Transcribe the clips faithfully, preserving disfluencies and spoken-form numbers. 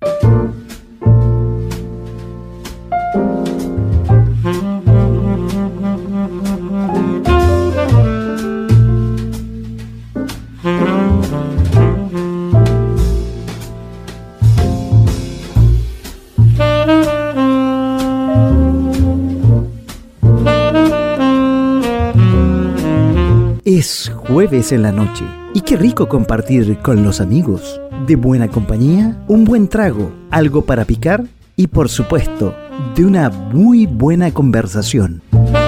Es jueves en la noche y qué rico compartir con los amigos. De buena compañía, un buen trago, algo para picar y por supuesto, de una muy buena conversación.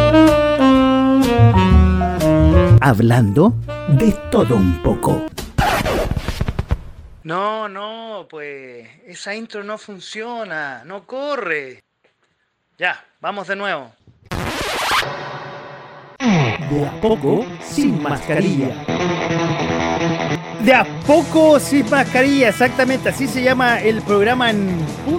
Hablando de todo un poco. No, no, pues esa intro no funciona, no corre. Ya, vamos de nuevo. De a poco, sin mascarilla. De a poco sin mascarilla, exactamente, así se llama el programa en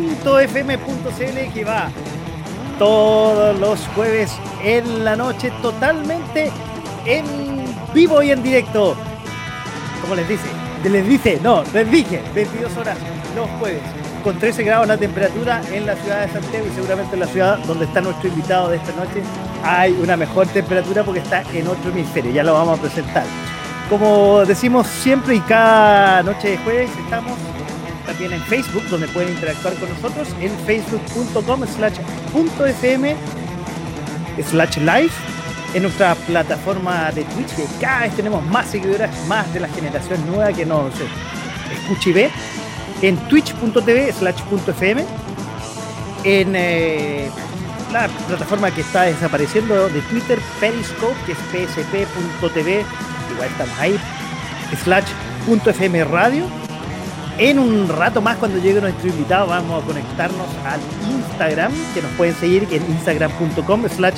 .fm.cl que va todos los jueves en la noche, totalmente en vivo y en directo. ¿Cómo les dice? Les dice, no, les dije, veintidós horas los jueves, con trece grados la temperatura en la ciudad de Santiago y seguramente en la ciudad donde está nuestro invitado de esta noche hay una mejor temperatura porque está en otro hemisferio, ya lo vamos a presentar. Como decimos siempre y cada noche de jueves estamos también en Facebook, donde pueden interactuar con nosotros en facebook.com slash .fm slash live, en nuestra plataforma de Twitch, que cada vez tenemos más seguidoras, más de la generación nueva que nos escucha y ve, en twitch.tv slash .fm, en eh, la plataforma que está desapareciendo de Twitter, Periscope, que es psp.tv, igual estamos ahí, slash .fm radio. En un rato más, cuando llegue nuestro invitado, vamos a conectarnos al Instagram, que nos pueden seguir en instagram.com slash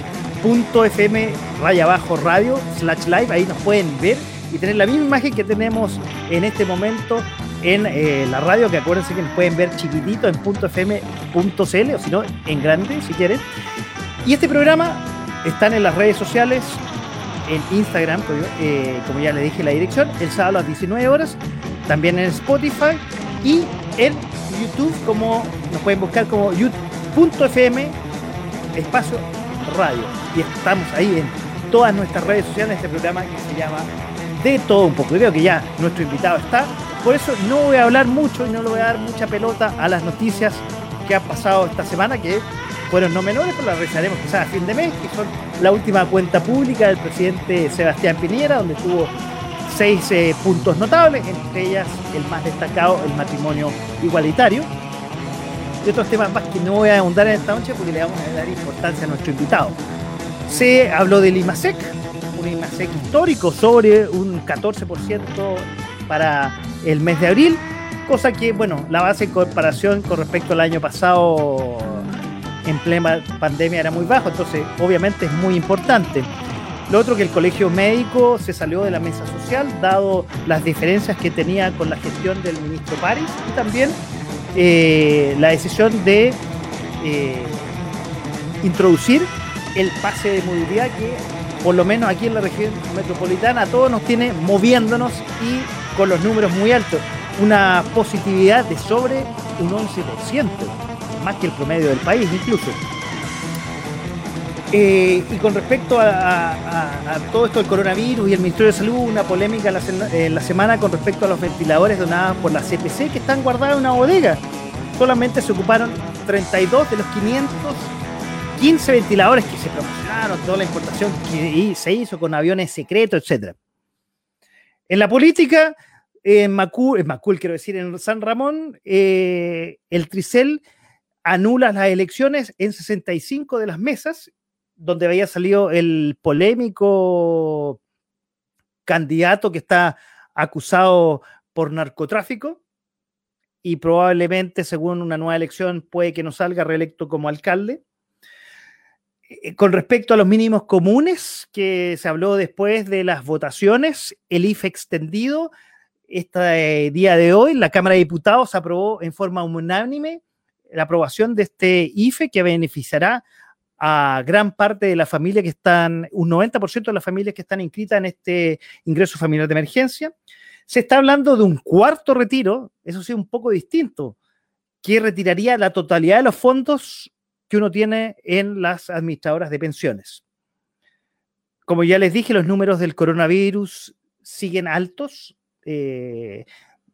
.fm raya abajo radio slash live. Ahí nos pueden ver y tener la misma imagen que tenemos en este momento en eh, la radio, que acuérdense que nos pueden ver chiquitito en .fm.cl o si no, en grande, si quieren. Y este programa están en las redes sociales, en Instagram, eh, como ya les dije la dirección, el sábado a las diecinueve horas, también en Spotify y en YouTube, como nos pueden buscar como youtube.fm espacio radio. Y estamos ahí en todas nuestras redes sociales, este programa que se llama De Todo Un Poco. Creo que ya nuestro invitado está, por eso no voy a hablar mucho y no le voy a dar mucha pelota a las noticias que han pasado esta semana, que fueron no menores, pero las revisaremos quizás a fin de mes, que son la última cuenta pública del presidente Sebastián Piñera, donde tuvo seis eh, puntos notables, entre ellas el más destacado, el matrimonio igualitario. Y otros temas más que no voy a ahondar en esta noche porque le vamos a dar importancia a nuestro invitado. Se habló del IMASEC, un IMASEC histórico sobre un catorce por ciento para el mes de abril, cosa que, bueno, la base en comparación con respecto al año pasado en plena pandemia era muy bajo, entonces obviamente es muy importante. Lo otro, que el colegio médico se salió de la mesa social, dado las diferencias que tenía con la gestión del ministro París, y también eh, la decisión de eh, introducir el pase de movilidad, que por lo menos aquí en la región metropolitana a todos nos tiene moviéndonos y con los números muy altos, una positividad de sobre un once por ciento, más que el promedio del país incluso. Eh, y con respecto a, a, a todo esto del coronavirus y el Ministerio de Salud, una polémica en la, en la semana con respecto a los ventiladores donados por la C P C, que están guardados en una bodega. Solamente se ocuparon treinta y dos de los quinientos quince ventiladores que se promocionaron, toda la importación que se hizo con aviones secretos, etcétera. En la política, en Macul, en Macul quiero decir, en San Ramón, eh, el Tricel anula las elecciones en sesenta y cinco de las mesas, donde había salido el polémico candidato que está acusado por narcotráfico y probablemente, según una nueva elección, puede que no salga reelecto como alcalde. Con respecto a los mínimos comunes, que se habló después de las votaciones, el I F E extendido, este día de hoy, la Cámara de Diputados aprobó en forma unánime la aprobación de este I F E, que beneficiará a gran parte de la familia que están, un noventa por ciento de las familias que están inscritas en este ingreso familiar de emergencia. Se está hablando de un cuarto retiro, eso sí, un poco distinto, que retiraría la totalidad de los fondos que uno tiene en las administradoras de pensiones. Como ya les dije, los números del coronavirus siguen altos. Eh,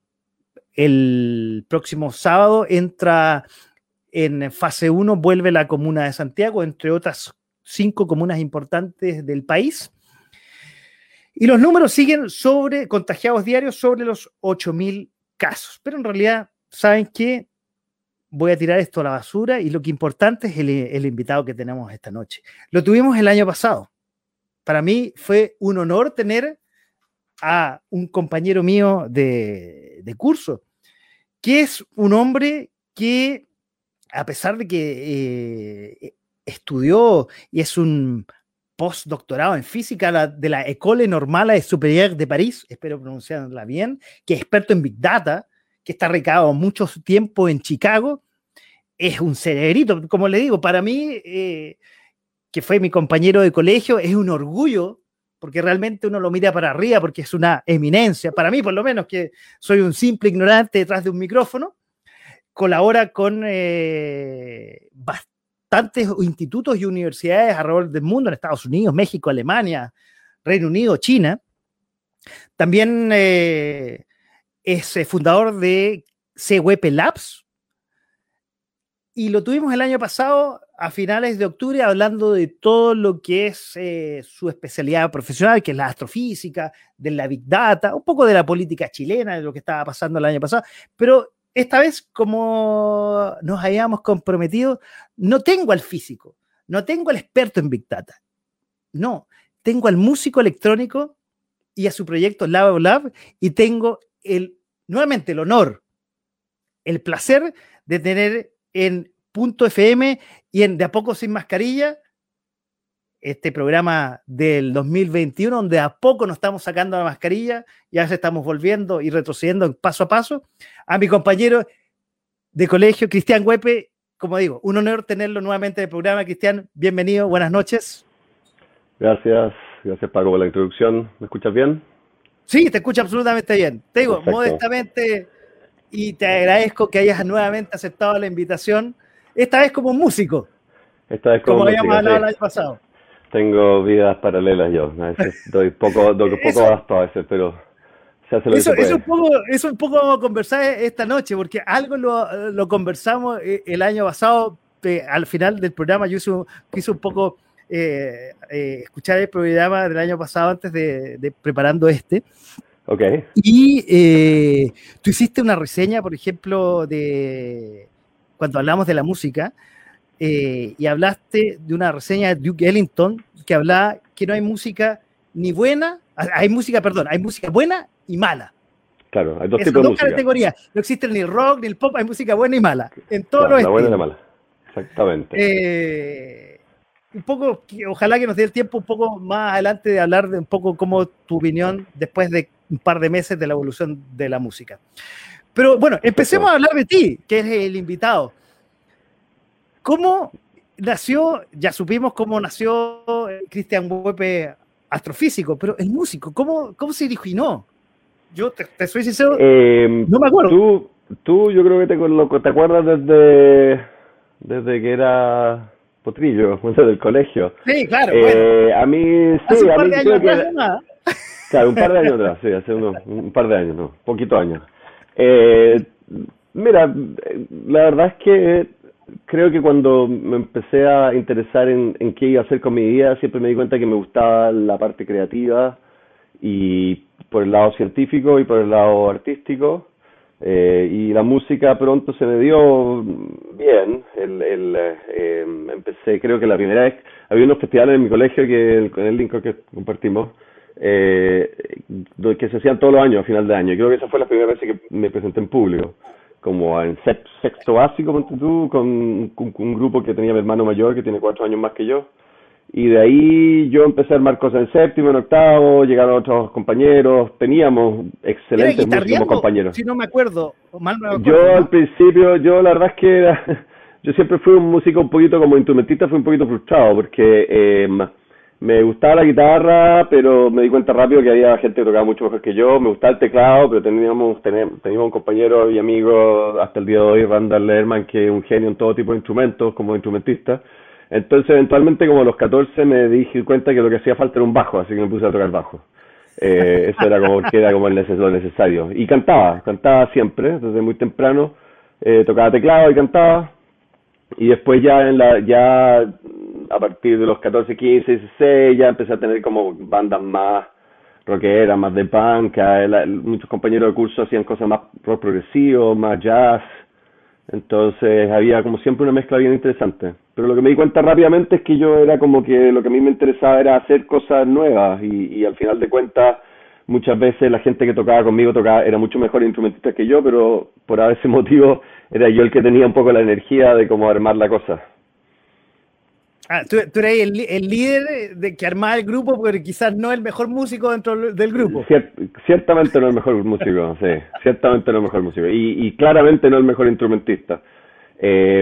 el próximo sábado entra en fase uno, vuelve la comuna de Santiago, entre otras cinco comunas importantes del país. Y los números siguen sobre contagiados diarios sobre los ocho mil casos. Pero en realidad, ¿saben qué? Voy a tirar esto a la basura y lo que importante es el, el invitado que tenemos esta noche. Lo tuvimos el año pasado. Para mí fue un honor tener a un compañero mío de, de curso, que es un hombre que, a pesar de que eh, estudió y es un postdoctorado en física la, de la École Normale Supérieure de París, espero pronunciarla bien, que es experto en Big Data, que está recado mucho tiempo en Chicago, es un cerebrito, como le digo, para mí, eh, que fue mi compañero de colegio, es un orgullo, porque realmente uno lo mira para arriba, porque es una eminencia, para mí por lo menos, que soy un simple ignorante detrás de un micrófono, colabora con eh, bastantes institutos y universidades alrededor del mundo, en Estados Unidos, México, Alemania, Reino Unido, China. También eh, es fundador de C W P Labs, y lo tuvimos el año pasado, a finales de octubre, hablando de todo lo que es eh, su especialidad profesional, que es la astrofísica, de la Big Data, un poco de la política chilena, de lo que estaba pasando el año pasado, pero esta vez, como nos habíamos comprometido, no tengo al físico, no tengo al experto en Big Data, no, tengo al músico electrónico y a su proyecto Lab Lab, y tengo el, nuevamente el honor, el placer de tener en Punto F M y en De a Poco Sin Mascarilla, este programa del dos mil veintiuno, donde a poco nos estamos sacando la mascarilla y a veces estamos volviendo y retrocediendo paso a paso, a mi compañero de colegio, Cristian Huepe. Como digo, un honor tenerlo nuevamente en el programa. Cristian, bienvenido, buenas noches. Gracias, gracias Paco por la introducción. ¿Me escuchas bien? Sí, te escucho absolutamente bien. Te digo, Perfecto. Modestamente, y te agradezco que hayas nuevamente aceptado la invitación, esta vez como músico. Esta vez como, como habíamos música, hablado sí. el año pasado. Tengo vidas paralelas yo, a veces doy poco, doy poco Eso, abasto a veces, pero se hace lo eso, que se eso, puede. un poco, eso un poco vamos a conversar esta noche, porque algo lo, lo conversamos el año pasado, eh, al final del programa. Yo hice, quise un poco eh, eh, escuchar el programa del año pasado antes de, de preparando este. Ok. Y eh, tú hiciste una reseña, por ejemplo, de cuando hablamos de la música, eh, y hablaste de una reseña de Duke Ellington que hablaba que no hay música ni buena, hay música, perdón, hay música buena y mala. Claro, hay dos Esas tipos de dos música. categorías. No existe ni el rock ni el pop, hay música buena y mala. En todos Claro, los la buena y la estilos. mala. Exactamente. Eh, un poco, ojalá que nos dé el tiempo un poco más adelante de hablar de un poco cómo tu opinión después de un par de meses de la evolución de la música. Pero bueno, empecemos a hablar de ti, que eres el invitado. ¿Cómo nació? Ya supimos cómo nació Cristian Huepe, astrofísico, pero el músico, ¿cómo, cómo se originó? Yo te, te soy sincero, Eh, no me acuerdo. Tú, tú yo creo que te, lo- te acuerdas desde, desde que era potrillo, desde el colegio. Sí, claro, Eh, bueno. A mí, Hace sí, un a par mí de años creo que... atrás, nada. Claro, un par de años atrás, sí, hace unos, un par de años, no, poquito años. Eh, mira, la verdad es que creo que cuando me empecé a interesar en, en qué iba a hacer con mi vida, siempre me di cuenta que me gustaba la parte creativa, y por el lado científico y por el lado artístico. Eh, y la música pronto se me dio bien. El, el, eh, empecé, creo que la primera vez, había unos festivales en mi colegio, que el, con el link que compartimos, eh, que se hacían todos los años, a final de año. Y creo que esa fue la primera vez que me presenté en público, como en sexto básico, ponte tú, con, con, con un grupo que tenía mi hermano mayor, que tiene cuatro años más que yo. Y de ahí yo empecé a armar cosas en séptimo, en octavo, llegaron otros compañeros, teníamos excelentes músicos compañeros. Si no me acuerdo, o mal me acuerdo, Yo ¿no? al principio, yo la verdad es que era, yo siempre fui un músico un poquito como instrumentista, fui un poquito frustrado, porque eh, Me gustaba la guitarra, pero me di cuenta rápido que había gente que tocaba mucho mejor que yo. Me gustaba el teclado, pero teníamos, teníamos, teníamos un compañero y amigo hasta el día de hoy, Randall Lerman, que es un genio en todo tipo de instrumentos, como instrumentista. Entonces, eventualmente, como a los catorce, me di cuenta que lo que hacía falta era un bajo, así que me puse a tocar bajo. Eh, eso era como, que era como el neces lo necesario. Y cantaba, cantaba siempre, desde muy temprano. Eh, tocaba teclado y cantaba. Y después ya en la ya a partir de los catorce, quince, dieciséis ya empecé a tener como bandas más rockeras, más de punk. La, muchos compañeros de curso hacían cosas más rock progresivo, más jazz. Entonces había como siempre una mezcla bien interesante. Pero lo que me di cuenta rápidamente es que yo era como que lo que a mí me interesaba era hacer cosas nuevas y, y al final de cuentas muchas veces la gente que tocaba conmigo tocaba era mucho mejor instrumentista que yo, pero por ese motivo era yo el que tenía un poco la energía de cómo armar la cosa. Ah, tú, tú eres el, el líder de que armaba el grupo, pero quizás no el mejor músico dentro del grupo. Cier, ciertamente no el mejor músico, sí, ciertamente no el mejor músico. Y, y claramente no el mejor instrumentista. Eh,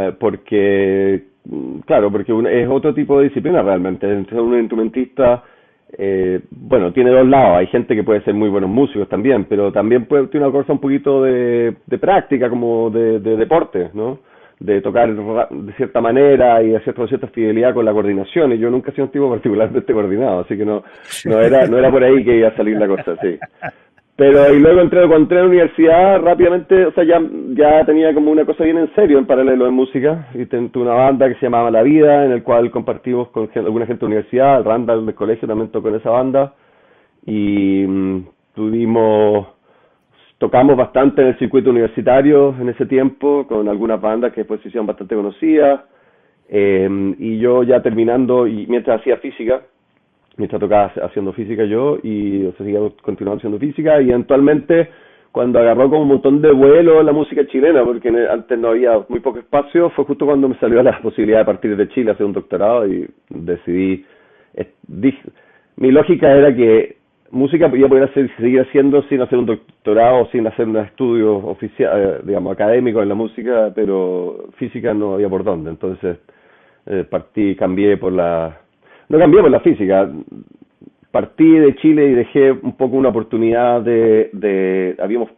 porque, claro, porque es otro tipo de disciplina realmente. Un instrumentista, eh, bueno, tiene dos lados. Hay gente que puede ser muy buenos músicos también, pero también puede, tiene una cosa un poquito de, de práctica, como de, de deporte, ¿no? De tocar de cierta manera y hacer con cierta fidelidad con la coordinación, y yo nunca he sido un tipo particularmente coordinado, así que no no era no era por ahí que iba a salir la cosa, sí. Pero y luego entré, cuando entré a la universidad rápidamente, o sea, ya ya tenía como una cosa bien en serio en paralelo en música, y tuve una banda que se llamaba La Vida, en el cual compartimos con gente, alguna gente de la universidad, el Randall del colegio también tocó en esa banda, y mmm, tuvimos tocamos bastante en el circuito universitario en ese tiempo, con algunas bandas que después se hicieron bastante conocidas, eh, y yo ya terminando, y mientras hacía física, mientras tocaba haciendo física yo, y o sea, seguía continuando haciendo física, y eventualmente, cuando agarró como un montón de vuelo la música chilena, porque antes no había muy poco espacio, fue justo cuando me salió la posibilidad de partir de Chile a hacer un doctorado, y decidí, eh, dije, mi lógica era que música podía poder hacer, seguir haciendo sin hacer un doctorado, sin hacer un estudio oficial, eh, digamos, académico en la música, pero física no había por dónde. Entonces eh, partí, cambié por la... No cambié por la física, partí de Chile y dejé un poco una oportunidad de, de habíamos,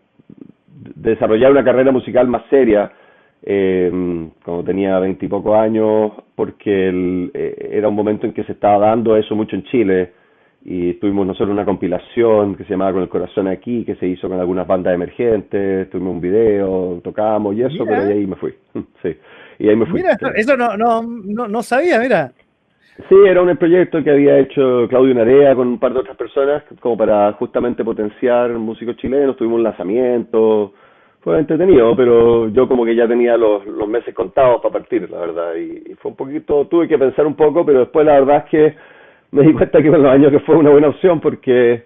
de desarrollar una carrera musical más seria, eh, cuando tenía veintipocos años, porque el, eh, era un momento en que se estaba dando eso mucho en Chile, y tuvimos nosotros una compilación que se llamaba Con el Corazón Aquí, que se hizo con algunas bandas emergentes, tuvimos un video, tocamos y eso, mira. Pero ahí me fui, sí, y ahí me fui. Mira, sí. Eso no, no, no, no sabía, mira. Sí, era un proyecto que había hecho Claudio Narea con un par de otras personas, como para justamente potenciar músicos chilenos, tuvimos un lanzamiento, fue entretenido, pero yo como que ya tenía los, los meses contados para partir, la verdad, y, y fue un poquito, tuve que pensar un poco, pero después la verdad es que me di cuenta que con los años que fue una buena opción, porque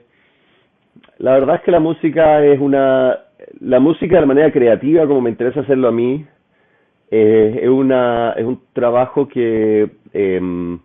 la verdad es que la música es una... La música de manera creativa, como me interesa hacerlo a mí, eh, es una es un trabajo que eh,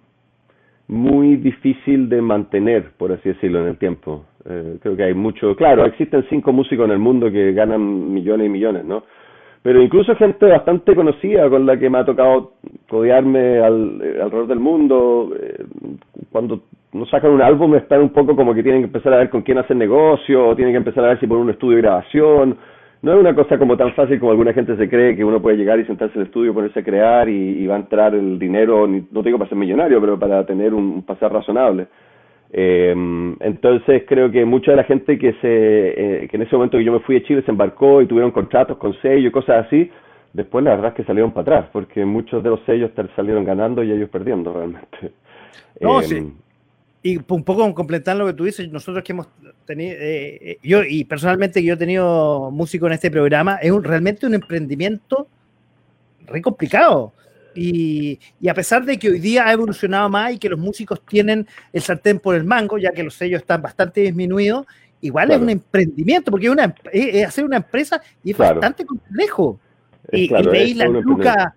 muy difícil de mantener, por así decirlo, en el tiempo. Eh, creo que hay mucho... Claro, existen cinco músicos en el mundo que ganan millones y millones, ¿no? Pero incluso gente bastante conocida con la que me ha tocado codearme al, eh, alrededor del mundo, eh, cuando nos sacan un álbum están un poco como que tienen que empezar a ver con quién hacen negocio, o tienen que empezar a ver si ponen un estudio de grabación. No es una cosa como tan fácil como alguna gente se cree, que uno puede llegar y sentarse en el estudio, ponerse a crear y, y va a entrar el dinero, ni, no digo para ser millonario, pero para tener un, un pasar razonable. Eh, entonces creo que mucha de la gente que se eh, que en ese momento que yo me fui de Chile se embarcó y tuvieron contratos con sellos y cosas así, después la verdad es que salieron para atrás, porque muchos de los sellos salieron ganando y ellos perdiendo realmente. No, eh, sí. Y un poco completar lo que tú dices, nosotros que hemos tenido, eh, yo y personalmente que yo he tenido músico en este programa, es un, realmente un emprendimiento re complicado. Y, y a pesar de que hoy día ha evolucionado más y que los músicos tienen el sartén por el mango, ya que los sellos están bastante disminuidos, igual claro. Es un emprendimiento, porque es, una, es, es hacer una empresa y es claro. Bastante complejo. Es y claro, veis la lucas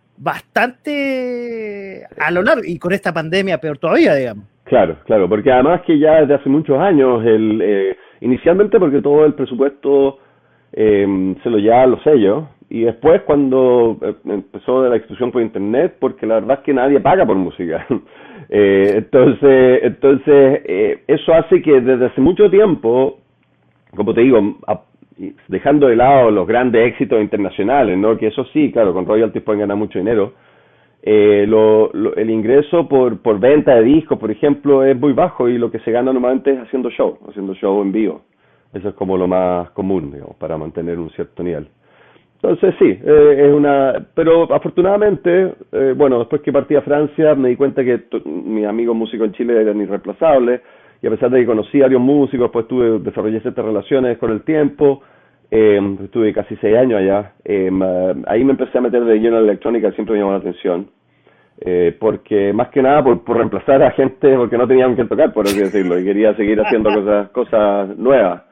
bastante a lo largo, y con esta pandemia peor todavía, digamos. Claro, claro, porque además que ya desde hace muchos años, el eh, inicialmente porque todo el presupuesto eh, se lo llevaban los sellos, y después cuando eh, empezó la distribución por internet, porque la verdad es que nadie paga por música. eh, entonces, entonces eh, eso hace que desde hace mucho tiempo, como te digo, a, dejando de lado los grandes éxitos internacionales, ¿no? Que eso sí, claro, con royalties pueden ganar mucho dinero. Eh, lo, lo, el ingreso por, por venta de discos, por ejemplo, es muy bajo y lo que se gana normalmente es haciendo show, haciendo show en vivo. Eso es como lo más común, digamos, para mantener un cierto nivel. Entonces sí, eh, es una... Pero afortunadamente, eh, bueno, después que partí a Francia me di cuenta que mis amigos músicos en Chile eran irreemplazables y a pesar de que conocí a varios músicos, pues tuve, desarrollé ciertas relaciones con el tiempo. Eh, estuve casi seis años allá. Eh, ahí me empecé a meter de lleno en la electrónica, siempre me llamó la atención. Eh, porque más que nada por, por reemplazar a gente, porque no tenían que tocar, por así decirlo, y quería seguir haciendo cosas, cosas nuevas.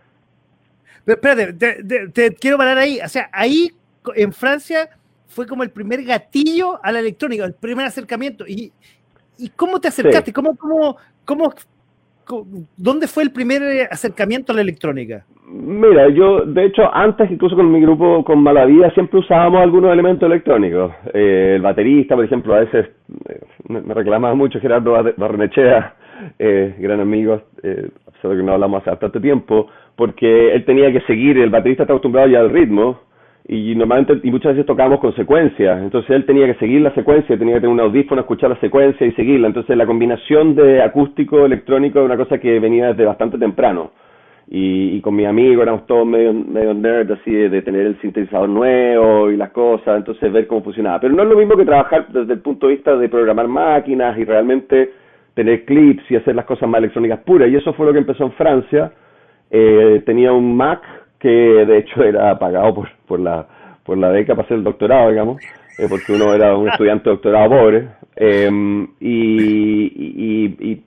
Pero espérate, te, te, te quiero parar ahí. O sea, ahí en Francia fue como el primer gatillo a la electrónica, el primer acercamiento. ¿Y, y cómo te acercaste? Sí. ¿Cómo, cómo, cómo, cómo, ¿Dónde fue el primer acercamiento a la electrónica? Mira, yo, de hecho, antes, incluso con mi grupo, con Malavida, siempre usábamos algunos elementos electrónicos. Eh, el baterista, por ejemplo, a veces eh, me reclamaba mucho Gerardo Barrenechea, eh, gran amigo, eh, a pesar de que no hablamos hace bastante tiempo, porque él tenía que seguir, el baterista está acostumbrado ya al ritmo, y normalmente, y muchas veces tocábamos con secuencias, entonces él tenía que seguir la secuencia, tenía que tener un audífono, escuchar la secuencia y seguirla. Entonces la combinación de acústico electrónico es una cosa que venía desde bastante temprano. Y, y con mis amigos éramos todos medio, medio nerds así de, de tener el sintetizador nuevo y las cosas, entonces ver cómo funcionaba. Pero no es lo mismo que trabajar desde el punto de vista de programar máquinas y realmente tener clips y hacer las cosas más electrónicas puras. Y eso fue lo que empezó en Francia. Eh, tenía un Mac que de hecho era pagado por, por, la, por la beca para hacer el doctorado, digamos, eh, porque uno era un estudiante de doctorado pobre. Eh, y, y, y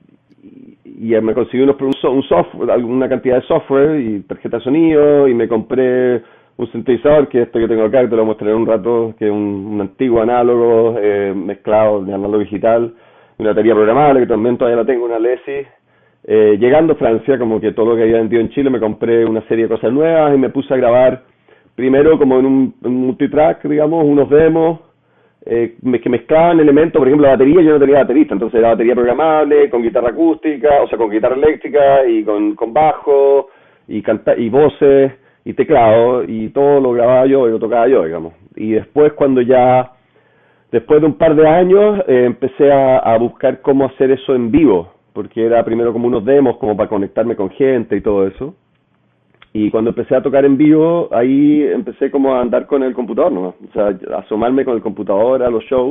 y me conseguí unos, un software, alguna cantidad de software y tarjeta de sonido, y me compré un sintetizador, que es este que tengo acá, que te lo mostraré un rato, que es un, un antiguo análogo eh, mezclado de análogo digital, una batería programable, que también todavía la tengo, una Lesi. Eh, llegando a Francia, como que todo lo que había vendido en Chile, me compré una serie de cosas nuevas y me puse a grabar, primero como en un, en un multitrack, digamos, unos demos, Eh, que mezclaban elementos. Por ejemplo, la batería, yo no tenía baterista, entonces era batería programable, con guitarra acústica, o sea, con guitarra eléctrica, y con, con bajo, y canta y voces, y teclado, y todo lo grababa yo y lo tocaba yo, digamos. Y después, cuando ya, después de un par de años, eh, empecé a, a buscar cómo hacer eso en vivo, porque era primero como unos demos, como para conectarme con gente y todo eso. Y cuando empecé a tocar en vivo, ahí empecé como a andar con el computador, ¿no? O sea, a asomarme con el computador a los shows.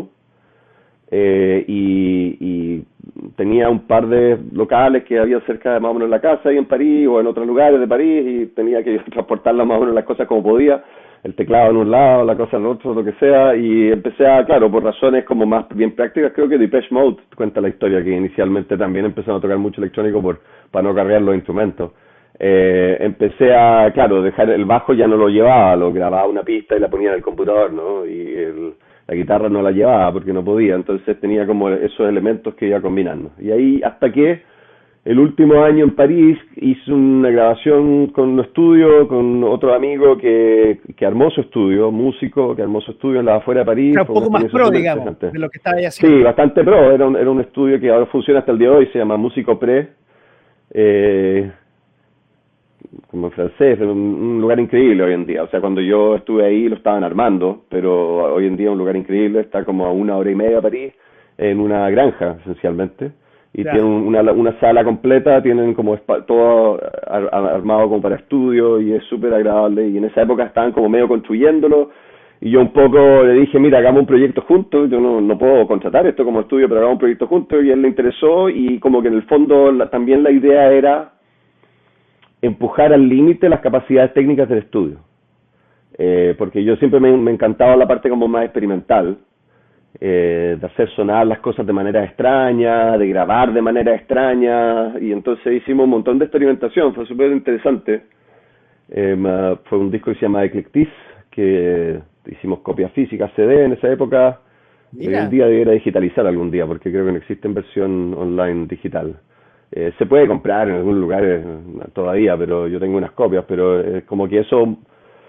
Eh, y, y tenía un par de locales que había cerca de más o menos la casa, ahí en París, o en otros lugares de París, y tenía que transportarlas más o menos las cosas como podía. El teclado en un lado, la cosa en el otro, lo que sea. Y empecé a, claro, por razones como más bien prácticas, creo que Depeche Mode cuenta la historia, que inicialmente también empezaron a tocar mucho electrónico por para no cargar los instrumentos. Eh, empecé a, claro, dejar el bajo, ya no lo llevaba, lo grababa una pista y la ponía en el computador, ¿no? Y el, la guitarra no la llevaba porque no podía, entonces tenía como esos elementos que iba combinando. Y ahí, hasta que el último año en París hice una grabación con un estudio, con otro amigo que, que armó su estudio, músico, que armó su estudio en la afuera de París. Era un poco más pro, digamos, de lo que estaba ahí haciendo. Sí, bastante pro, era un, era un estudio que ahora funciona hasta el día de hoy, se llama Músico Pre, eh... como en francés, un, un lugar increíble hoy en día. O sea, cuando yo estuve ahí lo estaban armando, pero hoy en día es un lugar increíble, está como a una hora y media de París, en una granja, esencialmente, y claro, tienen una, una sala completa, tienen como spa, todo ar, armado como para estudio, y es súper agradable, y en esa época estaban como medio construyéndolo, y yo un poco le dije, mira, hagamos un proyecto juntos, yo no, no puedo contratar esto como estudio, pero hagamos un proyecto juntos, y a él le interesó, y como que en el fondo la, también la idea era empujar al límite las capacidades técnicas del estudio, eh, porque yo siempre me, me encantaba la parte como más experimental, eh, de hacer sonar las cosas de manera extraña, de grabar de manera extraña, y entonces hicimos un montón de experimentación, fue súper interesante. Eh, fue un disco que se llama Eclectis, que hicimos copias físicas, C D en esa época. Hoy en día debería digitalizar algún día, porque creo que no existe en versión online digital. Eh, se puede comprar en algún lugar eh, todavía, pero yo tengo unas copias, pero eh, como que eso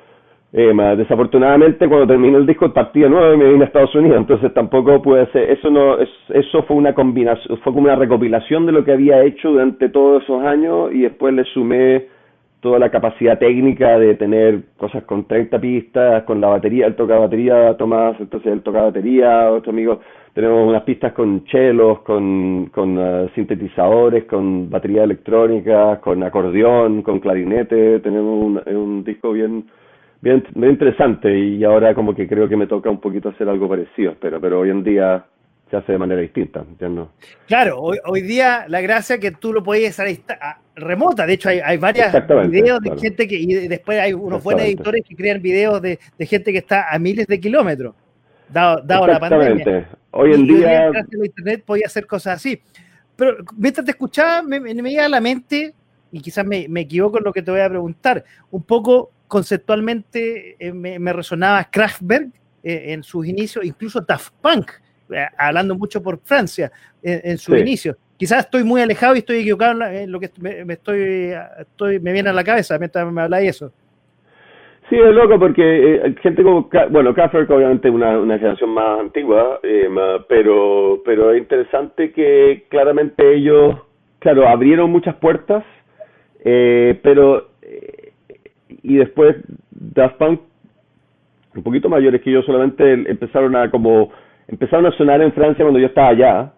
Eh, ma, desafortunadamente cuando terminó el disco partí de nuevo y me vine a Estados Unidos, entonces tampoco pude ser, eso no, es, eso fue una combinación, fue como una recopilación de lo que había hecho durante todos esos años y después le sumé toda la capacidad técnica de tener cosas con treinta pistas, con la batería, él toca batería, Tomás, entonces él toca batería, otro amigo, tenemos unas pistas con chelos, con, con uh, sintetizadores, con batería electrónica, con acordeón, con clarinete, tenemos un, un disco bien Bien, bien interesante y ahora como que creo que me toca un poquito hacer algo parecido, pero, pero hoy en día se hace de manera distinta, ¿entiendes? Claro, hoy, hoy día la gracia es que tú lo puedes hacer a, a, remota, de hecho hay, hay varios videos de claro. gente que, y después hay unos buenos editores que crean videos de, de gente que está a miles de kilómetros, dado, dado la pandemia. Hoy en y, día... Y gracias a internet podía hacer cosas así. Pero mientras te escuchaba me, me, me llega a la mente, y quizás me, me equivoco en lo que te voy a preguntar, un poco... conceptualmente eh, me, me resonaba Kraftwerk eh, en sus inicios, incluso Daft Punk, eh, hablando mucho por Francia eh, en sus sí. inicios. Quizás estoy muy alejado y estoy equivocado en, la, en lo que me, me estoy, estoy me viene a la cabeza mientras me habláis eso. Sí, es loco porque eh, gente como, bueno, Kraftwerk obviamente una, una generación más antigua, eh, pero, pero es interesante que claramente ellos, claro, abrieron muchas puertas, eh, pero... Eh, y después Daft Punk, un poquito mayores que yo, solamente empezaron a como empezaron a sonar en Francia cuando yo estaba allá,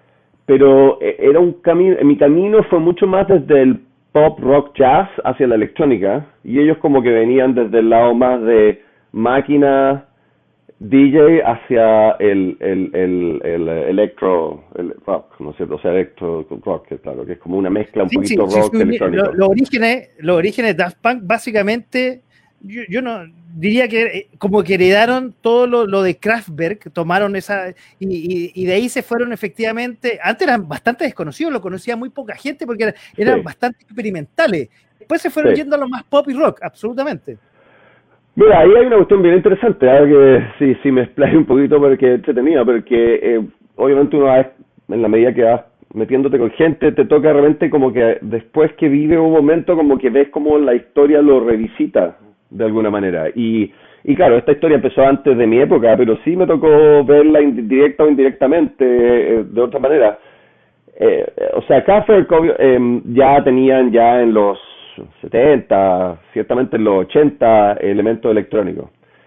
pero era un camino, mi camino fue mucho más desde el pop, rock, jazz hacia la electrónica, y ellos como que venían desde el lado más de máquina, D J hacia el, el, el, el electro, el rock, ¿no es cierto? O sea, electro rock, claro, que es como una mezcla un sí, poquito sí, rock sí, electrónico. Los lo orígenes, los orígenes de Daft Punk, básicamente, yo, yo no diría que como que heredaron todo lo, lo de Kraftwerk, tomaron esa, y, y, y de ahí se fueron efectivamente, antes eran bastante desconocidos, lo conocía muy poca gente porque eran, eran sí. bastante experimentales. Después se fueron sí. yendo a lo más pop y rock, absolutamente. Mira, ahí hay una cuestión bien interesante, ¿eh? que sí, sí me explayo un poquito porque entretenida, porque eh, obviamente uno va, en la medida que vas metiéndote con gente, te toca de repente como que después que vive un momento como que ves como la historia lo revisita de alguna manera. Y, y claro, esta historia empezó antes de mi época, pero sí me tocó verla directa o indirectamente eh, de otra manera. Eh, o sea, Kraftwerk eh, ya tenían ya en los setenta, ciertamente en los ochenta elementos electrónicos.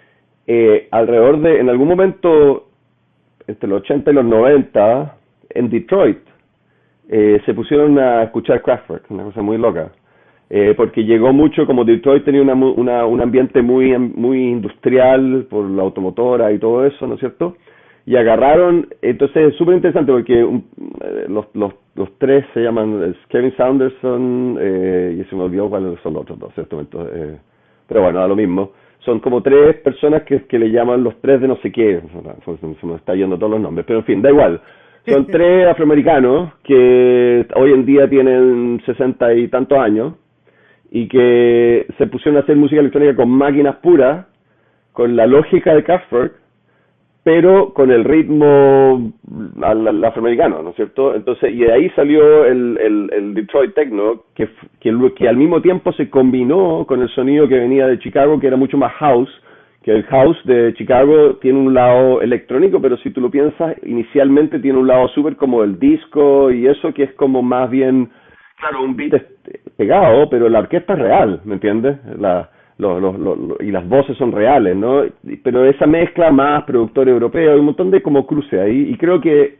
Eh, alrededor de, en algún momento, entre los ochenta y los noventa, en Detroit, eh, se pusieron a escuchar Kraftwerk, una cosa muy loca. Eh, porque llegó mucho, como Detroit tenía una, una, un ambiente muy, muy industrial por la automotora y todo eso, ¿no es cierto? Y agarraron, entonces es súper interesante porque um, los, los, los tres se llaman Kevin Saunderson, eh, y se me olvidó cuáles son los otros dos, ¿cierto? Entonces, eh, pero bueno, da lo mismo. Son como tres personas que, que le llaman los tres de no sé qué, se me está yendo todos los nombres, pero en fin, da igual. Son tres afroamericanos que hoy en día tienen sesenta y tantos años y que se pusieron a hacer música electrónica con máquinas puras, con la lógica de Kraftwerk, pero con el ritmo al, al afroamericano, ¿no es cierto? Entonces, y de ahí salió el, el, el Detroit Techno, que, que, que al mismo tiempo se combinó con el sonido que venía de Chicago, que era mucho más house, que el house de Chicago tiene un lado electrónico, pero si tú lo piensas, inicialmente tiene un lado súper como el disco y eso, que es como más bien, claro, un beat pegado, pero la orquesta es real, ¿me entiendes? La... Lo, lo, lo, lo, y las voces son reales, ¿no? Pero esa mezcla más productor europeo, hay un montón de como cruce ahí, y creo que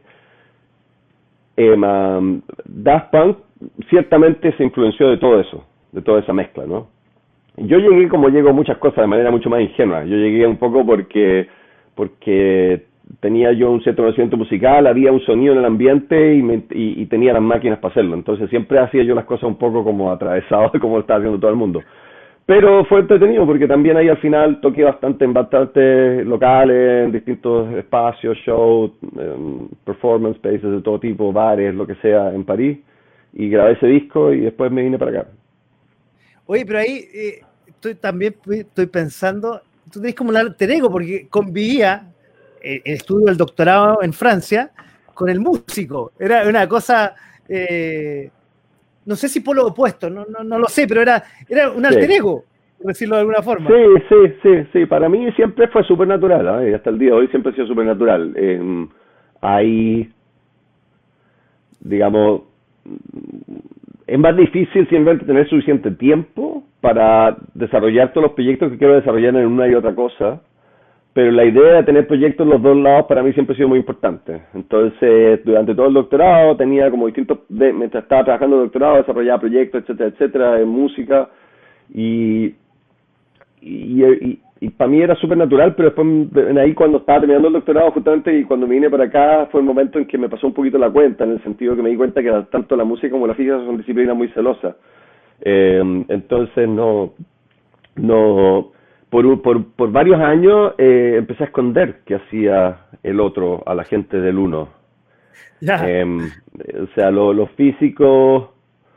eh, um, Daft Punk ciertamente se influenció de todo eso, de toda esa mezcla, ¿no? Yo llegué como llego a muchas cosas de manera mucho más ingenua, yo llegué un poco porque porque tenía yo un cierto conocimiento musical, había un sonido en el ambiente y, me, y, y tenía las máquinas para hacerlo, entonces siempre hacía yo las cosas un poco como atravesado de como lo estaba haciendo todo el mundo. Pero fue entretenido porque también ahí al final toqué bastante en bastantes locales, en distintos espacios, shows, um, performance spaces de todo tipo, bares, lo que sea, en París. Y grabé ese disco y después me vine para acá. Oye, pero ahí eh, estoy también estoy pensando, tú tenés como un alter ego porque convivía eh, el estudio del doctorado en Francia con el músico. Era una cosa... Eh, no sé si polo opuesto, no, no, no lo sé, pero era, era un alter ego. por decirlo de alguna forma. Sí, sí, sí, sí. Para mí siempre fue súper natural, ¿eh? Hasta el día de hoy siempre ha sido súper natural. Eh, hay, digamos, es más difícil simplemente tener suficiente tiempo para desarrollar todos los proyectos que quiero desarrollar en una y otra cosa, pero la idea de tener proyectos en los dos lados para mí siempre ha sido muy importante. Entonces, durante todo el doctorado tenía como distintos, de, mientras estaba trabajando en el doctorado, desarrollaba proyectos, etcétera, etcétera, en música, y, y, y, y para mí era súper natural, pero después, en ahí cuando estaba terminando el doctorado, justamente, y cuando me vine para acá, fue el momento en que me pasó un poquito la cuenta, en el sentido que me di cuenta que tanto la música como la física son disciplinas muy celosas. Eh, entonces, no, no, por, por, por varios años eh, empecé a esconder qué hacía el otro a la gente del uno. Ya. Eh, o sea, lo, los físicos...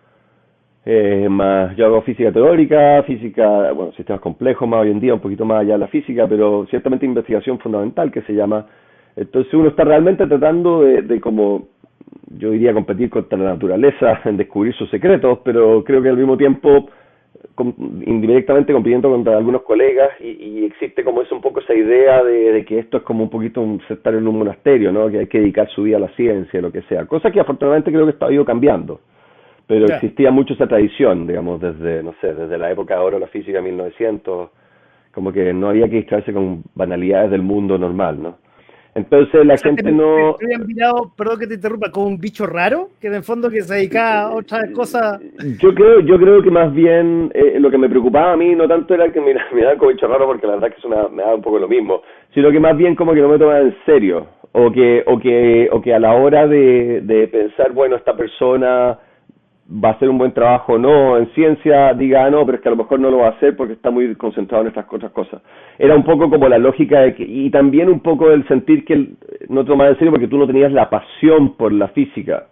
Eh, más, yo hago física teórica, física, bueno, sistemas complejos más hoy en día, un poquito más allá de la física, pero ciertamente investigación fundamental que se llama. Entonces uno está realmente tratando de, de como, yo diría, competir contra la naturaleza en descubrir sus secretos, pero creo que al mismo tiempo com, indirectamente compitiendo contra algunos colegas y, y existe como es un poco esa idea de, de que esto es como un poquito un estar en un monasterio, ¿no? Que hay que dedicar su vida a la ciencia, lo que sea, cosa que afortunadamente creo que está ido cambiando. Pero yeah. existía mucho esa tradición, digamos, desde, no sé, desde la época de oro de la física, mil novecientos, como que no había que distraerse con banalidades del mundo normal, ¿no? Entonces la o sea, gente te, no... ¿Te habían mirado, perdón que te interrumpa, como un bicho raro, que en el fondo que se dedicaba a otras cosas? Yo creo, yo creo que más bien eh, lo que me preocupaba a mí no tanto era que me miraban como bicho raro, porque la verdad es que es una, me daba un poco lo mismo, sino que más bien como que no me tomaban en serio, o que, o que, o que a la hora de, de pensar, bueno, esta persona... va a hacer un buen trabajo o no en ciencia, diga ah, no, pero es que a lo mejor no lo va a hacer porque está muy concentrado en estas otras cosas. Era un poco como la lógica de que, y también un poco el sentir que el, no te tomaba en serio porque tú no tenías la pasión por la física,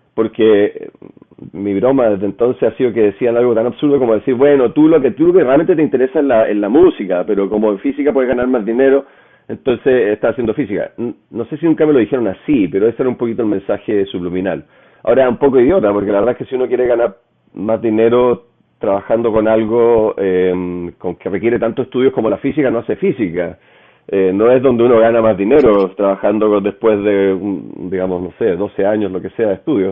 porque mi broma desde entonces ha sido que decían algo tan absurdo como decir, bueno, tú lo que tú lo que realmente te interesa es la, en la música, pero como en física puedes ganar más dinero, entonces estás haciendo física. No sé si nunca me lo dijeron así, pero ese era un poquito el mensaje subliminal. Ahora es un poco idiota, porque la verdad es que si uno quiere ganar más dinero trabajando con algo eh, con que requiere tantos estudios como la física, no hace física. Eh, no es donde uno gana más dinero trabajando después de, digamos, no sé, doce años, lo que sea, de estudios.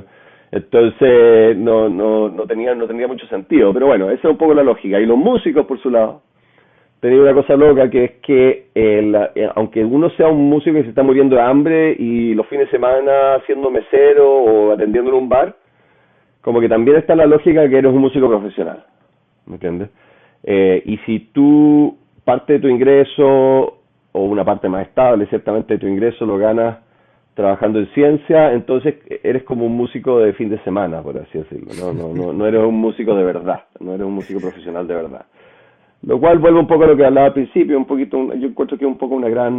Entonces no, no, no, tenía, no tenía mucho sentido. Pero bueno, esa es un poco la lógica. Y los músicos, por su lado, tenía una cosa loca que es que el, eh, aunque uno sea un músico que se está muriendo de hambre y los fines de semana siendo mesero o atendiendo en un bar, como que también está la lógica que eres un músico profesional, ¿me entiendes? Eh, y si tú parte de tu ingreso o una parte más estable ciertamente de tu ingreso lo ganas trabajando en ciencia, entonces eres como un músico de fin de semana, por así decirlo, no, no, no, no eres un músico de verdad, no eres un músico profesional de verdad. Lo cual vuelve un poco a lo que hablaba al principio, un poquito, yo encuentro que es un poco una gran,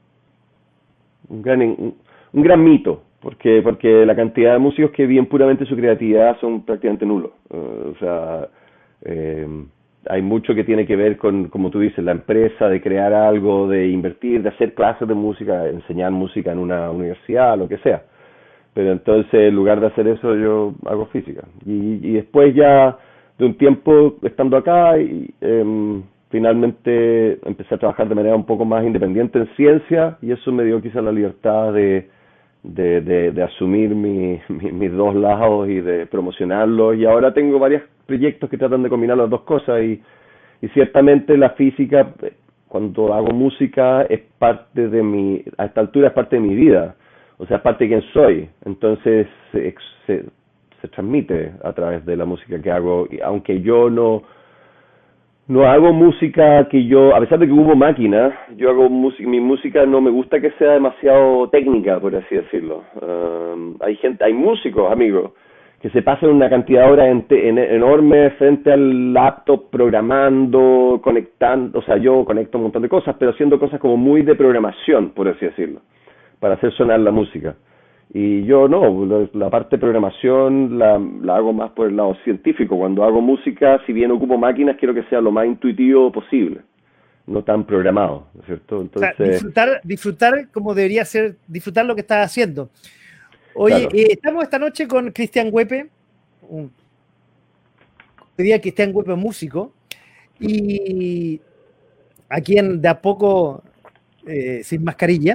un gran, un, un gran mito, porque porque la cantidad de músicos que viven puramente su creatividad son prácticamente nulos. Uh, o sea, eh, hay mucho que tiene que ver con, como tú dices, la empresa, de crear algo, de invertir, de hacer clases de música, enseñar música en una universidad, lo que sea. Pero entonces, en lugar de hacer eso, yo hago física. Y, y después ya... de un tiempo estando acá y eh, finalmente empecé a trabajar de manera un poco más independiente en ciencia y eso me dio quizás la libertad de, de, de, de asumir mi, mi, mis dos lados y de promocionarlos y ahora tengo varios proyectos que tratan de combinar las dos cosas y, y ciertamente la física cuando hago música es parte de mi, a esta altura es parte de mi vida, o sea es parte de quién soy, entonces se, se se transmite a través de la música que hago, aunque yo no no hago música que yo, a pesar de que hubo máquina, yo hago música, mi música no me gusta que sea demasiado técnica, por así decirlo. Um, hay gente, hay músicos, amigos, que se pasan una cantidad de horas en, en, enorme frente al laptop programando, conectando, o sea, yo conecto un montón de cosas, pero haciendo cosas como muy de programación, por así decirlo, para hacer sonar la música. Y yo no, la parte de programación la, la hago más por el lado científico. Cuando hago música, si bien ocupo máquinas, quiero que sea lo más intuitivo posible, no tan programado, ¿no es cierto? Entonces, o sea, disfrutar, disfrutar como debería ser, disfrutar lo que estás haciendo. Oye, claro. eh, estamos esta noche con Cristian Huepe, un, hoy día Cristian Huepe músico, y aquí en De a poco, eh, sin mascarilla.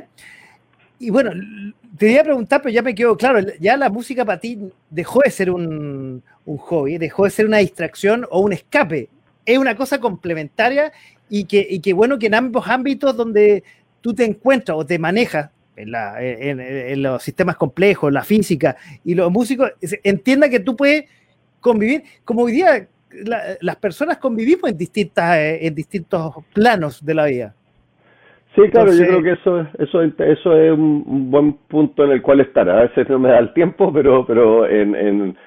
Y bueno, te iba a preguntar, pero ya me quedó claro, ya la música para ti dejó de ser un, un hobby, dejó de ser una distracción o un escape. Es una cosa complementaria y que, y que bueno que en ambos ámbitos donde tú te encuentras o te manejas, en, la, en, en los sistemas complejos, la física, y los músicos entiendan que tú puedes convivir, como hoy día la, las personas convivimos en, distintas, en distintos planos de la vida. Sí, claro, Entonces, yo creo que eso, eso, eso es un buen punto en el cual estar. A veces no me da el tiempo, pero, pero, en, en,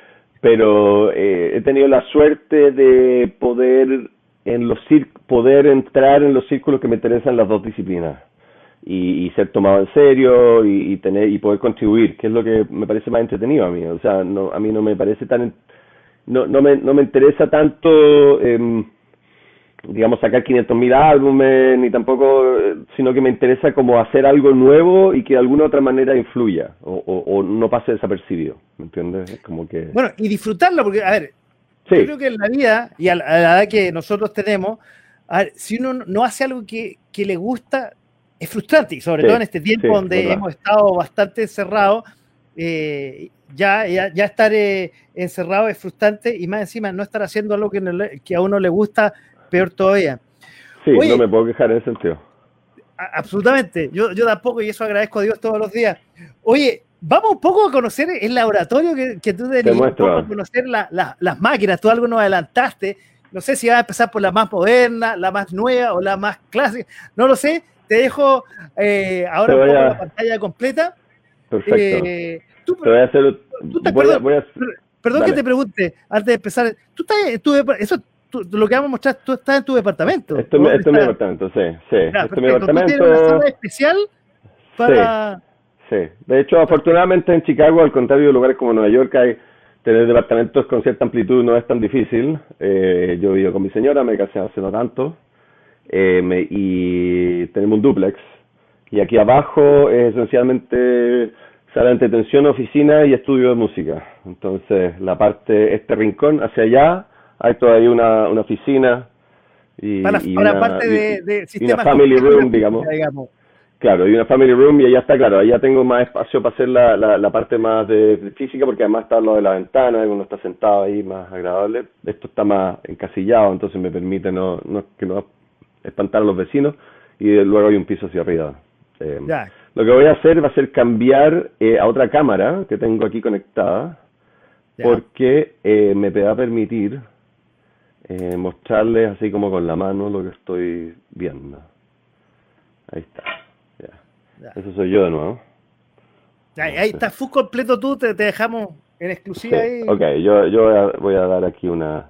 pero eh, he tenido la suerte de poder, en los poder entrar en los círculos que me interesan las dos disciplinas. Y, y ser tomado en serio y, y tener y poder contribuir, que es lo que me parece más entretenido a mí. O sea, no, a mí no me parece tan, no, no me, no me interesa tanto, eh, digamos, sacar quinientos mil álbumes, ni tampoco, sino que me interesa como hacer algo nuevo y que de alguna otra manera influya o, o, o no pase desapercibido, ¿me entiendes? Como que... Bueno, y disfrutarlo, porque, a ver, sí. Yo creo que en la vida y a la, a la edad que nosotros tenemos, a ver, si uno no hace algo que, que le gusta, es frustrante, y sobre sí, todo en este tiempo sí, donde verdad. hemos estado bastante encerrados, eh, ya, ya, ya estar eh, encerrado es frustrante, y más encima no estar haciendo algo que, no le, que a uno le gusta, peor todavía. Sí, Oye, no me puedo quejar en ese sentido. A, absolutamente, yo, yo tampoco, y eso agradezco a Dios todos los días. Oye, vamos un poco a conocer el laboratorio que, que tú tenías, un poco a conocer la, la, las máquinas, tú algo nos adelantaste, no sé si vas a empezar por la más moderna, la más nueva o la más clásica, no lo sé. Te dejo eh, ahora un poco a... la pantalla completa. Perfecto. Eh, tú, te voy a hacer... Tú te, voy perdón, a, voy a... perdón que te pregunte, antes de empezar, ¿tú estás, tú, eso, tú, lo que vamos a mostrar, tú estás en tu departamento? Esto, esto es mi departamento, sí. sí. Ya, esto es mi departamento. ¿Tú tienes una sala especial para...? Sí, sí. De hecho, afortunadamente en Chicago, al contrario de lugares como Nueva York, hay tener departamentos con cierta amplitud no es tan difícil. Eh, yo vivo con mi señora, me casé hace no tanto. Eh, me, y tenemos un dúplex y aquí abajo es esencialmente sala de entretención, oficina y estudio de música. Entonces la parte, este rincón hacia allá hay todavía una, una oficina y, para, y, para una, parte de, de y una family room, digamos. digamos claro, y una family room y allá está, claro, allá tengo más espacio para hacer la, la, la parte más de física, porque además está lo de la ventana, uno está sentado ahí más agradable. Esto está más encasillado, entonces me permite no, no que no espantar a los vecinos, y luego hay un piso hacia arriba. Eh, lo que voy a hacer va a ser cambiar eh, a otra cámara que tengo aquí conectada, ya. porque eh, me va a permitir eh, mostrarles así como con la mano lo que estoy viendo. Ahí está. Ya. Ya. Eso soy yo de nuevo. Ya, ahí está full completo tú, te, te dejamos en exclusiva sí. ahí. Ok, yo, yo voy, a, voy a dar aquí una...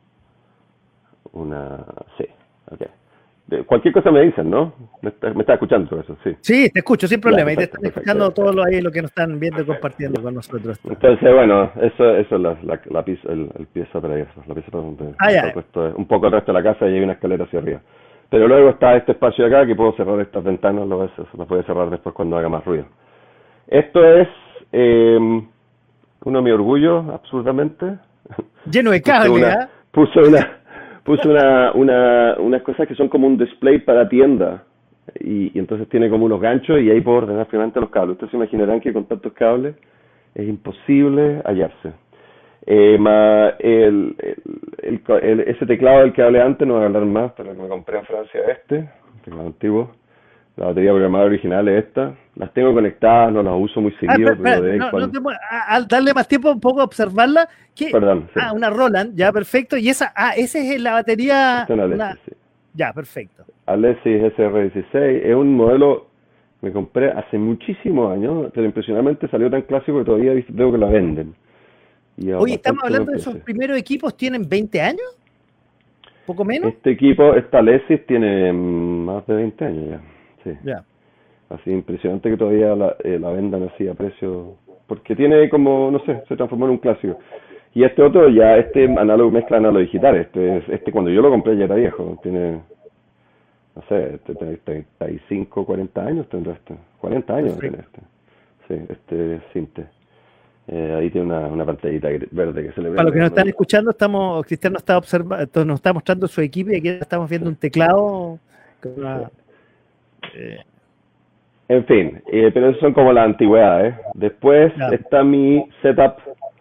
una... sí, ok. Cualquier cosa me dicen, ¿no? Me está, me está escuchando todo eso, sí. Sí, te escucho, sin problema. Ya, perfecto, y te están perfecto, escuchando perfecto. Todos los ahí los que nos están viendo y compartiendo con nosotros. Entonces, bueno, eso, eso es la, la, la pieza, el, el pieza para eso. La pieza para donde ah, ya. Puesto, un poco el resto de la casa y hay una escalera hacia arriba. Pero luego está este espacio de acá que puedo cerrar estas ventanas, lo ves, las voy a cerrar después cuando haga más ruido. Esto es eh, uno de mis orgullos, absolutamente. Lleno de cable, ¿eh? Puse una... Puse una, una, unas cosas que son como un display para tienda y, y entonces tiene como unos ganchos y ahí puedo ordenar finalmente los cables. Ustedes se imaginarán que con tantos cables es imposible hallarse. Eh, más el, el, el, el, ese teclado del que hablé antes, no voy a hablar más, pero que me compré en Francia este, teclado antiguo. La batería programada original es esta. Las tengo conectadas, no las uso muy seguido. Ah, pero, pero, no, cuando... no te, al darle más tiempo un poco a observarla, ¿qué? Perdón, sí. Ah, una Roland, ya, perfecto. Y esa, ah, esa es la batería... Esta es una una... Alesis, sí. Ya, perfecto. Alesis S R dieciséis, es un modelo que me compré hace muchísimos años, pero impresionantemente salió tan clásico que todavía veo que la venden. Y Oye, estamos hablando de esos primeros equipos, ¿tienen veinte años? ¿Poco menos? Este equipo, esta Alesis tiene más de veinte años ya. Sí. Yeah. Así impresionante que todavía la, eh, la vendan así a precio, porque tiene como, no sé, se transformó en un clásico. Y este otro ya, este análogo, mezcla análogo digital, este es, este cuando yo lo compré ya era viejo, tiene, no sé, treinta y cinco, cuarenta años tendrá este, cuarenta años tiene este, sí, este Sinte. Eh, ahí tiene una, una pantallita verde que se le ve. Para los que nos están escuchando, estamos, Cristiano está observando, nos está mostrando su equipo y aquí estamos viendo un teclado con una, eh. En fin, eh, pero eso son como las antigüedades. Después claro. está mi setup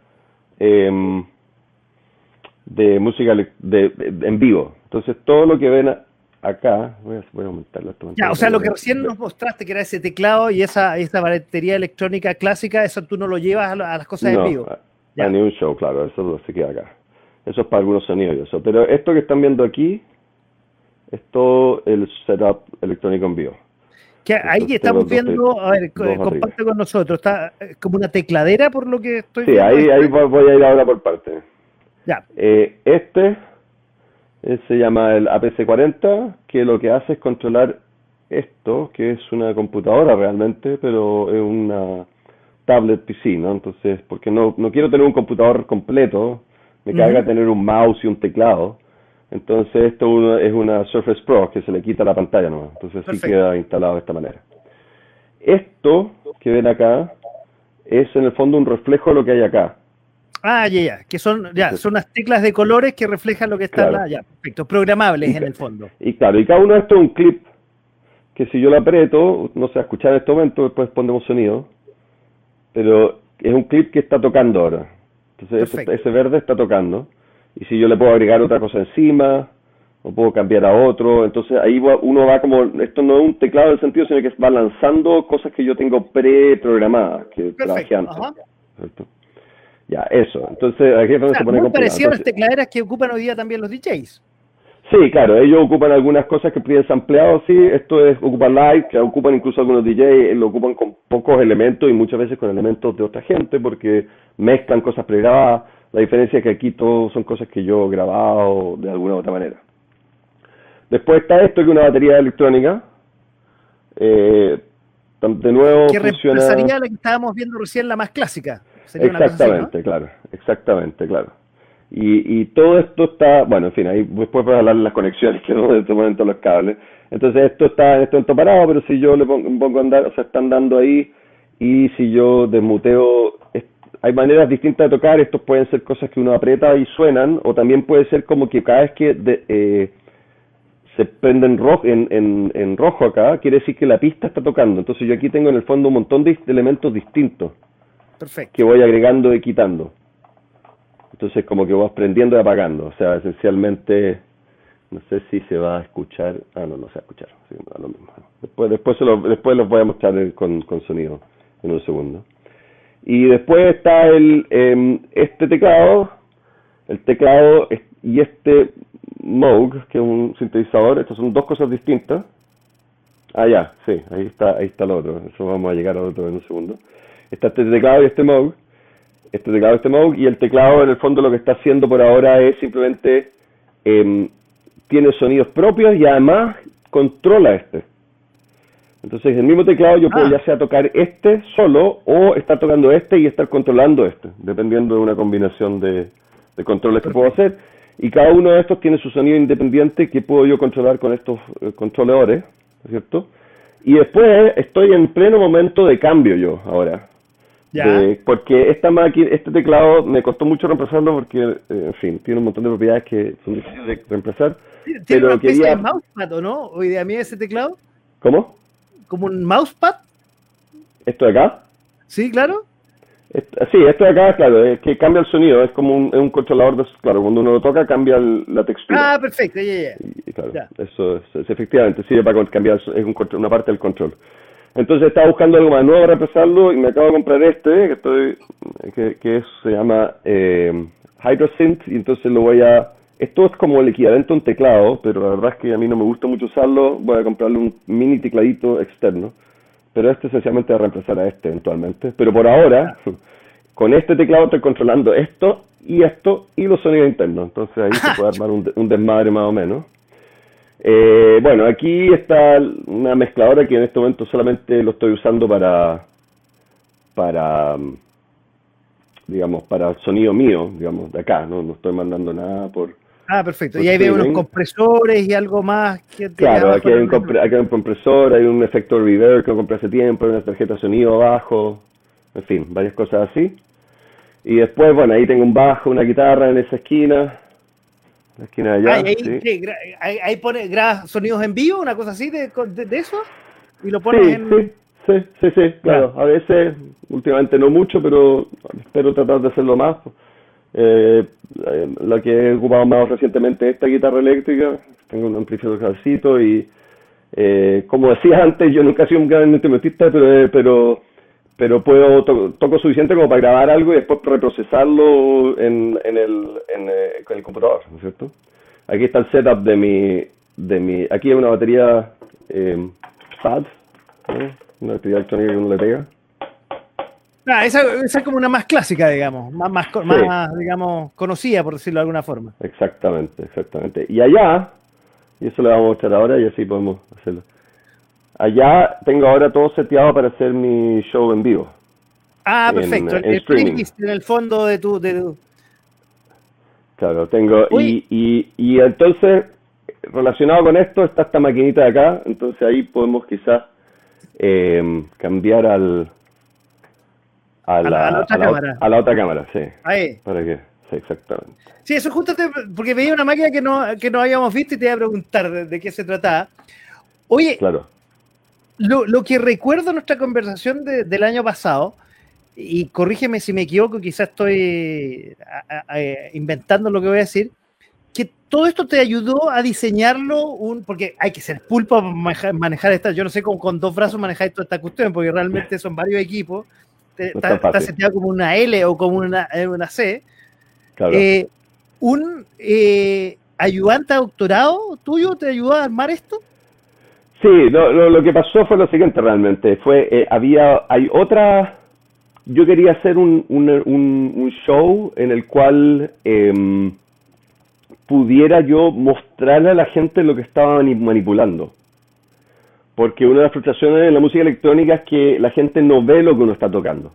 eh, de música de, de, de, en vivo. Entonces todo lo que ven acá, voy a, voy a aumentarlo. Ya, o sea, lo que recién nos mostraste, que era ese teclado y esa, esa batería electrónica clásica, eso tú no lo llevas a, a las cosas no, en vivo. A, a ni un show, claro, eso se queda acá. Eso es para algunos sonidos y eso. Pero esto que están viendo aquí es todo el setup electrónico en vivo. Que ahí que estamos viendo, a ver, comparte con nosotros, está como una tecladera por lo que estoy sí, viendo. Sí, ahí, ahí voy a ir ahora por parte. Ya. Eh, este se llama el A P C cuarenta, que lo que hace es controlar esto, que es una computadora realmente, pero es una tablet P C, ¿no? Entonces, porque no, no quiero tener un computador completo, me carga uh-huh. tener un mouse y un teclado. Entonces esto es una Surface Pro que se le quita la pantalla nomás. Entonces Perfecto. Sí queda instalado de esta manera. Esto que ven acá es en el fondo un reflejo de lo que hay acá. Ah, ya, ya, que son, ya, son unas teclas de colores que reflejan lo que está, claro. la, ya, perfecto, programables y, en el fondo. Y claro, y cada uno de estos es un clip que si yo lo aprieto, no sé, a escuchar en este momento, después pondremos sonido, pero es un clip que está tocando ahora. Entonces ese, ese verde está tocando, y si yo le puedo agregar otra cosa encima, o puedo cambiar a otro, entonces ahí uno va como, esto no es un teclado en el sentido, sino que va lanzando cosas que yo tengo preprogramadas, que trabajé antes. ¿Cierto? Ya, eso. Entonces, aquí es donde o sea, se pone muy complicado. parecido a las tecladeras que ocupan hoy día también los D Js. Sí, claro, ellos ocupan algunas cosas que piden sampleado, sí, esto es ocupa live, que ocupan incluso algunos D Js, lo ocupan con pocos elementos y muchas veces con elementos de otra gente, porque mezclan cosas pregrabadas. La diferencia es que aquí todo son cosas que yo he grabado de alguna u otra manera. Después está esto, que es una batería electrónica. Eh, de nuevo que funciona... reemplazaría la que estábamos viendo recién, la más clásica. Exactamente, así, ¿no? Claro, exactamente, claro. Y, y todo esto está, bueno, en fin, ahí después puedo hablar de las conexiones que no en este momento los cables. Entonces esto está en este momento parado, pero si yo le pongo, pongo a andar, o sea, están dando ahí, y si yo desmuteo, es, hay maneras distintas de tocar, estos pueden ser cosas que uno aprieta y suenan, o también puede ser como que cada vez que de, eh, se prende en rojo, en, en, en rojo acá, quiere decir que la pista está tocando. Entonces yo aquí tengo en el fondo un montón de elementos distintos. Perfecto. Que voy agregando y quitando. Entonces como que vas prendiendo y apagando. O sea, esencialmente, no sé si se va a escuchar. Ah, no, no se va a escuchar. Así que no, lo mismo. Después, después, se lo, después los voy a mostrar con, con sonido en un segundo. Y después está el eh, este teclado, el teclado y este Moog, que es un sintetizador. Estas son dos cosas distintas. Ah, ya, sí, ahí está, ahí está el otro. Eso vamos a llegar a otro en un segundo. Está este teclado y este Moog, este teclado y este Moog, y el teclado en el fondo lo que está haciendo por ahora es simplemente, eh, tiene sonidos propios y además controla este. Entonces el mismo teclado yo puedo ah. ya sea tocar este solo o estar tocando este y estar controlando este, dependiendo de una combinación de, de controles Perfecto. que puedo hacer. Y cada uno de estos tiene su sonido independiente que puedo yo controlar con estos eh, controladores, ¿cierto? Y después estoy en pleno momento de cambio yo ahora. De, porque esta máquina, este teclado me costó mucho reemplazarlo porque, eh, en fin, tiene un montón de propiedades que son difíciles de reemplazar. ¿Tiene pero una especie quería... de mousepad o no? ¿O idea mía ese teclado? ¿Cómo? ¿Como un mousepad? ¿Esto de acá? Sí, claro. Esto, sí, esto de acá, claro, es que cambia el sonido, es como un, es un controlador de... Claro, cuando uno lo toca cambia el, la textura. Ah, perfecto, ya, yeah, ya. Yeah. Y, y claro, yeah. eso es, es, efectivamente sirve para cambiar, es un, una parte del control. Entonces estaba buscando algo más nuevo para reemplazarlo y me acabo de comprar este, que estoy que, que es, se llama eh, HydroSynth, y entonces lo voy a... Esto es como el equivalente a un teclado, pero la verdad es que a mí no me gusta mucho usarlo, voy a comprarle un mini tecladito externo, pero este esencialmente va a reemplazar a este eventualmente. Pero por ahora, con este teclado estoy controlando esto y esto y los sonidos internos, entonces ahí se puede armar un, un desmadre más o menos. Eh, bueno, aquí está una mezcladora que en este momento solamente lo estoy usando para, para, digamos, para sonido mío, digamos, de acá, no, no estoy mandando nada por... Ah, perfecto, por y ahí veo unos compresores y algo más. Que claro, aquí hay, un aquí hay un compresor, hay un efecto reverb que lo compré hace tiempo, hay una tarjeta de sonido abajo, en fin, varias cosas así. Y después, bueno, ahí tengo un bajo, una guitarra en esa esquina, la esquina de allá. Ah, ahí, sí. ¿qué? ahí, ahí pone, grabas sonidos en vivo, una cosa así de, de, de eso, y lo pones Sí, en... sí, sí, sí, sí, claro. A veces, últimamente no mucho, pero espero tratar de hacerlo más. Eh, la que he ocupado más recientemente es esta guitarra eléctrica. Tengo un amplificadorcito y, eh, como decía antes, yo nunca he sido un gran instrumentista, pero, pero, pero puedo to toco suficiente como para grabar algo y después reprocesarlo en, en el, en, eh, con el computador, ¿no es cierto? Aquí está el setup de mi, de mi, aquí hay una batería eh, pad, ¿no? Una batería electrónica que uno le pega. Ah, esa, esa es como una más clásica, digamos, más, más, Sí. más, digamos, conocida, por decirlo de alguna forma. Exactamente, exactamente. Y allá, y eso le vamos a mostrar ahora y así podemos hacerlo. Allá tengo ahora todo seteado para hacer mi show en vivo. Ah, en, perfecto. El, en el streaming. playlist en el fondo de tu... De tu... Claro, tengo. Uy. Y, y, y entonces, relacionado con esto, está esta maquinita de acá. Entonces ahí podemos quizás eh, cambiar al... A la, A la- a la otra a la- cámara. a la otra cámara, sí. Ahí. ¿Para qué? Sí, exactamente. Sí, eso justo te- porque veía una máquina que no, que no habíamos visto y te iba a preguntar de, de qué se trataba. Oye, Claro. lo, lo que recuerdo de nuestra conversación de- del año pasado, y corrígeme si me equivoco, quizás estoy a- a- a- inventando lo que voy a decir, que todo esto te ayudó a diseñarlo, un, porque hay que ser pulpo para manejar, manejar esta, yo no sé cómo con dos brazos manejáis toda esta cuestión, porque realmente son varios equipos, te- No es está, tan está fácil. seteado como una L o como una, eh, una C. Claro. Eh, ¿Un eh, ayudante a doctorado tuyo te ayudó a armar esto? Sí, lo, lo, lo que pasó fue lo siguiente realmente. Fue, eh, había, hay otra, yo quería hacer un, un, un, un show en el cual eh, pudiera yo mostrarle a la gente lo que estaba manipulando. Porque una de las frustraciones de la música electrónica es que la gente no ve lo que uno está tocando.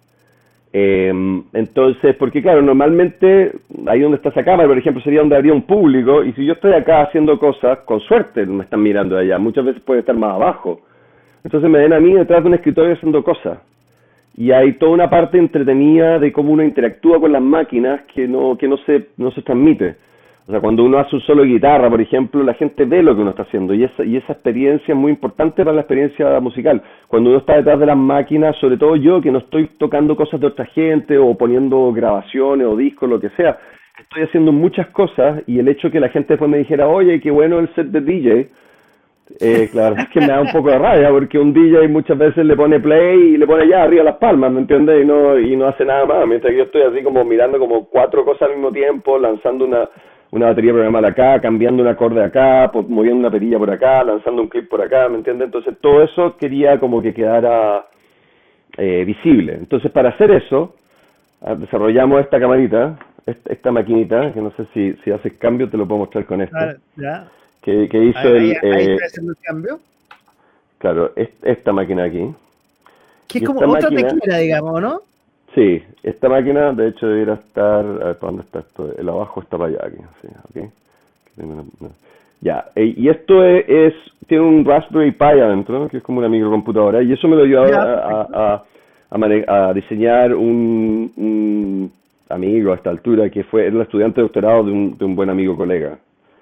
Eh, entonces, porque claro, normalmente ahí donde está esa cámara, por ejemplo, sería donde habría un público, y si yo estoy acá haciendo cosas, con suerte me están mirando de allá, muchas veces puede estar más abajo. Entonces me ven a mí detrás de un escritorio haciendo cosas. Y hay toda una parte entretenida de cómo uno interactúa con las máquinas que no, que no se, no se transmite. O sea, cuando uno hace un solo de guitarra, por ejemplo, la gente ve lo que uno está haciendo y esa, y esa experiencia es muy importante para la experiencia musical. Cuando uno está detrás de las máquinas, sobre todo yo, que no estoy tocando cosas de otra gente o poniendo grabaciones o discos, lo que sea, estoy haciendo muchas cosas y el hecho que la gente después me dijera, oye, qué bueno el set de D J, eh, la verdad es que me da un poco de rabia porque un D J muchas veces le pone play y le pone ya arriba las palmas, ¿me entiendes? Y no, y no hace nada más, mientras que yo estoy así como mirando como cuatro cosas al mismo tiempo, lanzando una... una batería programada acá, cambiando un acorde acá, por, moviendo una perilla por acá, lanzando un clip por acá, ¿me entiendes? Entonces todo eso quería como que quedara eh, visible. Entonces para hacer eso, desarrollamos esta camarita, esta, esta maquinita, que no sé si, si haces cambio, te lo puedo mostrar con esto, Ah, ya. que, que hizo Ahí, el... ahí, ahí Eh, está haciendo el cambio. claro, es, esta máquina aquí. Que es Y como esta otra máquina- tequila, digamos, ¿no? Sí, esta máquina de hecho debería estar, a ver, ¿para dónde está esto? El abajo está para allá, aquí, sí, ok. Aquí tengo una- una- Ya, eh, y esto es, es- tiene un Raspberry Pi adentro, ¿no? Que es como una microcomputadora, y eso me lo ayudó Ya, a, a, a, a mane- a diseñar un, un amigo a esta altura, que fue, era el estudiante de doctorado de un, de un buen amigo colega,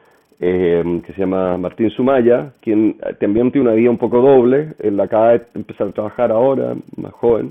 eh, que se llama Martín Sumaya, quien también tiene una vida un poco doble, él acaba de empezar a trabajar ahora, más joven,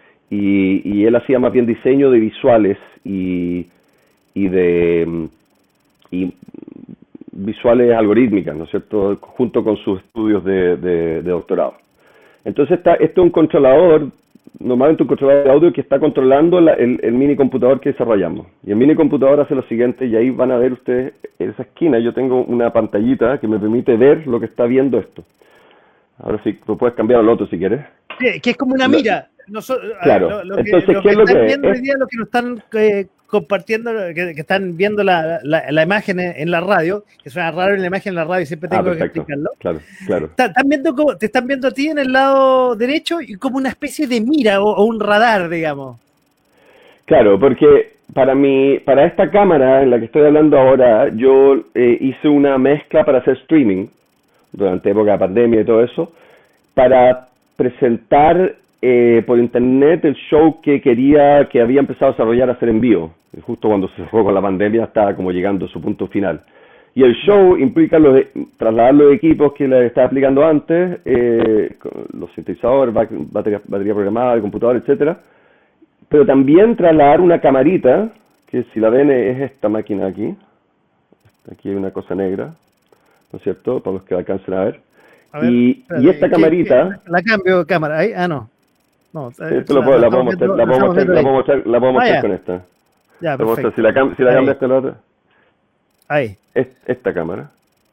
y, y él hacía más bien diseño de visuales y, y de y visuales algorítmicas, ¿no es cierto?, junto con sus estudios de, de, de doctorado. Entonces está, esto es un controlador, normalmente un controlador de audio que está controlando la, el, el mini computador que desarrollamos. Y el mini computador hace lo siguiente, y ahí van a ver ustedes, en esa esquina yo tengo una pantallita que me permite ver lo que está viendo esto. Ahora sí, tú puedes cambiar al otro si quieres. Sí, que es como una Lo- mira. Noso- Claro. Lo, lo que, Entonces, lo ¿qué que es lo están que viendo es? hoy día, lo que nos están eh, compartiendo, que, que están viendo la, la, la imagen en, en la radio, que suena raro en la imagen en la radio y siempre Ah, tengo que perfecto. explicarlo. Claro, claro. Está- Están viendo como, te están viendo a ti en el lado derecho y como una especie de mira o, o un radar, digamos. Claro, porque para mi, para esta cámara en la que estoy hablando ahora, yo eh, hice una mezcla para hacer streaming durante época de pandemia y todo eso, para presentar eh, por internet el show que quería, que había empezado a desarrollar a hacer en vivo. Y justo cuando se cerró con la pandemia estaba como llegando a su punto final. Y el show implica los, trasladar los equipos que les estaba explicando antes, eh, los sintetizadores, batería, batería programada, el computador, etcétera. Pero también trasladar una camarita, que si la ven es esta máquina aquí. Aquí hay una cosa negra, ¿no es cierto? Para los que alcancen a ver. A ver y, y esta camarita... ¿Qué, la cambio de cámara? ¿Ahí? Ah, no. no esto lo puedo, la, puedo mostrar, la puedo mostrar, la puedo mostrar, la puedo mostrar ah, con esta. Ya, perfecto. Mostrar, si la, si la cambias con la otra. Ahí. Esta cámara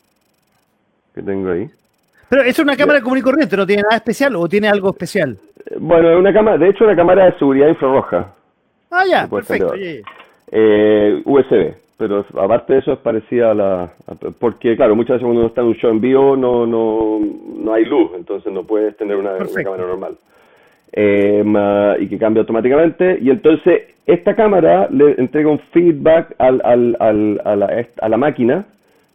que tengo ahí. Pero es una cámara común y corriente, ¿no tiene nada especial o tiene algo especial? Bueno, es una cámara, de hecho, una cámara de seguridad infrarroja. Ah, ya, perfecto. Eh, U S B, pero aparte de eso es parecida a la... A, porque, claro, muchas veces cuando uno está en un show en vivo no, no, no hay luz, entonces no puedes tener una, una cámara normal. Eh, ma, y que cambia automáticamente. Y entonces, esta cámara le entrega un feedback al, al, al, a, la, a la máquina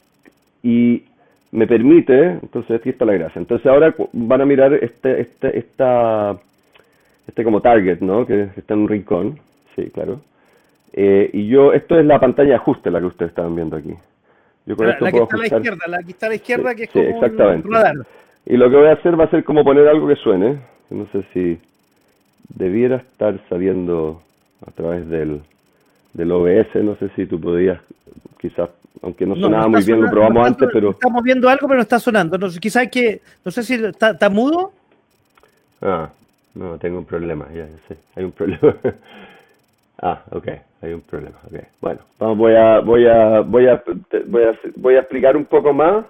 y me permite, entonces aquí está la gracia. Entonces ahora van a mirar este, este, esta, este como target, ¿no? Que está en un rincón, sí, claro. Eh, y yo, esto es la pantalla de ajuste, la que ustedes estaban viendo aquí. Yo con la, esto la puedo que está ajustar. A la izquierda, la que está a la izquierda, sí, que es sí, como exactamente. un radar. Y lo que voy a hacer va a ser como poner algo que suene. No sé si debiera estar saliendo a través del, del O B S, no sé si tú podías, quizás, aunque no sonaba no, no muy bien, sonando, lo probamos no antes, pero... Estamos viendo algo, pero no está sonando. No, quizás que, no sé si está, está mudo. Ah, no, tengo un problema, ya, ya sé, hay un problema. Ah, ok, hay un problema, ok. Bueno, vamos, voy a, voy a, voy a, voy a, voy a explicar un poco más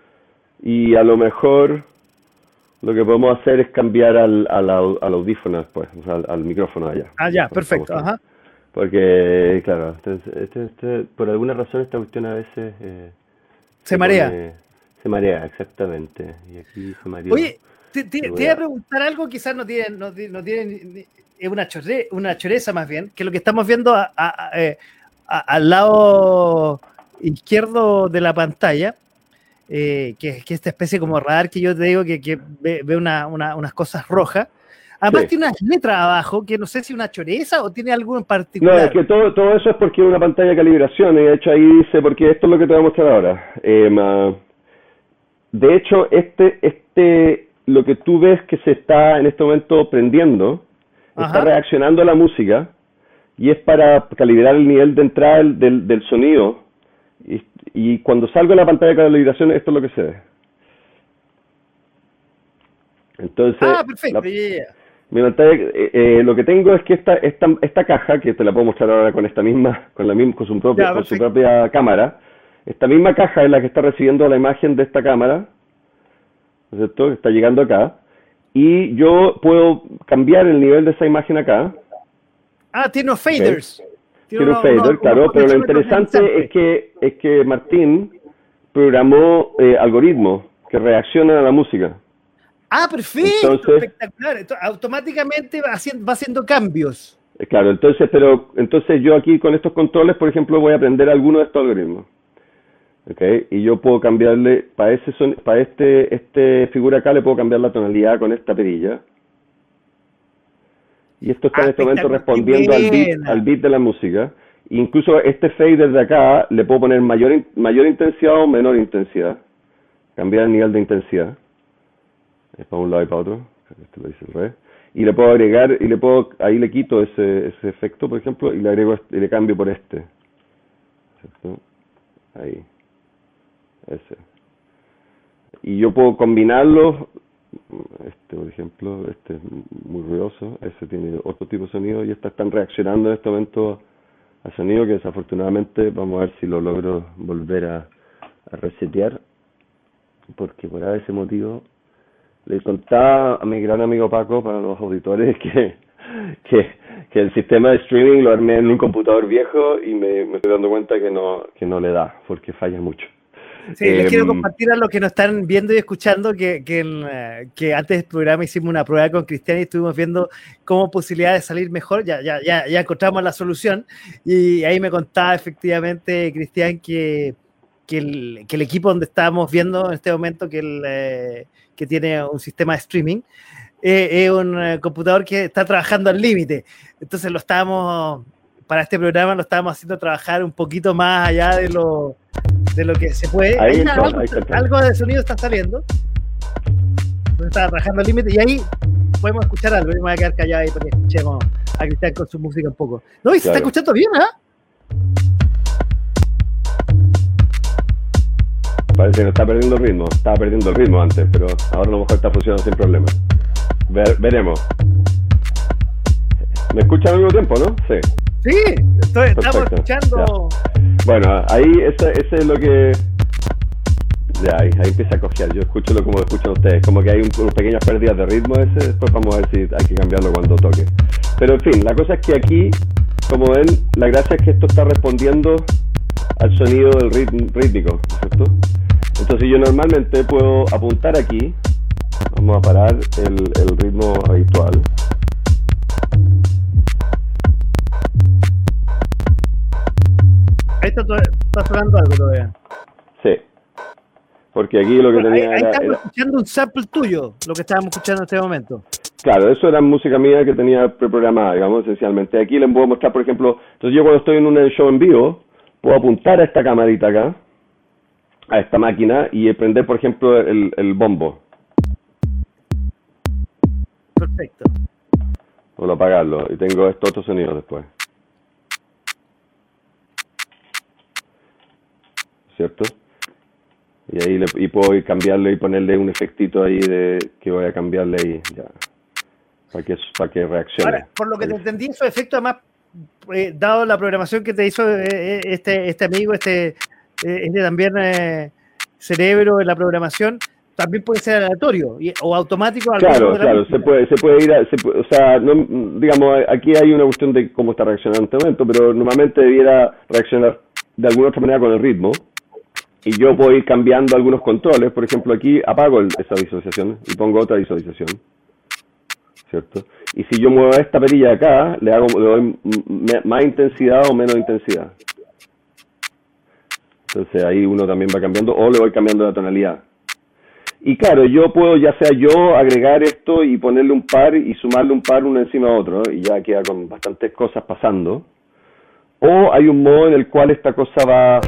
y a lo mejor lo que podemos hacer es cambiar al, al, al audífono después, o sea, al, al micrófono allá. Ah, ya, perfecto, ajá. Porque, claro, entonces, este, este, por alguna razón esta cuestión a veces... Eh, se, se marea. Pone, se marea, exactamente. Y aquí se mareó. Oye, te, te, te voy a preguntar algo, quizás no tienen, no, no tienen, es una, chore, una choreza más bien, que lo que estamos viendo a, a, a, a, al lado izquierdo de la pantalla, eh, que, que esta especie como radar que yo te digo que, que ve, ve una, una, unas cosas rojas. Además sí. Tiene unas letras abajo, que no sé si una choreza o tiene algo en particular. No, es que todo, todo eso es porque es una pantalla de calibración, y de hecho ahí dice, porque esto es lo que te voy a mostrar ahora. Eh, ma, de hecho, este, este, lo que tú ves que se está en este momento prendiendo, Ajá. está reaccionando a la música, y es para calibrar el nivel de entrada del, del, del sonido, y, y cuando salgo de la pantalla de calibración, esto es lo que se ve. Entonces, ah, perfecto, la, yeah. Mi pantalla, eh, eh, lo que tengo es que esta, esta, esta caja, que te la puedo mostrar ahora con esta misma, con la misma, con su propia, ya, con su propia cámara, esta misma caja es la que está recibiendo la imagen de esta cámara, ¿no es cierto? Que está llegando acá, y yo puedo cambiar el nivel de esa imagen acá. Ah, tiene unos faders. Okay. Tiene, tiene un fader, uno, claro, uno pero lo interesante es que, es que Martín programó eh, algoritmos que reaccionan a la música. Ah, perfecto, entonces, espectacular. Entonces, automáticamente va haciendo, va haciendo cambios. Claro, entonces, pero entonces yo aquí con estos controles, por ejemplo, voy a aprender alguno de estos algoritmos. Okay, y yo puedo cambiarle, para ese son, para este, este figura acá le puedo cambiar la tonalidad con esta perilla. Y esto está ah, en este momento respondiendo al beat, al beat de la música. Incluso este fader de acá le puedo poner mayor, mayor intensidad o menor intensidad. Cambiar el nivel de intensidad. Es para un lado y para otro. Este lo dice el revés. Y le puedo agregar, y le puedo, ahí le quito ese, ese efecto, por ejemplo, y le agrego este, y le cambio por este. ¿Cierto? Ahí. Ese. Y yo puedo combinarlos. Este, por ejemplo, este es muy ruidoso. Ese tiene otro tipo de sonido. Y estas están reaccionando en este momento al sonido, que desafortunadamente vamos a ver si lo logro volver a, a resetear. Porque por ese motivo le contaba a mi gran amigo Paco, para los auditores, que, que, que el sistema de streaming lo armé en un computador viejo y me, me estoy dando cuenta que no, que no le da, porque falla mucho. Sí, eh, les quiero compartir a los que nos están viendo y escuchando que, que, que antes del programa hicimos una prueba con Cristian y estuvimos viendo cómo posibilidades de salir mejor, ya, ya, ya, ya encontramos la solución y ahí me contaba efectivamente Cristian que, que, el, que el equipo donde estábamos viendo en este momento que, el, eh, que tiene un sistema de streaming eh, es un eh, computador que está trabajando al límite. Entonces lo estábamos, para este programa lo estábamos haciendo trabajar un poquito más allá de lo, de lo que se puede. Ahí Ahí está, algo, ahí está. algo de sonido está saliendo. Entonces estaba trabajando al límite y ahí podemos escuchar algo. Yo me voy a quedar callado ahí para que escuchemos a Cristian con su música un poco. No, y se Claro. está escuchando bien, ¿ah? Parece que no está perdiendo el ritmo. Estaba perdiendo el ritmo antes, pero ahora a lo mejor está funcionando sin problema. Ver- veremos. ¿Me escuchan al mismo tiempo, no? Sí. Sí, estoy, estamos Perfecto, escuchando. Bueno, ahí ese, ese es lo que... Ya, ahí, ahí empieza a cojear. Yo escucho lo como escuchan ustedes. Como que hay un, unas pequeñas pérdidas de ritmo ese. Después vamos a ver si hay que cambiarlo cuando toque. Pero en fin, la cosa es que aquí, como ven, la gracia es que esto está respondiendo al sonido del rit- rítmico, ¿cierto? Entonces yo normalmente puedo apuntar aquí. Vamos a parar el, el ritmo habitual. Ahí está, to- está sonando algo todavía. Sí. Porque aquí lo que Bueno, ahí, tenía ahí era, estamos era- escuchando un sample tuyo, lo que estábamos escuchando en este momento. Claro, eso era música mía que tenía preprogramada, digamos, esencialmente. Aquí les puedo mostrar, por ejemplo, entonces yo cuando estoy en un show en vivo, puedo apuntar a esta camarita acá, a esta máquina, y prender, por ejemplo, el, el bombo, Perfecto. o apagarlo, y tengo estos otros sonidos después. ¿Cierto? Y ahí le, y puedo ir cambiarle y ponerle un efectito ahí de que voy a cambiarle y ya, para que, para que reaccione. Ahora, por lo que te entendí, esos efectos, además, eh, dado la programación que te hizo eh, eh, este, este amigo, este, eh, este también eh, cerebro en la programación, también puede ser aleatorio y- o automático. al ritmo Claro, de la claro, música. se puede, se puede ir, a, se puede- o sea, no, digamos, aquí hay una cuestión de cómo está reaccionando en este momento, pero normalmente debiera reaccionar de alguna otra manera con el ritmo, y yo puedo ir cambiando algunos controles. Por ejemplo, aquí apago el- esa visualización y pongo otra visualización, ¿cierto? Y si yo muevo esta perilla de acá, le hago, le doy m- m- más intensidad o menos intensidad. Entonces ahí uno también va cambiando, o le voy cambiando la tonalidad. Y claro, yo puedo, ya sea yo, agregar esto y ponerle un par y sumarle un par uno encima de otro, ¿no? Y ya queda con bastantes cosas pasando. O hay un modo en el cual esta cosa va,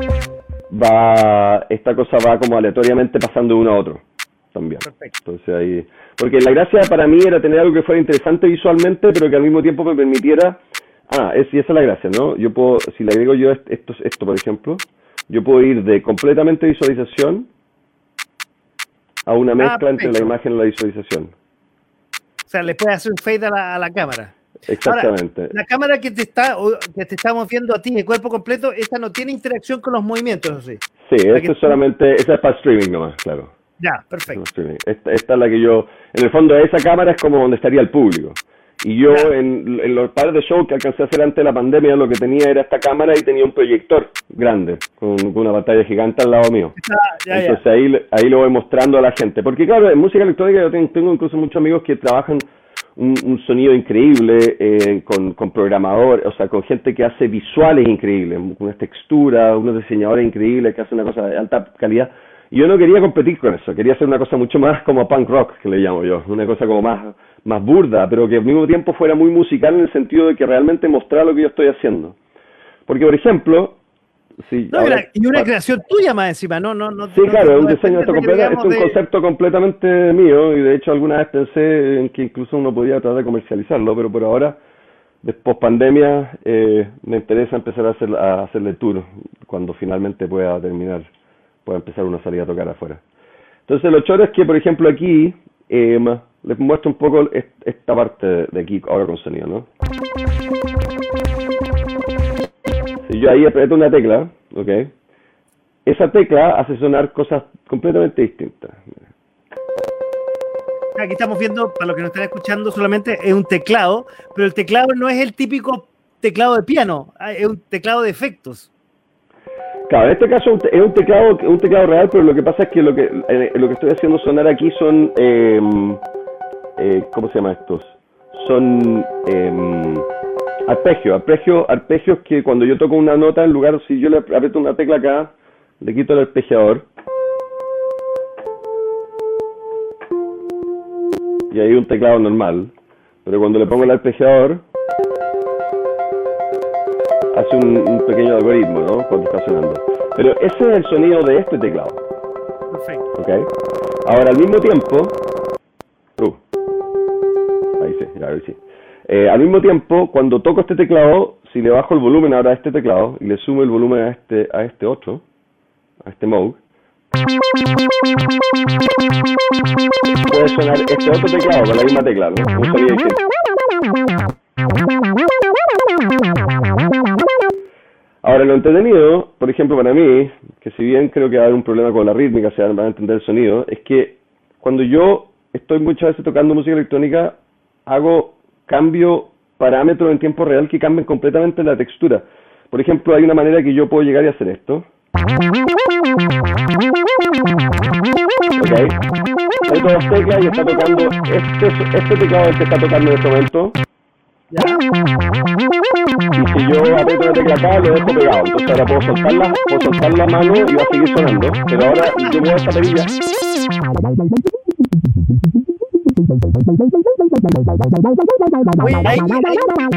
va, esta cosa va como aleatoriamente pasando de uno a otro también. Perfecto. Entonces ahí, porque la gracia para mí era tener algo que fuera interesante visualmente, pero que al mismo tiempo me permitiera, ah, es, y esa es la gracia, ¿no? Yo puedo, si le agrego yo est- esto, esto por ejemplo, yo puedo ir de completamente visualización a una mezcla entre la perfecto. imagen y la visualización. O sea, le puedes hacer un fade a la, a la cámara. Exactamente. Ahora, la cámara que te está o que te estamos viendo a ti de cuerpo completo, esta no tiene interacción con los movimientos, ¿o sí? Sí, la esto que- es solamente, esa es para streaming nomás, claro. Ya, perfecto. Streaming. Esta, esta es la que yo, en el fondo esa cámara es como donde estaría el público. Y yo Ya. en, en los pares de show que alcancé a hacer antes de la pandemia, lo que tenía era esta cámara y tenía un proyector grande, con, con una pantalla gigante al lado mío. Ah, ya, ya. Entonces ahí, le- ahí lo voy mostrando a la gente. Porque claro, en música electrónica yo tengo, tengo incluso muchos amigos que trabajan un, un sonido increíble, eh, con, con programadores, o sea, con gente que hace visuales increíbles, unas texturas, unos diseñadores increíbles que hacen una cosa de alta calidad. Y yo no quería competir con eso, quería hacer una cosa mucho más como punk rock, que le llamo yo, una cosa como más, más burda, pero que al mismo tiempo fuera muy musical en el sentido de que realmente mostrara lo que yo estoy haciendo. Porque, por ejemplo, si No, y ahora- una, y una creación tuya más encima, no, no, no. Sí, no- claro, es no un diseño esto depende, completa- es digamos, un de- concepto completamente mío, y de hecho alguna vez pensé en que incluso uno podía tratar de comercializarlo, pero por ahora, después pandemia, eh, me interesa empezar a, hacer, a hacerle tour cuando finalmente pueda terminar, pueda empezar uno a salir a tocar afuera. Entonces lo choro es que, por ejemplo, aquí eh, les muestro un poco est- esta parte de aquí ahora con sonido, ¿no? Si yo ahí aprieto una tecla, ¿ok? Esa tecla hace sonar cosas completamente distintas. Aquí estamos viendo, para los que nos están escuchando, solamente es un teclado, pero el teclado no es el típico teclado de piano, ah, es un teclado de efectos. Claro, en este caso es un te- es un teclado, un teclado real, pero lo que pasa es que lo que eh, lo que estoy haciendo sonar aquí son, eh, eh, ¿cómo se llama estos? Son eh, arpegios, arpegios, arpegios que cuando yo toco una nota, en lugar, si yo le aprieto una tecla acá, le quito el arpegiador. y ahí un teclado normal, pero cuando le pongo el arpegiador hace un, un pequeño algoritmo, ¿no? Cuando está sonando. Pero ese es el sonido de este teclado. Perfecto. ¿Okay? Ahora, al mismo tiempo... Uh, ahí sí, ya ahí sí. Eh, al mismo tiempo, cuando toco este teclado, si le bajo el volumen ahora a este teclado y le sumo el volumen a este, a este otro, a este Moog, puede sonar este otro teclado con la misma tecla, ¿no? Un sonido distinto. Ahora, lo entretenido, por ejemplo, para mí, que si bien creo que va a haber un problema con la rítmica, se van a entender el sonido, es que cuando yo estoy muchas veces tocando música electrónica, hago cambio parámetros en tiempo real que cambian completamente la textura. Por ejemplo, hay una manera que yo puedo llegar y hacer esto. Ok. Hay dos teclas y está tocando este, este teclado el que está tocando en este momento. ¿Ya? Y si yo aprieto la tecla acá, lo dejo pegado. Entonces ahora puedo soltar la, puedo soltar la mano y va a seguir sonando. Pero ahora yo muevo esta perilla. Oye, ahí, ahí, me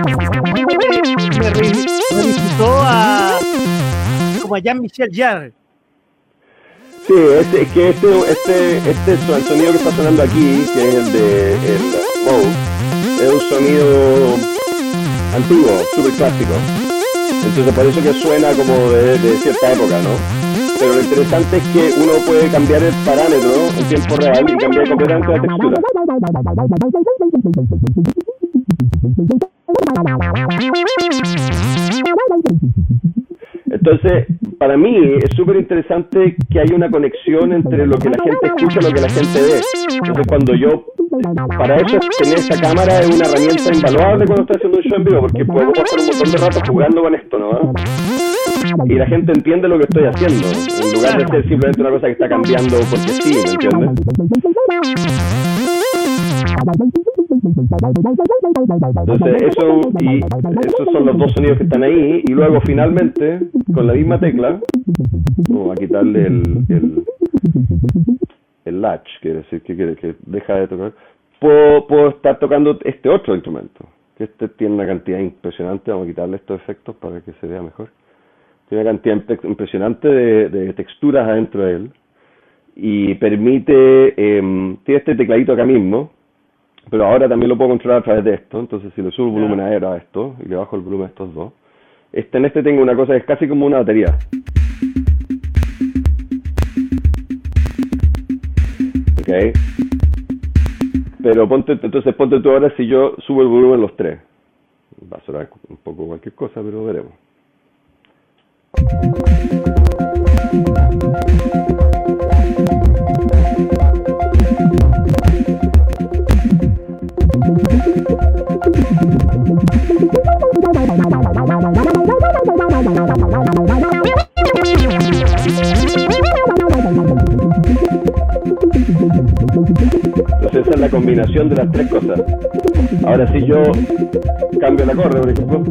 revisitó a como a Jean-Michel Jarre. Sí, este, es que este, este, este el sonido que está sonando aquí, que es el de el Moog, es un sonido antiguo, súper clásico. Entonces por eso que suena como de, de cierta época, ¿no? Pero lo interesante es que uno puede cambiar el parámetro en tiempo real y cambiar completamente la textura. Entonces, para mí es súper interesante que haya una conexión entre lo que la gente escucha y lo que la gente ve. Entonces, cuando yo, para eso tener esta cámara es una herramienta invaluable cuando estoy haciendo un show en vivo, porque puedo pasar un montón de rato jugando con esto, ¿no? Y la gente entiende lo que estoy haciendo, en lugar de ser simplemente una cosa que está cambiando porque sí, ¿me entiendes? Entonces eso, y esos son los dos sonidos que están ahí, y luego finalmente, con la misma tecla, vamos a quitarle el, el, el latch, quiere decir que, que, que deja de tocar, puedo, puedo estar tocando este otro instrumento, que este tiene una cantidad impresionante, vamos a quitarle estos efectos para que se vea mejor. Tiene una cantidad impresionante de, de texturas adentro de él y permite, eh, tiene este tecladito acá mismo, pero ahora también lo puedo controlar a través de esto. Entonces si le subo el volumen a esto y le bajo el volumen a estos dos, este, en este tengo una cosa que es casi como una batería. Ok, pero ponte, entonces ponte tú ahora si yo subo el volumen los tres, va a sonar un poco cualquier cosa, pero veremos. Entonces esa es la combinación de las tres cosas. Ahora si yo cambio el acorde, por ejemplo,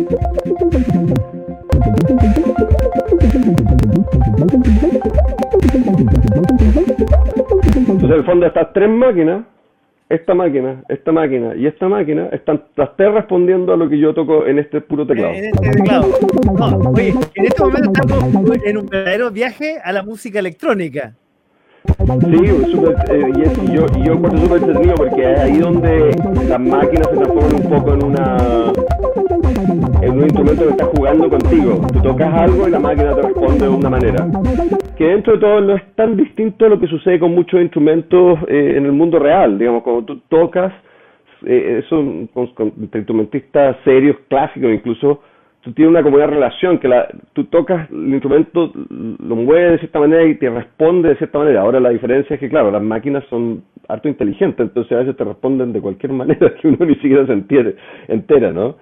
entonces en el fondo estas tres máquinas, esta máquina, esta máquina y esta máquina, están las tres respondiendo a lo que yo toco en este puro teclado. En este teclado. No, oye, en este momento estamos en un verdadero viaje a la música electrónica. Sí, super, eh, y, es, y yo, y yo encuentro súper entretenido porque es ahí donde las máquinas se transforman un poco en una en un instrumento que está jugando contigo. Tú tocas algo y la máquina te responde de una manera que dentro de todo no es tan distinto a lo que sucede con muchos instrumentos eh, en el mundo real. Digamos, cuando tú tocas, eh, eso con, con instrumentistas serios, clásicos incluso, tú tienes una como una relación que la, tú tocas el instrumento, lo mueves de cierta manera y te responde de cierta manera. Ahora la diferencia es que, claro, las máquinas son harto inteligentes, entonces a veces te responden de cualquier manera que uno ni siquiera se entiende, entera, ¿no?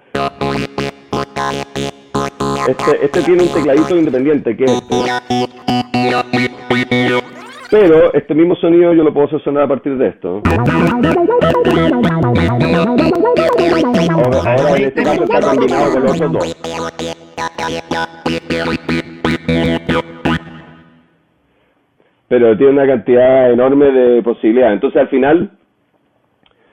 Este, este tiene un tecladito independiente, que es este. Pero este mismo sonido yo lo puedo hacer sonar a partir de esto. Ahora, ahora en este caso está combinado con los otros dos. Pero tiene una cantidad enorme de posibilidades. Entonces al final,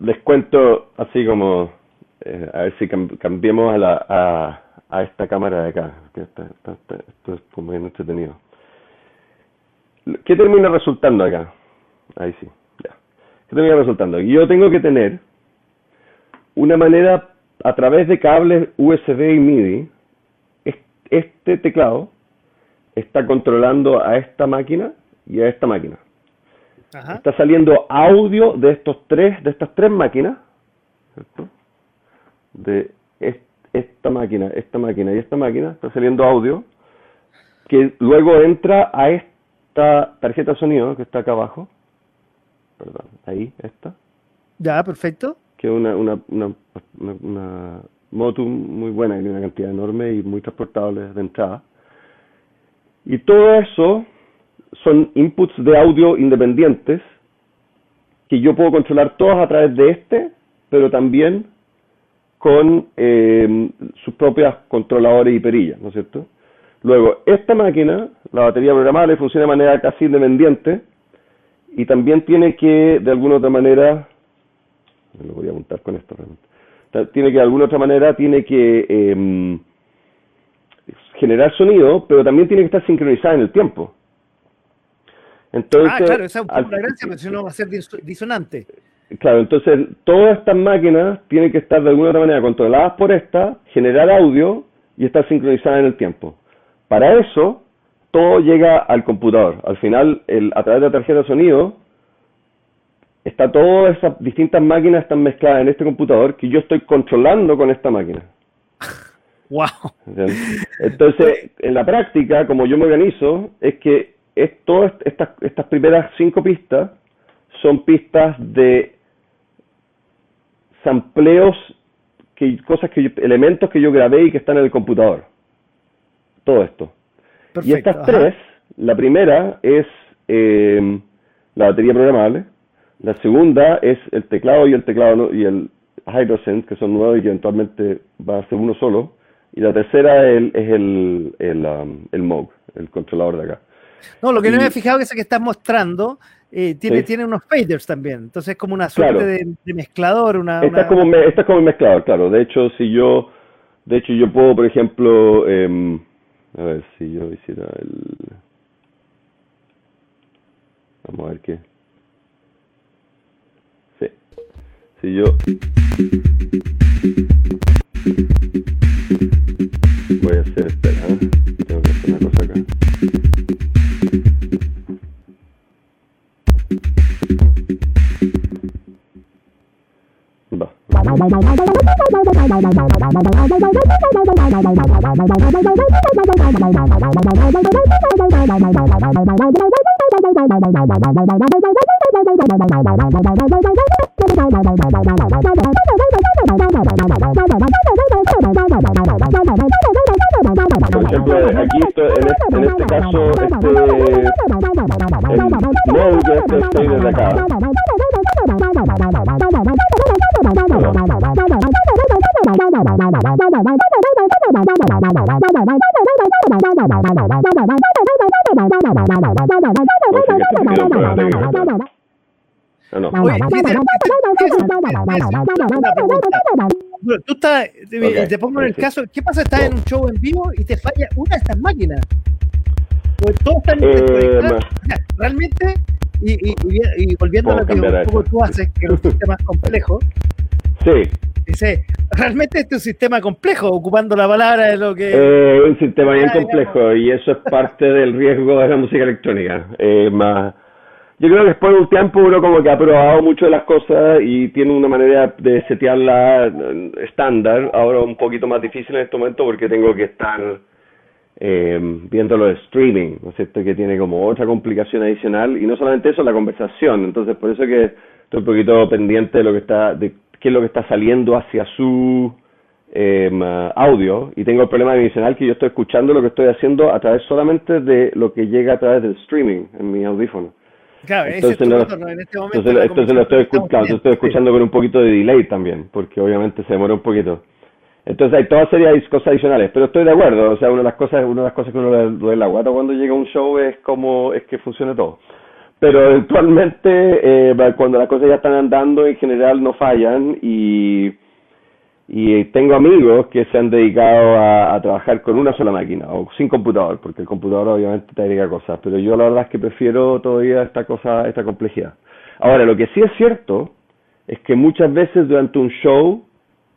les cuento así como, eh, a ver si cam- cambiemos a, la, a, a esta cámara de acá, que está, está- está- esto es como bien entretenido. ¿Qué termina resultando acá? Ahí sí, ya. ¿Qué termina resultando? Yo tengo que tener una manera a través de cables U S B y MIDI, es- este teclado está controlando a esta máquina y a esta máquina. Ajá. Está saliendo audio de estos tres, de estas tres máquinas, ¿cierto? De es- esta máquina, esta máquina y esta máquina, está saliendo audio que luego entra a esta tarjeta de sonido que está acá abajo, perdón, ahí, esta, Ya, perfecto. que es una, una, una, una, una Motu muy buena, que tiene una cantidad enorme y muy transportable de entrada. Y todo eso son inputs de audio independientes que yo puedo controlar todos a través de este, pero también con eh, sus propias controladores y perillas, ¿no es cierto? Luego, esta máquina, la batería programable, funciona de manera casi independiente y también tiene que, de alguna otra manera, me lo voy a montar con esto realmente, tiene que, de alguna otra manera, tiene que eh, generar sonido, pero también tiene que estar sincronizada en el tiempo. Entonces, Ah, claro, esa es un poco al- la gracia, pero si no va a ser dis- disonante. Claro, entonces todas estas máquinas tienen que estar de alguna otra manera controladas por esta, generar audio y estar sincronizadas en el tiempo. Para eso, todo llega al computador. Al final, el, a través de la tarjeta de sonido, está todas esas distintas máquinas están mezcladas en este computador que yo estoy controlando con esta máquina. Wow. ¿Entiendes? Entonces, en la práctica, como yo me organizo, es que es todas estas, estas primeras cinco pistas son pistas de sampleos, que, cosas que yo- elementos que yo grabé y que están en el computador. Todo esto. Perfecto. Y estas ajá. tres, la primera es eh, la batería programable, la segunda es el teclado y el teclado no- y el HydroSense, que son nuevos y que eventualmente va a ser uno solo, y la tercera es el, es el, el, um, el Moog, el controlador de acá. No, lo que no Y- me he fijado es que ese que estás mostrando eh, tiene, Sí. tiene unos faders también. Entonces es como una suerte Claro. de, de mezclador, una, Esta una- es como me- esta es como mezclador, claro. De hecho, si yo, de hecho yo puedo, por ejemplo, em, a ver si yo hiciera el, vamos a ver qué, sí, si yo voy a hacer, espera, ¿eh? Tengo que hacer una cosa acá. Va. Por ejemplo, aquí esto, en, este, en este caso, este, el Moog, este estoy desde acá. Ah, no. Oye, Peter, una pregunta. Bueno, tú estás, te, Ok, te pongo en el sí. caso, ¿qué pasa? Estás en un show en vivo y te falla una de estas máquinas. Pues todos están Eh, desconectados. O sea, realmente, y, y, y, y volviendo a lo que Puedo cambiar un poco eso. tú haces, que es un sistema complejo, Sí, dice, realmente este es un sistema complejo, ocupando la palabra de lo que... eh, un sistema bien Ya, complejo y eso es parte del riesgo de la música electrónica. Eh, más, yo creo que después de un tiempo uno como que ha probado mucho de las cosas y tiene una manera de setearla eh, estándar, ahora un poquito más difícil en este momento porque tengo que estar eh, viendo lo de streaming, ¿no es cierto? Que tiene como otra complicación adicional y no solamente eso, la conversación. Entonces por eso que estoy un poquito pendiente de lo que está, de qué es lo que está saliendo hacia su eh, audio y tengo el problema adicional que yo estoy escuchando lo que estoy haciendo a través solamente de lo que llega a través del streaming en mi audífono. Claro, ese es tu no- retorno en este momento. entonces, la entonces lo estoy conversación que escuchando, estamos teniendo. estoy escuchando con un poquito de delay también, porque obviamente se demora un poquito. Entonces hay toda serie de cosas adicionales, pero estoy de acuerdo, o sea, una de las cosas, una de las cosas que uno le duele la guata cuando llega a un show es como es que funcione todo. pero eventualmente, eh, cuando las cosas ya están andando, en general no fallan y, y tengo amigos que se han dedicado a, a trabajar con una sola máquina o sin computador, porque el computador obviamente te agrega cosas, pero yo la verdad es que prefiero todavía esta cosa, esta complejidad. Ahora, lo que sí es cierto es que muchas veces durante un show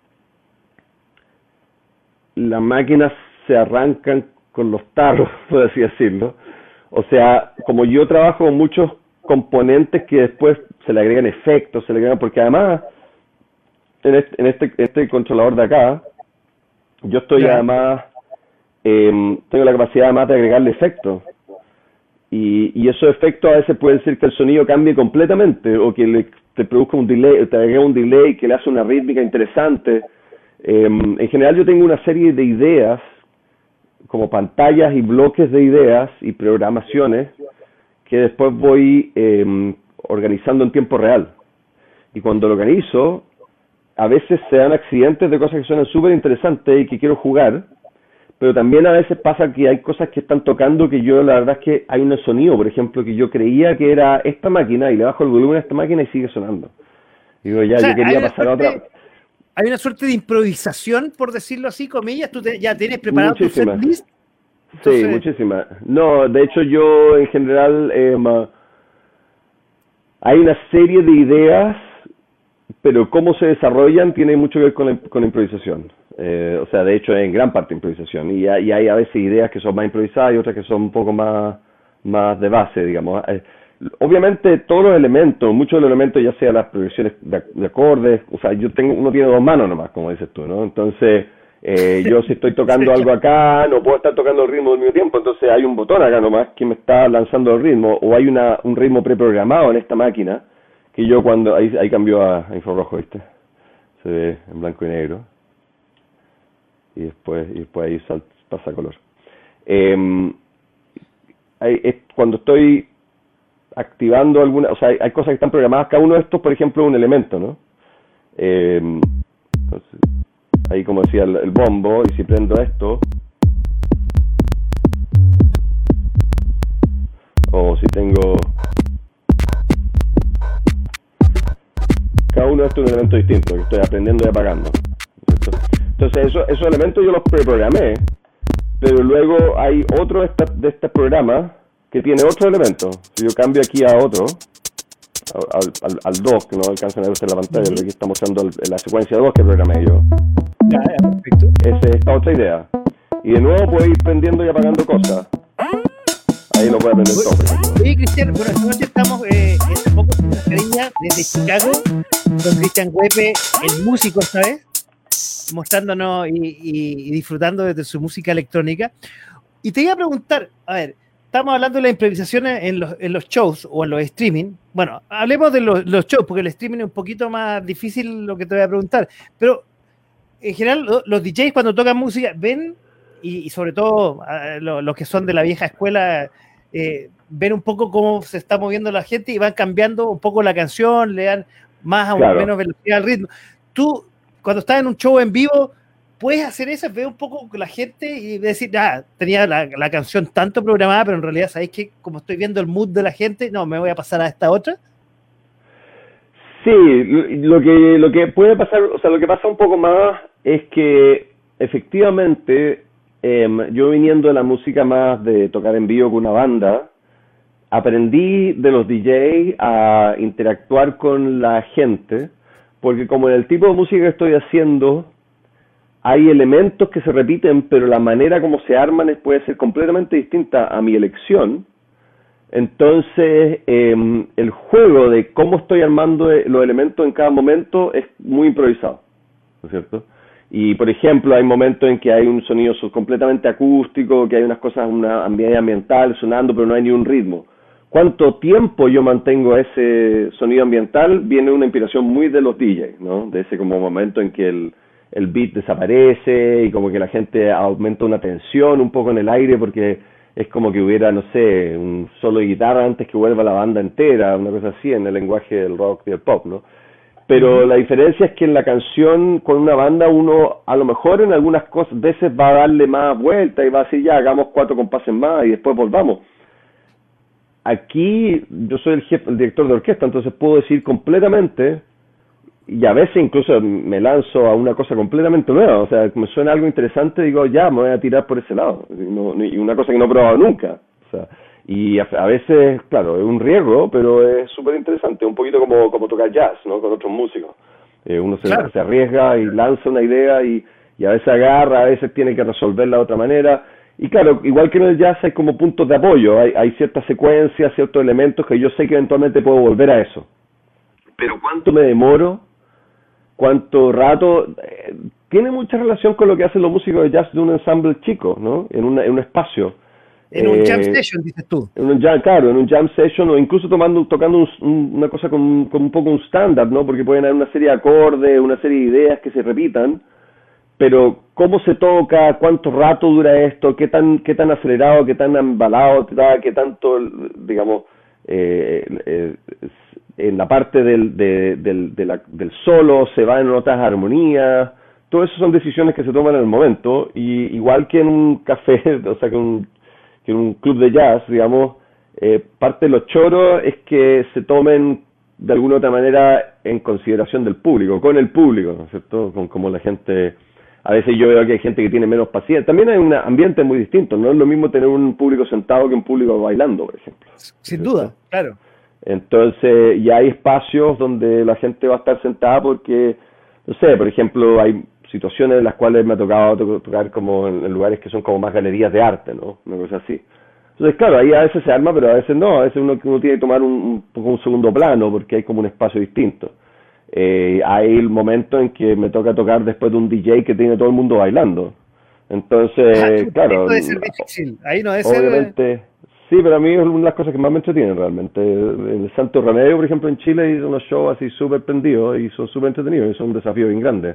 las máquinas se arrancan con los tarros, por así decirlo. O sea, como yo trabajo con muchos componentes que después se le agregan efectos, se le agregan, porque además en este, en este, este controlador de acá, yo estoy yeah. además, eh, tengo la capacidad además de agregarle efectos. Y, y esos efectos a veces pueden ser que el sonido cambie completamente, o que le, te produzca un delay, te agrega un delay que le hace una rítmica interesante. Eh, en general yo tengo una serie de ideas, como pantallas y bloques de ideas y programaciones, que después voy eh, organizando en tiempo real. Y cuando lo organizo, a veces se dan accidentes de cosas que suenan súper interesantes y que quiero jugar, pero también a veces pasa que hay cosas que están tocando que yo, la verdad es que hay un sonido, por ejemplo, que yo creía que era esta máquina y le bajo el volumen a esta máquina y sigue sonando. Y digo, ya, o sea, yo quería pasar a otra... Hay una suerte de improvisación, por decirlo así, comillas. ¿Tú te, ya tienes preparado muchísima. tu setlist? Entonces... Sí, muchísimas. No, de hecho yo en general eh, hay una serie de ideas, pero cómo se desarrollan tiene mucho que ver con la, con la improvisación. Eh, o sea, de hecho en gran parte improvisación. Y hay, y hay a veces ideas que son más improvisadas y otras que son un poco más, más de base, digamos. Eh, Obviamente todos los elementos, muchos de los elementos, ya sea las progresiones de, de acordes, o sea, yo tengo, uno tiene dos manos nomás, como dices tú, ¿no? Entonces, eh, yo si estoy tocando algo acá, no puedo estar tocando el ritmo al mismo tiempo, entonces hay un botón acá nomás que me está lanzando el ritmo, o hay una un ritmo preprogramado en esta máquina, que yo cuando, ahí, ahí cambió a, a infrarrojo, ¿viste? Se ve en blanco y negro, y después, y después ahí sal, pasa a color. Eh, hay, es, cuando estoy activando alguna, o sea, hay, hay cosas que están programadas, cada uno de estos, por ejemplo, es un elemento, ¿no? Eh, entonces, ahí como decía el, el bombo, y si prendo esto, o si tengo, cada uno de estos es un elemento distinto, que estoy aprendiendo y apagando, ¿cierto? Entonces, eso, esos elementos yo los preprogramé, pero luego hay otro de estos de este programas que tiene otro elemento. Si yo cambio aquí a otro, al, al, al dos, que no alcanzan a verse en la pantalla, pero aquí está mostrando el, la secuencia dos que programé yo. Ya, ya, perfecto. Esa es esta otra idea. Y de nuevo puedo ir prendiendo y apagando cosas. Ahí lo puedo aprender todo. Oye, Cristian, bueno, esta noche estamos eh, hace poco en una cariña desde Chicago, con Cristian Huepe, el músico esta vez, mostrándonos y, y, y disfrutando de su música electrónica. Y te iba a preguntar, a ver, estamos hablando de la improvisación en los, en los shows o en los streaming. Bueno, hablemos de los, los shows, porque el streaming es un poquito más difícil lo que te voy a preguntar. Pero, en general, los D Js cuando tocan música, ven, y, y sobre todo uh, los, los que son de la vieja escuela, eh, ven un poco cómo se está moviendo la gente y van cambiando un poco la canción, le dan más o claro. menos velocidad al ritmo. Tú, cuando estás en un show en vivo, puedes hacer eso, ver un poco con la gente y decir, ah, tenía la, la canción tanto programada, pero en realidad, ¿sabéis que como estoy viendo el mood de la gente, no, me voy a pasar a esta otra? Sí, lo que, lo que puede pasar, o sea, lo que pasa un poco más es que efectivamente, eh, yo viniendo de la música más de tocar en vivo con una banda, aprendí de los D Js a interactuar con la gente, porque como en el tipo de música que estoy haciendo, hay elementos que se repiten, pero la manera como se arman puede ser completamente distinta a mi elección. Entonces, eh, el juego de cómo estoy armando los elementos en cada momento es muy improvisado, ¿no es cierto? Y, por ejemplo, hay momentos en que hay un sonido completamente acústico, que hay unas cosas, una ambiente ambiental sonando, pero no hay ni un ritmo. ¿Cuánto tiempo yo mantengo ese sonido ambiental? Viene una inspiración muy de los D Js, ¿no? De ese como momento en que el el beat desaparece y como que la gente aumenta una tensión un poco en el aire porque es como que hubiera, no sé, un solo de guitarra antes que vuelva la banda entera, una cosa así en el lenguaje del rock y del pop, ¿no? Pero la diferencia es que en la canción con una banda uno a lo mejor en algunas cosas veces va a darle más vuelta y va a decir ya, hagamos cuatro compases más y después volvamos. aquí yo soy el jefe, el director de orquesta, entonces puedo decir completamente, y a veces incluso me lanzo a una cosa completamente nueva, o sea, me suena algo interesante, digo, ya, me voy a tirar por ese lado, y, no, y una cosa que no he probado nunca, o sea, y a, a veces, claro, es un riesgo, pero es súper interesante, un poquito como, como tocar jazz, ¿no? Con otros músicos. Eh, uno se, Claro. se arriesga y lanza una idea y, y a veces agarra, a veces tiene que resolverla de otra manera. Y claro, igual que en el jazz hay como puntos de apoyo, hay, hay ciertas secuencias, ciertos elementos que yo sé que eventualmente puedo volver a eso. Pero ¿cuánto me demoro? ¿Cuánto rato? Eh, tiene mucha relación con lo que hacen los músicos de jazz de un ensemble chico, ¿no? En, una, en un espacio. En un jam Eh, session, dices tú. en un jam, claro, en un jam session o incluso tomando, tocando un, un, una cosa con, con un poco un estándar, ¿no? Porque pueden haber una serie de acordes, una serie de ideas que se repitan, pero cómo se toca, cuánto rato dura esto, qué tan qué tan acelerado, qué tan embalado está, qué tanto, digamos, eh, eh, en la parte del, de, del, de la, del solo se va en otras armonías. Todo eso son decisiones que se toman en el momento, y igual que en un café, o sea, que un en un club de jazz, digamos, eh, parte de los choros es que se tomen de alguna u otra manera en consideración del público, con el público, ¿no es cierto? Con como la gente, a veces yo veo que hay gente que tiene menos paciencia, también hay un ambiente muy distinto, no es lo mismo tener un público sentado que un público bailando, por ejemplo. Sin duda, claro. Entonces, ya hay espacios donde la gente va a estar sentada porque, no sé, por ejemplo, hay situaciones en las cuales me ha tocado to tocar como en, en lugares que son como más galerías de arte, ¿no? Una cosa así. Entonces, claro, ahí a veces se arma, pero a veces no, a veces uno, uno tiene que tomar un, un, un segundo plano porque hay como un espacio distinto. Eh, hay el momento en que me toca tocar después de un D J que tiene todo el mundo bailando. Entonces, Ah, claro, esto debe ser difícil, ahí no debe obviamente, ser... sí, pero a mí es una de las cosas que más me entretienen realmente. En el Santo Remedio, por ejemplo, en Chile, hizo unos shows así súper prendidos y son súper entretenidos y son un desafío bien grande.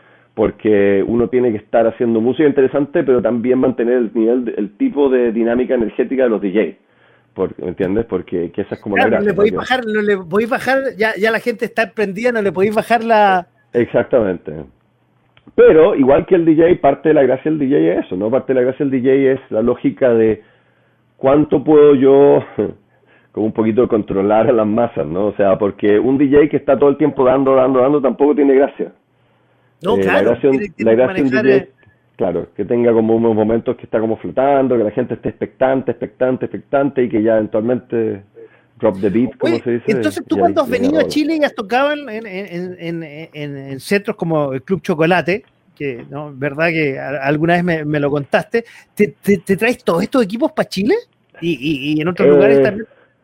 Porque uno tiene que estar haciendo música interesante, pero también mantener el nivel, el tipo de dinámica energética de los D J. Porque, ¿me entiendes? Porque que esa es como Claro, la no gracia. le podéis ¿no? bajar, no le podéis bajar, ya, ya la gente está prendida, no le podéis bajar la... Exactamente. Pero, igual que el D J, parte de la gracia del D J es eso, ¿no? Parte de la gracia del D J es la lógica de cuánto puedo yo, como un poquito controlar a las masas, ¿no? O sea, porque un D J que está todo el tiempo dando, dando, dando, tampoco tiene gracia. No, Eh, claro, la gracia, tiene, tiene la que gracia de un manejar... D J, eh, claro, que tenga como unos momentos que está como flotando, que la gente esté expectante, expectante, expectante y que ya eventualmente drop the beat, como Oye, se dice. entonces tú y cuando ahí- has y ahí venido a rola. Chile y has tocado en, en, en, en, en- en centros como el Club Chocolate, que no, verdad que a- alguna vez me, me lo contaste, ¿te, te, te traes todos estos equipos para Chile? Y, y, y en otros lugares Eh, también.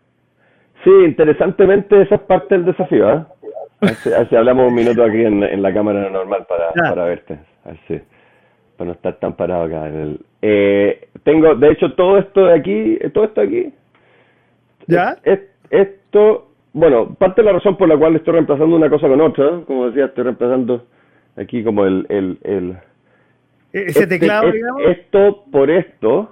sí, interesantemente esa es parte del desafío, ¿eh? Así, así hablamos un minuto aquí en, en la cámara normal para, Ya. para verte, así, para no estar tan parado acá. En el, eh, tengo, de hecho, todo esto de aquí, todo esto de aquí, ¿Ya? es- esto, bueno, parte de la razón por la cual estoy reemplazando una cosa con otra, como decía, estoy reemplazando aquí como el, el, el E- Ese este- teclado, es- digamos. esto por esto,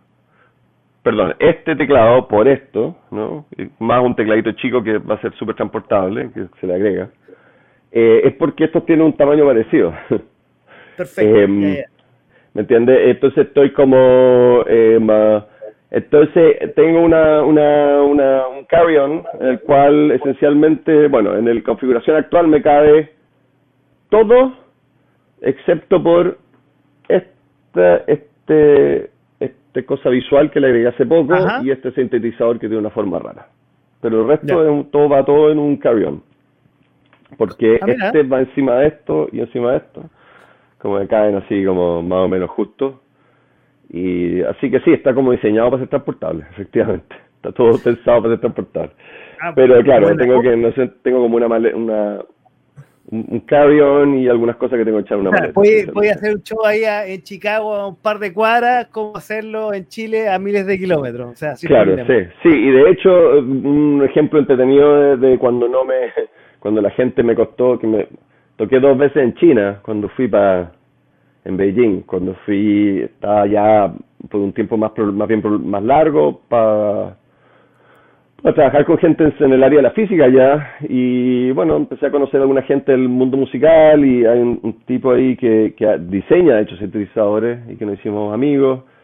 perdón, este teclado por esto, ¿no? Y más un tecladito chico que va a ser súper transportable, que se le agrega, eh, es porque estos tienen un tamaño parecido. Perfecto. Em, ya, ya. ¿Me entiendes? Entonces estoy como... eh, ma- entonces tengo una, una, una, un carry-on, en el cual esencialmente, bueno, en la configuración actual me cabe todo, excepto por esta, este, este cosa visual que le agregué hace poco Ajá. y este sintetizador que tiene una forma rara. Pero el resto Ya. es un- todo va todo en un carry-on. Porque Ah, mira. este va encima de esto y encima de esto. Como que caen así como más o menos justo. Y así que sí, está como diseñado para ser transportable, efectivamente. Está todo pensado para ser transportable. Ah, Pero claro, bueno. tengo que, no sé, tengo como una male- una un, un carry-on y algunas cosas que tengo que echar en una maleta. Voy, esencialmente. voy a hacer un show ahí a- en Chicago a un par de cuadras, como hacerlo en Chile a miles de kilómetros. O sea, sin Claro, problema. sí, sí, y de hecho un ejemplo entretenido de, de cuando no me, cuando la gente me costó, que me toqué dos veces en China, cuando fui para, en Beijing, cuando fui, estaba ya por un tiempo más, pro- más bien pro- más largo para, para trabajar con gente en, en el área de la física ya, y bueno, empecé a conocer a alguna gente del mundo musical y hay un, un tipo ahí que, que diseña, de hecho, sintetizadores y que nos hicimos amigos.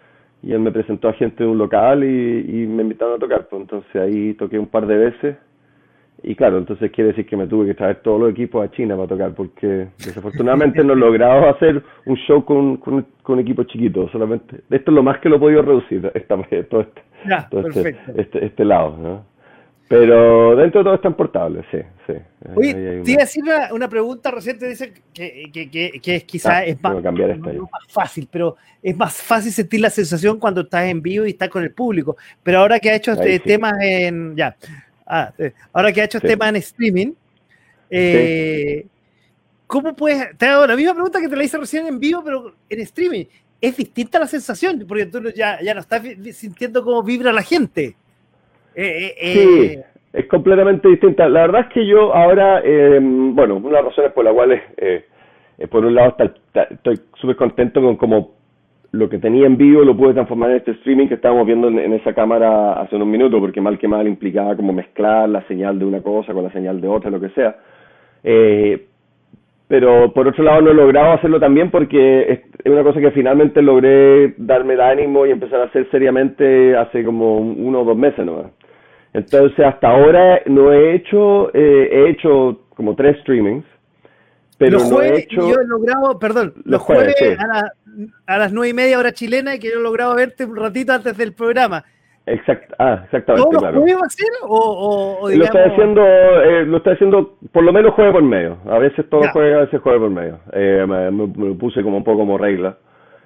y él me presentó a gente de un local y, y me invitaron a tocar, pues entonces ahí toqué un par de veces. Y claro, entonces quiere decir que me tuve que traer todos los equipos a China para tocar, porque desafortunadamente no he logrado hacer un show con, con, con equipos chiquitos, solamente. Esto es lo más que lo he podido reducir, esta, todo, este, Ya, todo este, perfecto. este, este lado, ¿no? Pero dentro de todo están portables, sí, sí. Oye, Ahí hay te iba una... a decir una, una pregunta reciente, dice que, que, que, que es quizás Ah, es más, tengo que cambiar esta no, ya. no más fácil, pero es más fácil sentir la sensación cuando estás en vivo y estás con el público. Pero ahora que ha hecho Ahí este sí, temas en ya, ah, eh, ahora que ha hecho sí, temas en streaming, sí. eh, ¿cómo puedes? Te hago la misma pregunta que te la hice recién en vivo, pero en streaming. Es distinta la sensación, porque tú no- ya, ya no estás vi- sintiendo cómo vibra la gente. Eh, eh, Sí, eh, es completamente distinta. La verdad es que yo ahora, eh, bueno, una de las razones por las cuales, eh, eh, por un lado, está- está- estoy súper contento con cómo lo que tenía en vivo lo pude transformar en este streaming que estábamos viendo en, en esa cámara hace unos minutos, porque mal que mal implicaba como mezclar la señal de una cosa con la señal de otra, lo que sea. Eh, pero por otro lado no he logrado hacerlo también porque es es una cosa que finalmente logré darme el ánimo y empezar a hacer seriamente hace como uno o dos meses nomás. Entonces hasta ahora no he hecho, eh, he hecho como tres streamings, pero Los no he jueves, y yo he hecho logrado, perdón, los los jueves jueves, sí. a, la- a las nueve y media hora chilena y que yo he logrado verte un ratito antes del programa. Exact, ah, ¿Todos exactamente, los claro. jueves va a ser? O, o, o Lo estoy digamos, haciendo, eh, lo estoy haciendo por lo menos jueves por medio. A veces todos los ya, jueves, a veces jueves por medio. Eh, me, me- me lo puse como un poco como regla.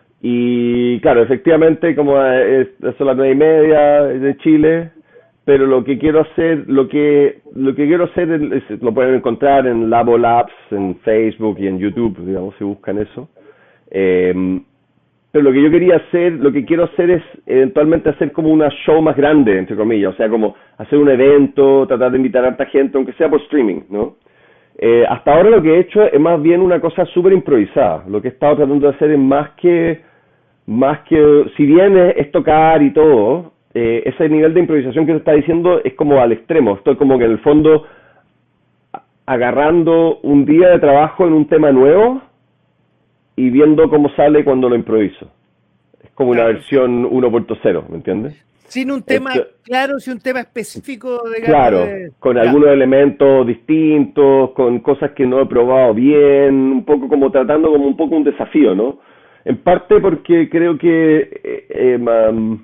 Y claro, efectivamente, como es, son las nueve y media de Chile, pero lo que quiero hacer, lo que lo que quiero hacer es, es- lo pueden encontrar en Labo Labs, en Facebook y en YouTube, digamos, si buscan eso. Eh, pero lo que yo quería hacer, lo que quiero hacer es eventualmente hacer como una show más grande, entre comillas, o sea, como hacer un evento, tratar de invitar a harta gente, aunque sea por streaming, ¿no? Eh, hasta ahora lo que he hecho es más bien una cosa súper improvisada. Lo que he estado tratando de hacer es más que, más que, si bien es, es tocar y todo, eh, ese nivel de improvisación que te está diciendo es como al extremo. Estoy como que en el fondo a- agarrando un día de trabajo en un tema nuevo y viendo cómo sale cuando lo improviso. Es como una claro, versión uno punto cero, ¿me entiendes? sin un tema Esto, claro, sin un tema específico, digamos, claro, de, con ya, algunos elementos distintos, con cosas que no he probado bien, un poco como tratando como un poco un desafío, ¿no? En parte porque creo que eh, eh, um,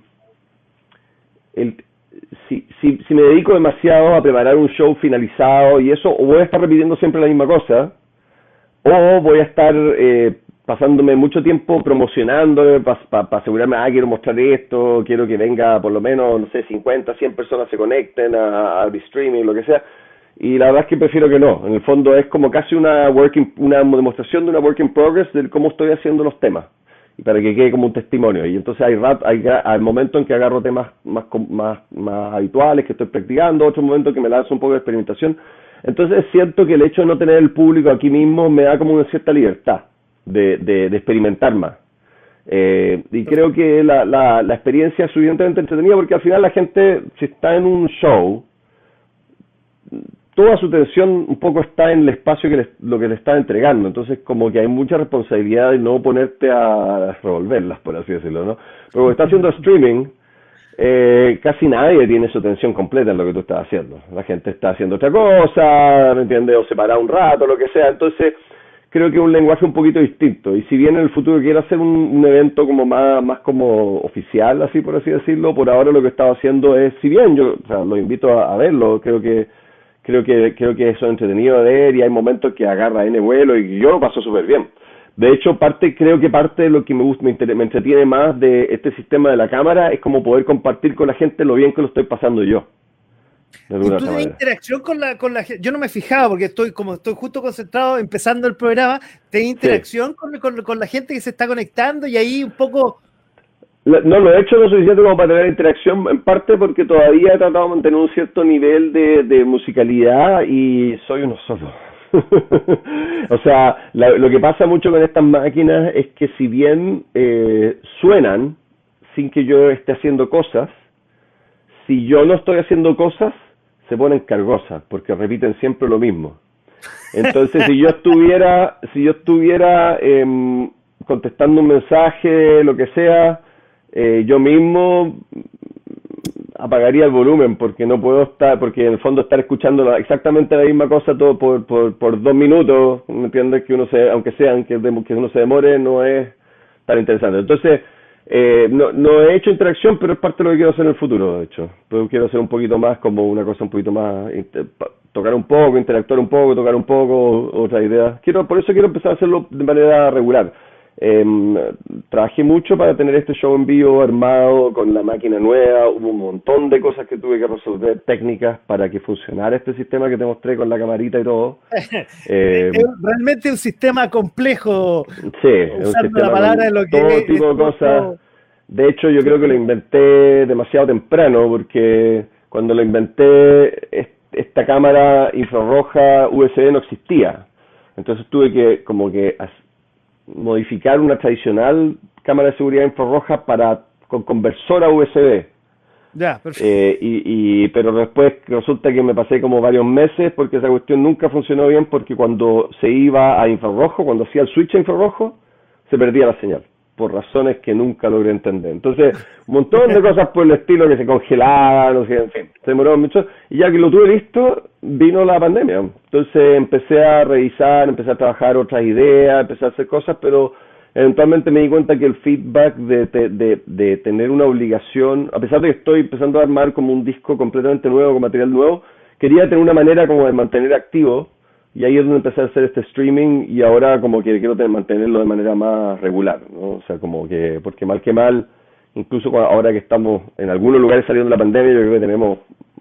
el, si, si, si me dedico demasiado a preparar un show finalizado y eso, o voy a estar repitiendo siempre la misma cosa, o voy a estar eh, pasándome mucho tiempo promocionando para pa, pa asegurarme, ah, quiero mostrar esto, quiero que venga por lo menos, no sé, cincuenta, cien personas se conecten a, a mi streaming, lo que sea. Y la verdad es que prefiero que no. En el fondo es como casi una working, una demostración de una work in progress de cómo estoy haciendo los temas. Y para que quede como un testimonio. Y entonces hay rat, hay, hay momentos en que agarro temas más, más, más habituales que estoy practicando, otros momentos que me lanzo un poco de experimentación. Entonces siento que el hecho de no tener el público aquí mismo me da como una cierta libertad de, de, de experimentar más. Eh, y creo que la, la, la experiencia es suficientemente entretenida porque al final la gente, si está en un show, toda su atención un poco está en el espacio que les, lo que le está entregando. Entonces como que hay mucha responsabilidad de no ponerte a revolverlas, por así decirlo, ¿no? Pero cuando está haciendo streaming, eh, casi nadie tiene su atención completa en lo que tú estás haciendo. La gente está haciendo otra cosa, ¿me entiendes? O se para un rato, lo que sea. Entonces creo que es un lenguaje un poquito distinto. Y si bien en el futuro quiero hacer un, un evento como más, más como oficial, así por así decirlo, por ahora lo que he estado haciendo es, si bien yo, o sea, lo invito a, a verlo, creo que creo que creo que eso es entretenido de ver y hay momentos que agarra N vuelo y yo lo paso súper bien. De hecho, parte creo que parte de lo que me gusta, me, inter- me entretiene más de este sistema de la cámara es como poder compartir con la gente lo bien que lo estoy pasando yo. De y alguna tú otra tienes manera. interacción con la, con la gente. Yo no me fijaba porque estoy como estoy justo concentrado empezando el programa. ¿Tienes Sí. interacción con, con, con la gente que se está conectando y ahí un poco La- No lo he hecho lo suficiente como para tener interacción, en parte porque todavía he tratado de mantener un cierto nivel de, de musicalidad y soy uno solo. O sea, la- lo que pasa mucho con estas máquinas es que si bien eh, suenan sin que yo esté haciendo cosas, si yo no estoy haciendo cosas, se ponen cargosas porque repiten siempre lo mismo. Entonces, si yo estuviera, si yo estuviera em, contestando un mensaje, lo que sea, eh, yo mismo apagaría el volumen porque no puedo estar, porque en el fondo estar escuchando la, exactamente la misma cosa todo por, por, por dos minutos, ¿me entiendes? Que uno se, aunque sean que, que uno se demore, no es tan interesante. Entonces, eh, no, no he hecho interacción, pero es parte de lo que quiero hacer en el futuro, de hecho. Pero quiero hacer un poquito más, como una cosa un poquito más, tocar un poco, interactuar un poco, tocar un poco, otras ideas. Quiero, por eso quiero empezar a hacerlo de manera regular. Eh, trabajé mucho para tener este show en vivo armado con la máquina nueva, hubo un montón de cosas que tuve que resolver, técnicas para que funcionara este sistema que te mostré con la camarita y todo. Eh, es realmente un sistema complejo, sí, es un sistema la palabra con lo que todo es, tipo de cosas. todo... De hecho, yo creo que lo inventé demasiado temprano porque cuando lo inventé esta cámara infrarroja U S B no existía, entonces tuve que como que modificar una tradicional cámara de seguridad infrarroja para con conversora U S B. Ya, perfecto. Eh, y, y, pero después resulta que me pasé como varios meses porque esa cuestión nunca funcionó bien porque cuando se iba a infrarrojo, cuando hacía el switch a infrarrojo, se perdía la señal, por razones que nunca logré entender. Entonces, un montón de cosas por el estilo que se congelaban, no sé, en fin, se demoró mucho. Y ya que lo tuve listo, vino la pandemia. Entonces empecé a revisar, empecé a trabajar otras ideas, empecé a hacer cosas, pero eventualmente me di cuenta que el feedback de, de, de, de tener una obligación, a pesar de que estoy empezando a armar como un disco completamente nuevo, con material nuevo, quería tener una manera como de mantener activo. Y ahí es donde empecé a hacer este streaming y ahora como que quiero tener, mantenerlo de manera más regular, ¿no? O sea, como que, porque mal que mal, incluso cuando, ahora que estamos en algunos lugares saliendo de la pandemia, yo creo que tenemos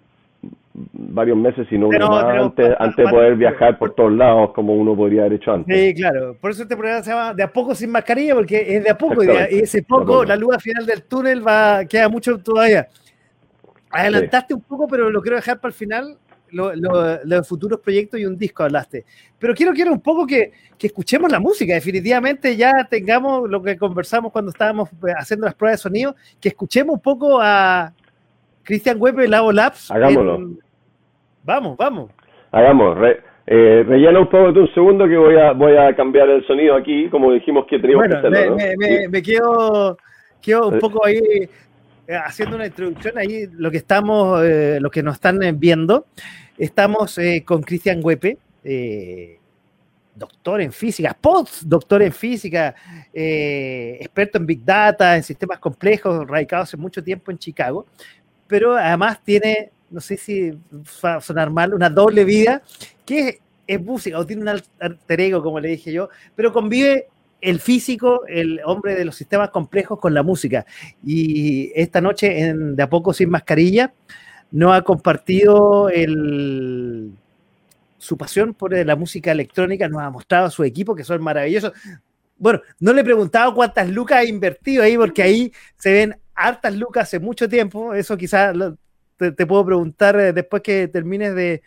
varios meses, si no uno más, pero, antes, pero, antes de poder viajar por todos lados como uno podría haber hecho antes. Sí, claro. Por eso este programa se llama De a poco sin mascarilla, porque es de a poco y, de, y ese poco, la luz al final del túnel va queda mucho todavía. Adelantaste sí. un poco, pero lo quiero dejar para el final. Los lo, lo futuros proyectos y un disco hablaste. Pero quiero, quiero un poco que, que escuchemos la música. Definitivamente ya tengamos lo que conversamos cuando estábamos haciendo las pruebas de sonido, que escuchemos un poco a Cristian Huepe, Labo Labs. Hagámoslo. En... Vamos, vamos. Hagamos. Re, eh, rellena un poco de un segundo que voy a, voy a cambiar el sonido aquí, como dijimos que teníamos bueno, que hacerlo. Me, ¿no? me, me, me quedo, quedo un poco ahí eh, haciendo una introducción. Ahí lo que estamos, eh, lo que nos están viendo. Estamos eh, con Cristian Huepe, eh, doctor en física, postdoctor en física, eh, experto en Big Data, en sistemas complejos, radicado hace mucho tiempo en Chicago, pero además tiene, no sé si va a sonar mal, una doble vida, que es, es música, o tiene un alter ego, como le dije yo, pero convive el físico, el hombre de los sistemas complejos con la música. Y esta noche, en De a poco sin mascarilla, nos ha compartido el, su pasión por la música electrónica, nos ha mostrado a su equipo, que son maravillosos. Bueno, no le he preguntado cuántas lucas ha invertido ahí, porque ahí se ven hartas lucas hace mucho tiempo. Eso quizás te, te puedo preguntar después que termines de...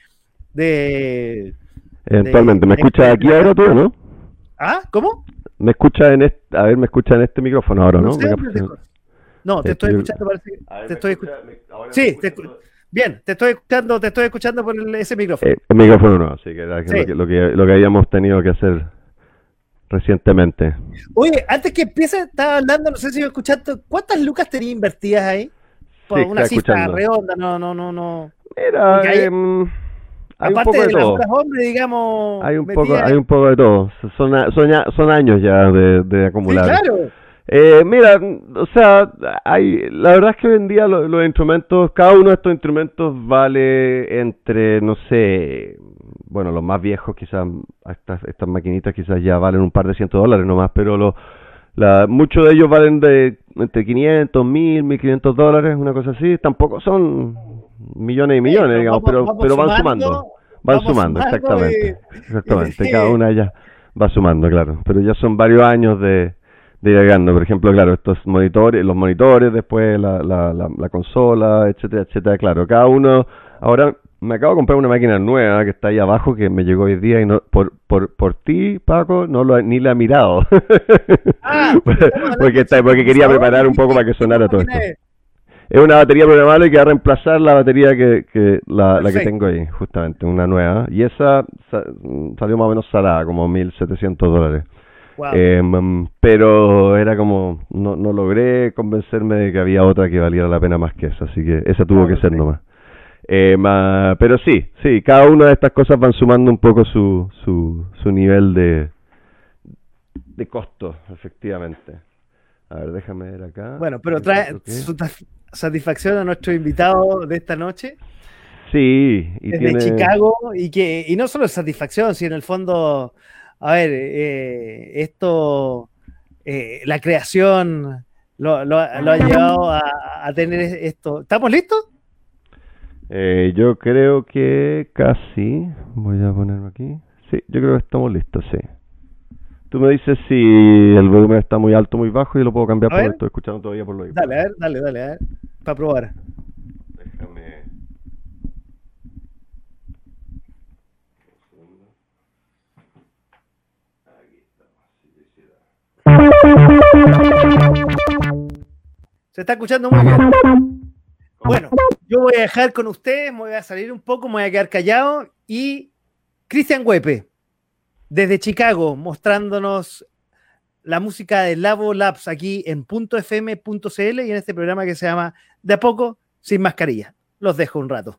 de Eventualmente. ¿Me escuchas aquí ahora tú, no? ¿Ah? ¿Cómo? ¿Me escuchas en este, a ver, me escuchas en este micrófono ahora, no? No, sé, no te estoy escuchando, parece que te estoy escuchando. Sí, te escucho. Bien, te estoy escuchando, te estoy escuchando por el, ese micrófono. Eh, el micrófono no, sí, que era sí. Lo, que, lo, que, lo que habíamos tenido que hacer recientemente. Oye, antes que empiece, estaba hablando, no sé si me escuchaste, ¿cuántas lucas tenías invertidas ahí? Por sí, una cifra redonda, no, no, no, no. Era, hay, eh, hay aparte un poco de, de todo. las hombres, digamos. Hay un poco, hay un poco de todo. Son, son, son años ya de, de acumular. Sí, claro. Eh, mira, o sea, hay, la verdad es que hoy en día los, los instrumentos, cada uno de estos instrumentos vale entre, no sé, bueno, los más viejos quizás, estas, estas maquinitas quizás ya valen un par de cientos dólares nomás, pero los, la, muchos de ellos valen de entre quinientos, mil, mil quinientos dólares, una cosa así. Tampoco son millones y millones, sí, digamos, vamos, pero, vamos pero van sumando, sumando van sumando, sumando, exactamente, y... exactamente, cada una ya va sumando, claro, pero ya son varios años de de ir agregando, por ejemplo, claro, estos monitores, los monitores, después la, la, la, la consola, etcétera, etcétera, claro, cada uno, ahora me acabo de comprar una máquina nueva que está ahí abajo, que me llegó hoy día y no, por, por, por ti, Paco, no lo, ni la he mirado, ah, porque, está, porque quería preparar un poco para que sonara todo esto. Es una batería programable que va a reemplazar la batería que, que la, la que tengo ahí, justamente, una nueva, y esa sa, salió más o menos salada, como mil setecientos dólares. Wow. Eh, pero era como, no, no logré convencerme de que había otra que valiera la pena más que esa, así que esa tuvo claro, que ser sí. nomás. Eh, ma, pero sí, sí, cada una de estas cosas van sumando un poco su, su, su nivel de, de costo, efectivamente. A ver, déjame ver acá. Bueno, pero trae su satisfacción a nuestro invitado de esta noche. Sí, y desde tiene... Chicago, y que y no solo satisfacción, sino en el fondo, a ver, eh, esto, eh, la creación lo, lo, lo ha llevado a, a tener esto. ¿Estamos listos? Eh, yo creo que casi, voy a ponerlo aquí. Sí, yo creo que estamos listos, sí. Tú me dices si el volumen está muy alto, muy bajo y lo puedo cambiar porque estoy escuchando todavía por lo que... Dale, a ver, dale, dale, a ver, para probar. Déjame... Se está escuchando muy bien. Bueno, yo voy a dejar con ustedes, me voy a salir un poco, me voy a quedar callado. Y Cristian Huepe, desde Chicago, mostrándonos la música de Lavo Labs aquí en punto f m punto c l y en este programa que se llama De a poco, sin mascarilla. Los dejo un rato.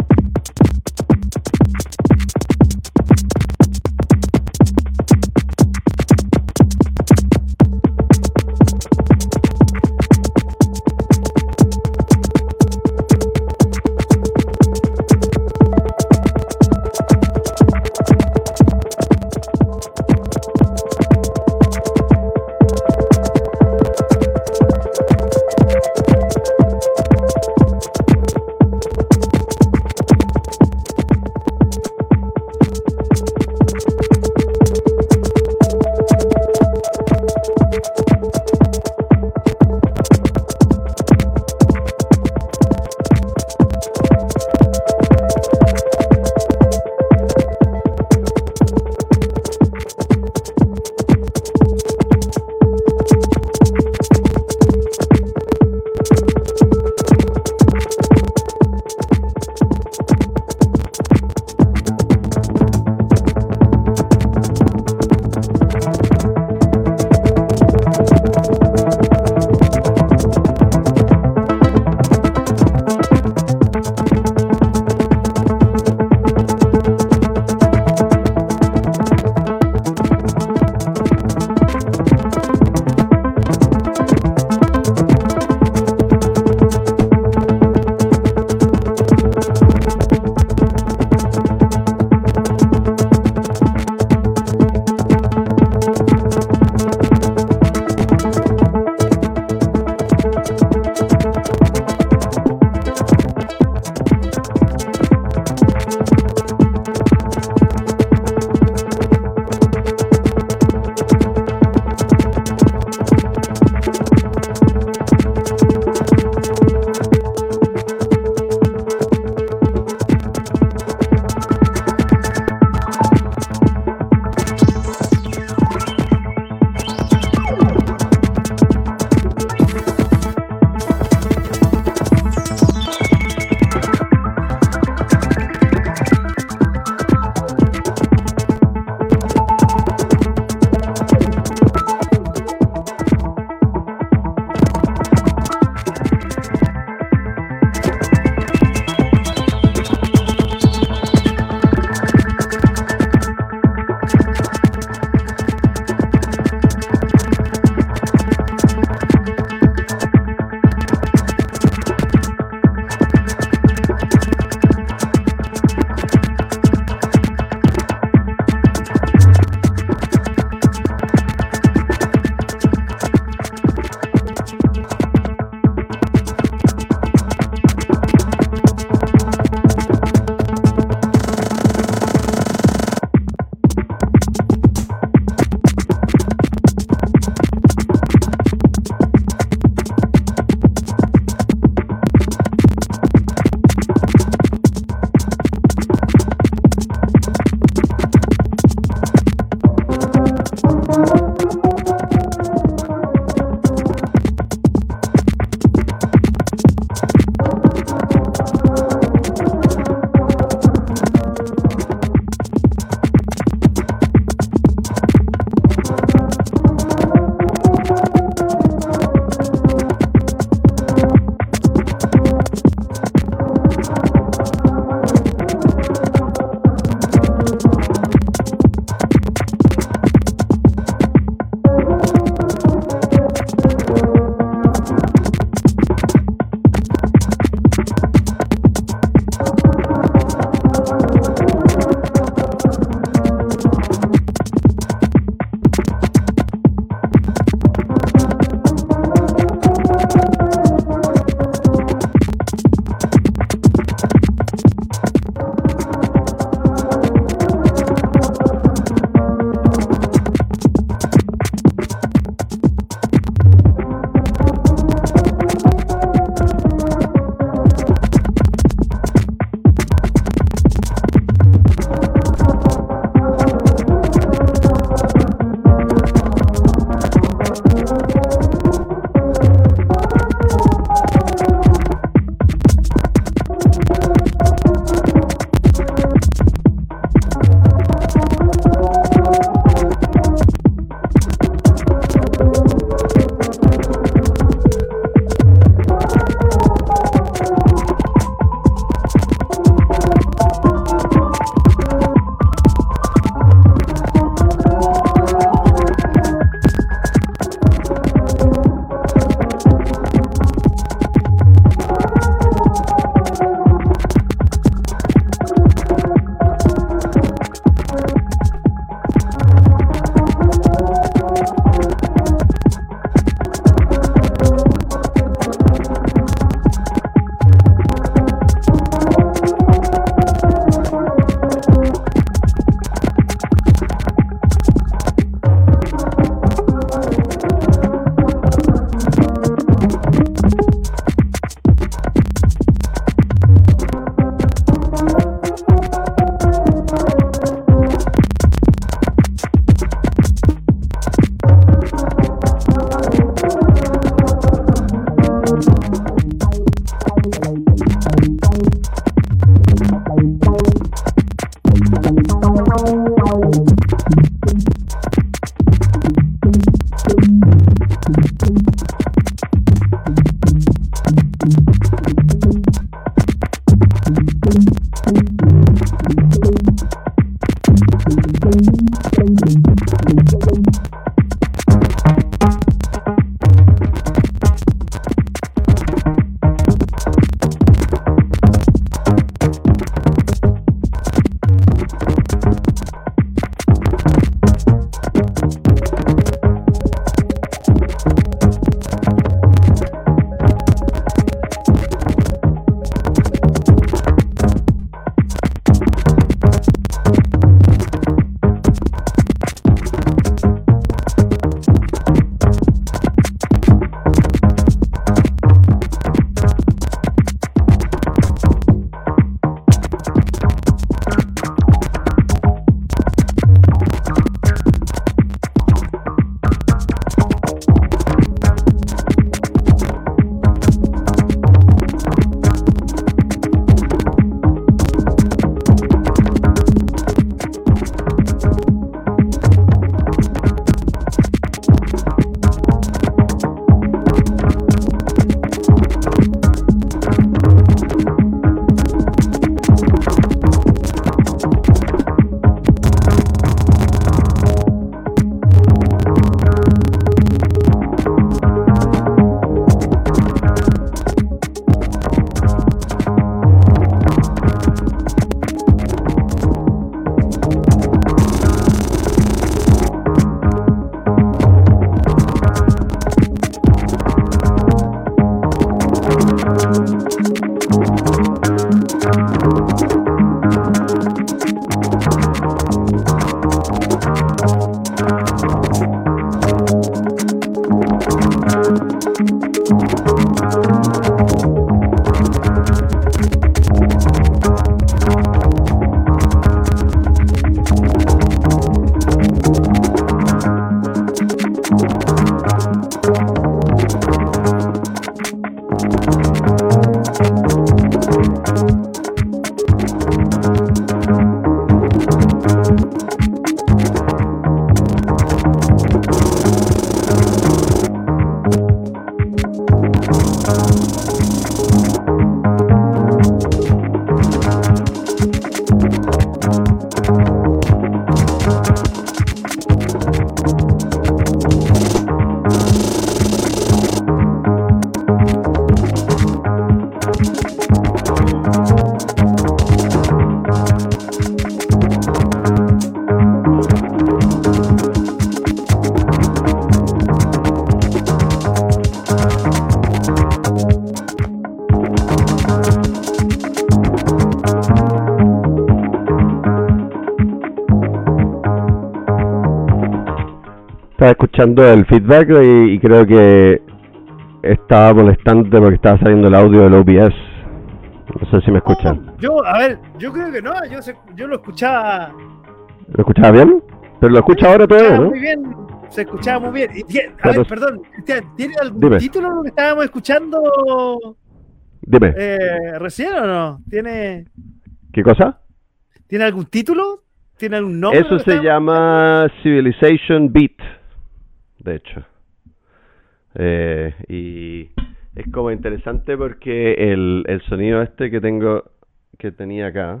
estaba escuchando el feedback y, y creo que estaba molestante porque estaba saliendo el audio del O B S. No sé si me escuchan. No, yo, a ver, yo creo que no, yo, se, yo lo escuchaba. ¿Lo escuchaba bien? Pero lo escucha ahora todavía, ¿no? Muy bien, se escuchaba muy bien. Y, a Claro. ver, perdón, Cristian, ¿tiene algún Dime. título lo que estábamos escuchando Dime, eh, recién o no? ¿Tiene, ¿qué cosa? ¿Tiene algún título? ¿Tiene algún nombre? Eso lo que se estábamos llama Civilization Beat, de hecho. Eh, y es como interesante porque el, el sonido este que tengo, que tenía acá,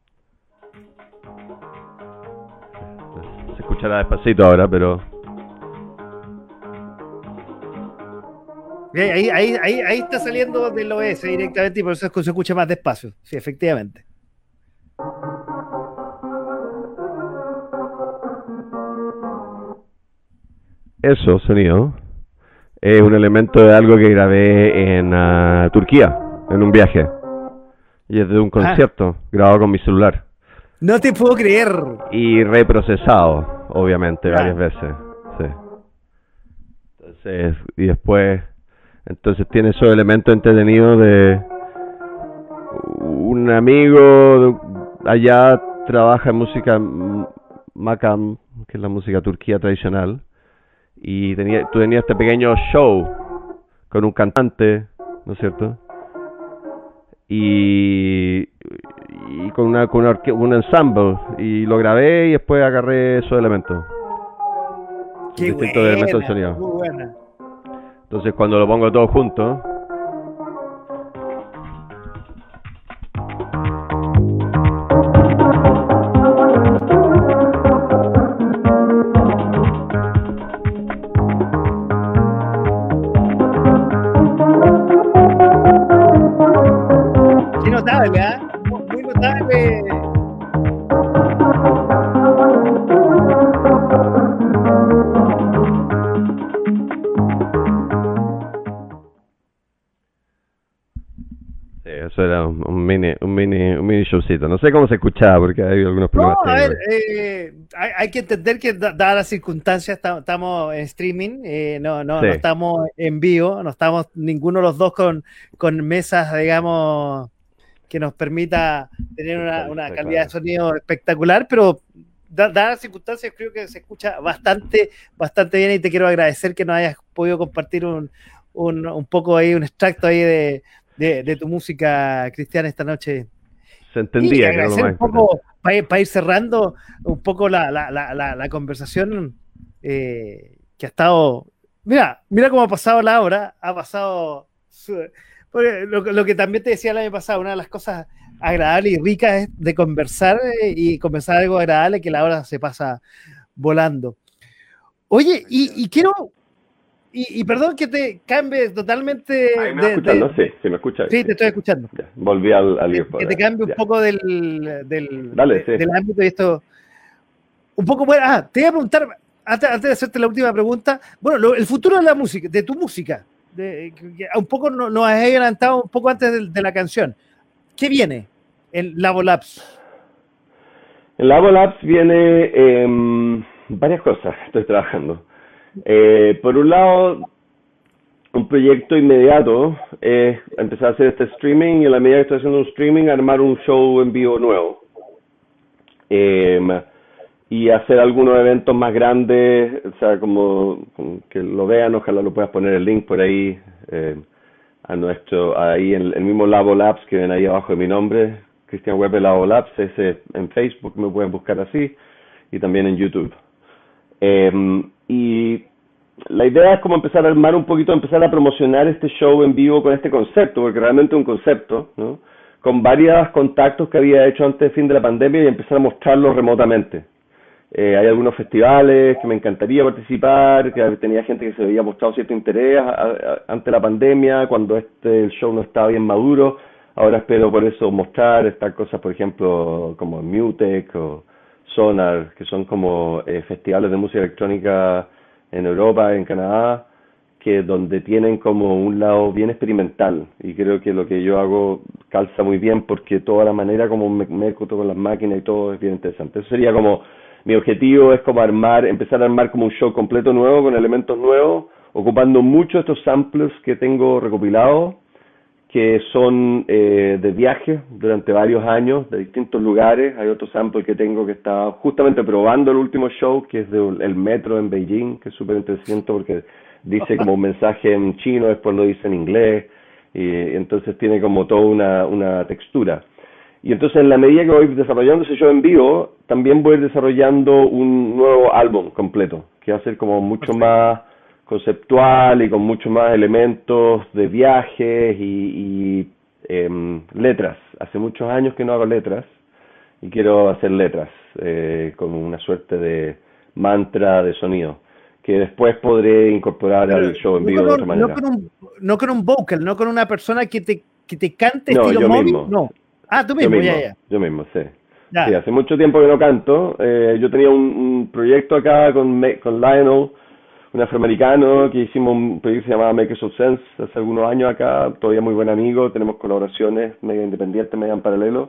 se escuchará despacito ahora, pero Bien, ahí, ahí, ahí, ahí está saliendo del O S directamente y por eso se escucha más despacio. Sí, efectivamente. eso, sonido, es un elemento de algo que grabé en uh, Turquía, en un viaje. Y es de un concierto, ah. grabado con mi celular. No te puedo creer. Y reprocesado, obviamente, ah. varias veces. Sí. Entonces, y después, entonces tiene esos elementos entretenidos de un amigo allá trabaja en música Makam, que es la música turquía tradicional. Y tenía, tú tenías este pequeño show con un cantante, ¿no es cierto? Y, y con, una, con una orque- un ensemble. Y lo grabé y después agarré esos elementos. Qué distintos buena, elementos del sonido. muy buena. Entonces cuando lo pongo todo junto... Qué notable, ¿eh? Muy, muy notable. Sí, eso era un, un mini un mini un mini showcito. No sé cómo se escuchaba porque hay algunos problemas. No, a ver, técnicos. eh, hay, hay que entender que da- dadas las circunstancias ta- estamos en streaming, eh, no, no, Sí. no estamos en vivo, no estamos ninguno de los dos con, con mesas, digamos, que nos permita tener una, una Sí, calidad de claro. sonido espectacular, pero da- dadas las circunstancias creo que se escucha bastante, bastante bien y te quiero agradecer que nos hayas podido compartir un, un, un poco ahí, un extracto ahí de, de, de tu música, Cristian, esta noche. Se Y entendía que era lo agradecer más un poco, importante. para ir, pa ir cerrando un poco la, la, la, la, la conversación eh, que ha estado. Mira, mira cómo ha pasado la hora, ha pasado. su- porque lo, lo que también te decía el año pasado, una de las cosas agradables y ricas es de conversar eh, y conversar algo agradable, que la hora se pasa volando. Oye, y, y quiero. Y, y perdón que te cambie totalmente. Ahí me de- va escuchando, de- sí, sí me escucha. sí, te estoy escuchando. Ya, volví al, al Que, earpod, que te ya, cambie un ya. poco del, del, Dale, de- sí. del ámbito y esto. Un poco, bueno, ah, te voy a preguntar, antes, antes de hacerte la última pregunta, bueno, lo- el futuro de la música, de tu música, de, que- que un poco no- nos has adelantado un poco antes de, de la canción. ¿Qué viene en Labo Labs? En Labo Labs viene em, varias cosas, estoy trabajando. Eh, por un lado, un proyecto inmediato es empezar a hacer este streaming y a la medida que estoy haciendo un streaming, armar un show en vivo nuevo. Em, y hacer algunos eventos más grandes, o sea, como, como que lo vean, ojalá lo puedas poner el link por ahí eh, a nuestro, ahí en el mismo Labo Labs que ven ahí abajo de mi nombre, Cristian Web de Labo Labs, ese en Facebook me pueden buscar así y también en YouTube. Eh, y la idea es como empezar a armar un poquito, empezar a promocionar este show en vivo con este concepto, porque realmente es un concepto, ¿no? Con varios contactos que había hecho antes del fin de la pandemia y empezar a mostrarlo remotamente. Eh, hay algunos festivales que me encantaría participar, que tenía gente que se había mostrado cierto interés a, a, ante la pandemia, cuando este el show no estaba bien maduro. Ahora espero por eso mostrar estas cosas, por ejemplo, como Mutec o Sonar, que son como eh, festivales de música electrónica en Europa, en Canadá, que donde tienen como un lado bien experimental. Y creo que lo que yo hago calza muy bien porque toda la manera como me meto con las máquinas y todo es bien interesante. Eso sería como mi objetivo es como armar, empezar a armar como un show completo nuevo, con elementos nuevos, ocupando mucho estos samplers que tengo recopilados, que son eh, de viaje durante varios años, de distintos lugares. Hay otro sample que tengo que está justamente probando el último show, que es del metro en Beijing, que es súper interesante porque dice como un mensaje en chino, después lo dice en inglés, y entonces tiene como toda una, una textura. Y entonces en la medida que voy desarrollando ese show en vivo, también voy desarrollando un nuevo álbum completo, que va a ser como mucho más conceptual y con muchos más elementos de viajes y, y eh, letras. Hace muchos años que no hago letras y quiero hacer letras eh, con una suerte de mantra de sonido que después podré incorporar Pero al show en vivo no, de otra manera. No con, un, no con un vocal, no con una persona que te, que te cante no, estilo yo móvil. Mismo. No. Ah, tú mismo, yo mismo, ya, ya. Yo mismo, sí. Sí, hace mucho tiempo que no canto. Eh, yo tenía un, un proyecto acá con, con Lionel, un afroamericano, que hicimos un proyecto que se llamaba Makers of Sense hace algunos años acá, todavía muy buen amigo, tenemos colaboraciones medio independientes, medio en paralelo,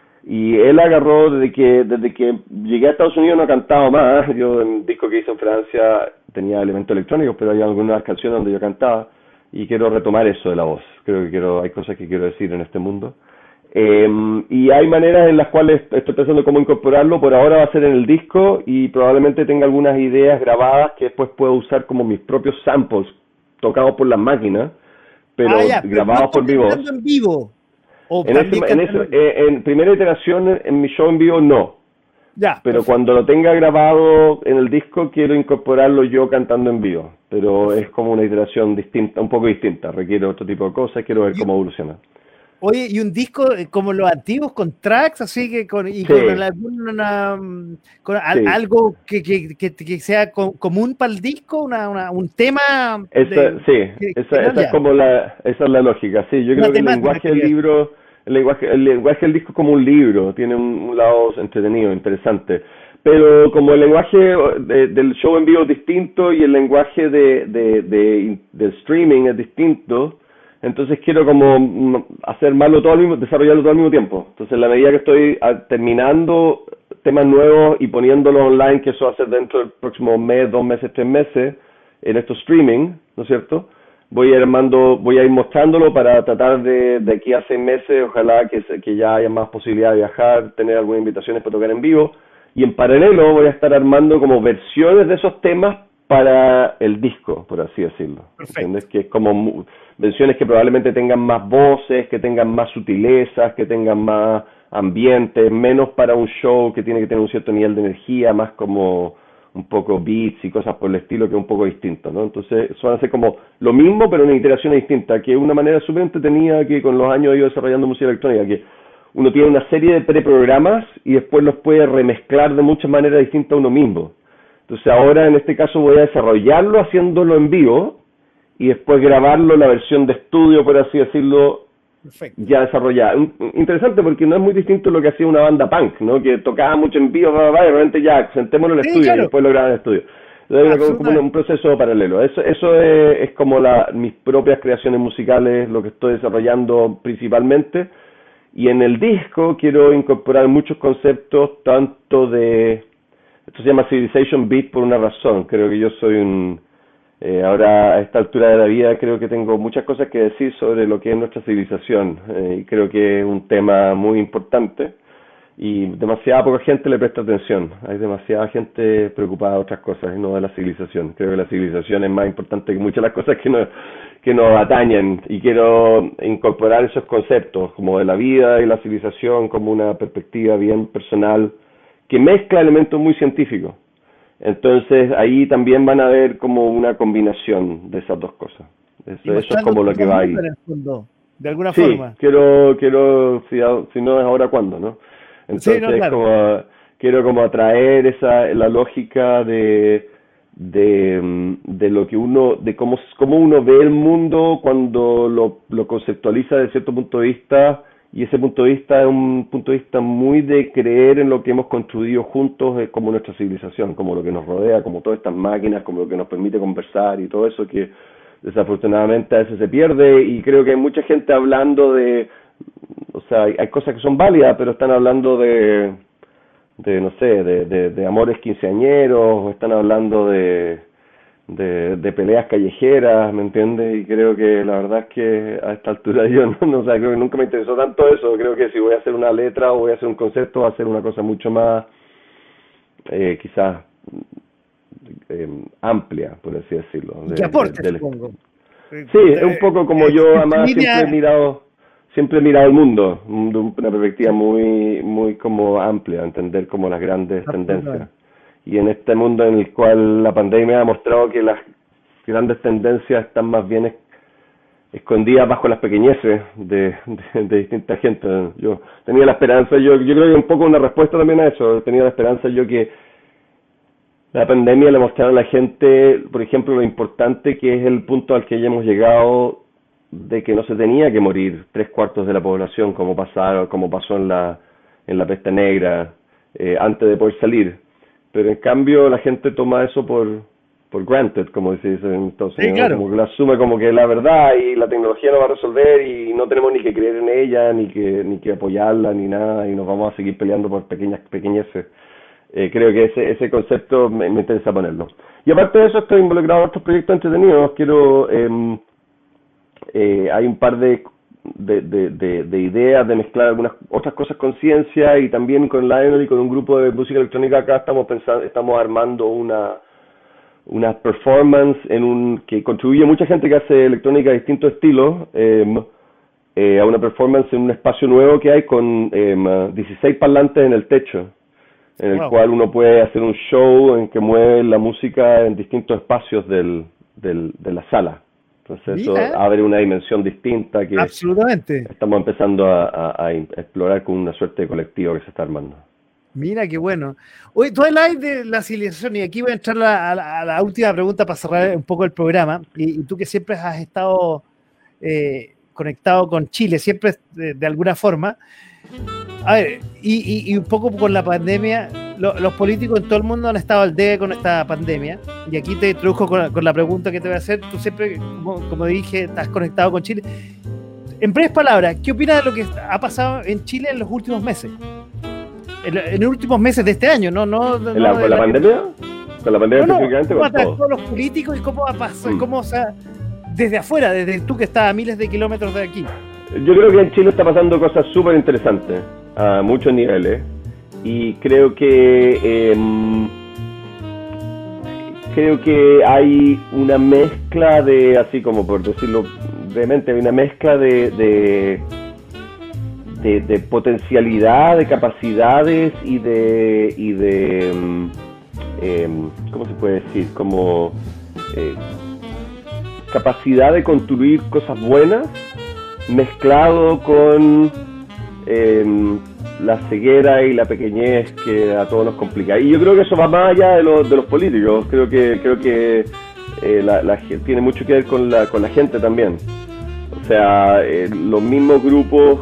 y él agarró desde que desde que llegué a Estados Unidos no he cantado más. Yo en el disco que hice en Francia tenía elementos electrónicos, pero hay algunas canciones donde yo cantaba, y quiero retomar eso de la voz. Creo que quiero hay cosas que quiero decir en este mundo. Eh, y hay maneras en las cuales estoy pensando cómo incorporarlo. Por ahora va a ser en el disco y probablemente tenga algunas ideas grabadas que después puedo usar como mis propios samples tocados por las máquinas, pero ah, ya, grabados pero no por mi voz. En vivo? ¿O en, ese, en, ese, eh, en primera iteración en mi show en vivo no. Ya, pero perfecto. Cuando lo tenga grabado en el disco quiero incorporarlo yo cantando en vivo, pero perfecto. Es como una iteración distinta, un poco distinta, requiere otro tipo de cosas, quiero ver cómo evoluciona. Oye, y un disco como los antiguos con tracks, así que con, y sí. con, alguna, con sí. algo que, que, que, que sea co común para el disco, una, una, un tema. Esa, de, sí, que, esa, que esa es como la, esa es la lógica. Sí, yo creo que el lenguaje del libro, el lenguaje, el lenguaje del disco es como un libro, tiene un, un lado entretenido, interesante. Pero como el lenguaje de, del show en vivo es distinto y el lenguaje de, de, de, de streaming es distinto, entonces quiero como hacer malo todo al mismo, desarrollarlo todo al mismo tiempo. Entonces, en la medida que estoy terminando temas nuevos y poniéndolos online, que eso va a ser dentro del próximo mes, dos meses, tres meses, en estos streaming, ¿no es cierto? Voy a ir armando, voy a ir mostrándolo para tratar de, de aquí a seis meses, ojalá que, que ya haya más posibilidad de viajar, tener algunas invitaciones para tocar en vivo. Y en paralelo voy a estar armando como versiones de esos temas para el disco, por así decirlo. ¿Entiendes? Que es como versiones que probablemente tengan más voces, que tengan más sutilezas, que tengan más ambientes, menos para un show que tiene que tener un cierto nivel de energía, más como un poco beats y cosas por el estilo, que es un poco distinto, ¿no? Entonces, eso van a ser como lo mismo, pero en iteraciones distintas, que es una manera súper entretenida que con los años he ido desarrollando música electrónica, que uno tiene una serie de preprogramas y después los puede remezclar de muchas maneras distintas a uno mismo. Entonces ahora en este caso voy a desarrollarlo haciéndolo en vivo y después grabarlo la versión de estudio, por así decirlo, perfecto, ya desarrollada. Interesante porque no es muy distinto a lo que hacía una banda punk, ¿no? Que tocaba mucho en vivo, y de repente ya sentémonos en el sí, estudio, claro, y después lo graban en el estudio. Entonces es como un, un proceso paralelo. Eso, eso es, es como la, mis propias creaciones musicales, lo que estoy desarrollando principalmente. Y en el disco quiero incorporar muchos conceptos, tanto de... Esto se llama Civilization Beat por una razón. Creo que yo soy un... Eh, ahora, a esta altura de la vida, creo que tengo muchas cosas que decir sobre lo que es nuestra civilización. Eh, y creo que es un tema muy importante. Y demasiada poca gente le presta atención. Hay demasiada gente preocupada de otras cosas y no de la civilización. Creo que la civilización es más importante que muchas de las cosas que nos, que nos atañen. Y quiero incorporar esos conceptos, como de la vida y la civilización, como una perspectiva bien personal, que mezcla elementos muy científicos. Entonces ahí también van a ver como una combinación de esas dos cosas. Eso, eso es como lo que va ahí. De alguna sí, forma. quiero, quiero si, si no es ahora, ¿cuándo? ¿No? Entonces, sí, no, claro, como, quiero como atraer esa la lógica de, de, de lo que uno, de cómo, cómo uno ve el mundo cuando lo, lo conceptualiza desde cierto punto de vista. Y ese punto de vista es un punto de vista muy de creer en lo que hemos construido juntos como nuestra civilización, como lo que nos rodea, como todas estas máquinas, como lo que nos permite conversar y todo eso que desafortunadamente a veces se pierde. Y creo que hay mucha gente hablando de, o sea, hay, hay cosas que son válidas, pero están hablando de, de no sé, de, de, de amores quinceañeros, o están hablando de, de, de peleas callejeras, ¿me entiendes? Y creo que la verdad es que a esta altura yo no, no o sea, creo que nunca me interesó tanto eso. Creo que si voy a hacer una letra o voy a hacer un concepto, va a ser una cosa mucho más, eh, quizás, eh, amplia, por así decirlo. De, ¿Qué aporte, de, de, supongo? Sí, es un poco como yo, además, siempre he mirado... Siempre he mirado el mundo de una perspectiva muy muy como amplia, entender como las grandes tendencias. Y en este mundo en el cual la pandemia ha mostrado que las grandes tendencias están más bien escondidas bajo las pequeñeces de, de, de distinta gente. Yo tenía la esperanza, yo, yo creo que un poco una respuesta también a eso, tenía la esperanza yo que la pandemia le mostrara a la gente, por ejemplo, lo importante que es el punto al que ya hemos llegado, de que no se tenía que morir tres cuartos de la población como pasaron, como pasó en la en la peste negra, eh, antes de poder salir. Pero en cambio la gente toma eso por por granted, como se dice entonces, sí, claro. ¿no? Como que lo asume como que es la verdad y la tecnología no va a resolver y no tenemos ni que creer en ella, ni que ni que apoyarla, ni nada, y nos vamos a seguir peleando por pequeñas pequeñeces. Eh, creo que ese ese concepto me, me interesa ponerlo. Y aparte de eso estoy involucrado en otros proyectos entretenidos. Quiero... Eh, Eh, hay un par de, de, de, de, de ideas de mezclar algunas otras cosas con ciencia, y también con Lionel y con un grupo de música electrónica acá estamos pensando, estamos armando una una performance en un que contribuye mucha gente que hace electrónica de distintos estilos, eh, eh, a una performance en un espacio nuevo que hay con eh, dieciséis parlantes en el techo, en el wow. cual uno puede hacer un show en que mueve la música en distintos espacios del, del, de la sala. Entonces eso Mira. abre una dimensión distinta que absolutamente estamos empezando a, a, a explorar con una suerte de colectivo que se está armando. Mira qué bueno. Oye, tú hablas de la civilización, y aquí voy a entrar a la, a la última pregunta para cerrar un poco el programa, y, y tú que siempre has estado eh, conectado con Chile, siempre de, de alguna forma. A ver, y, y, y un poco con la pandemia, lo, los políticos en todo el mundo han estado al debe con esta pandemia, y aquí te introduzco con, con la pregunta que te voy a hacer. Tú siempre, como, como dije, estás conectado con Chile. En breves palabras, ¿qué opinas de lo que ha pasado en Chile en los últimos meses? En, en los últimos meses de este año, ¿no? no, no ¿En la, ¿Con la, la pandemia? ¿Con la pandemia no, específicamente? No, con todos los políticos y cómo ha pasado, mm. cómo, o sea, desde afuera, desde tú que estás a miles de kilómetros de aquí. Yo creo que en Chile está pasando cosas súper interesantes a muchos niveles, y creo que eh, creo que hay una mezcla de, así como por decirlo brevemente, hay una mezcla de de, de, de potencialidad, de capacidades y de y de eh, ¿cómo se puede decir? Como eh, capacidad de construir cosas buenas, mezclado con eh, la ceguera y la pequeñez que a todos nos complica. Y yo creo que eso va más allá de los de los políticos. Creo que creo que eh, la, la, tiene mucho que ver con la con la gente también. O sea, eh, los mismos grupos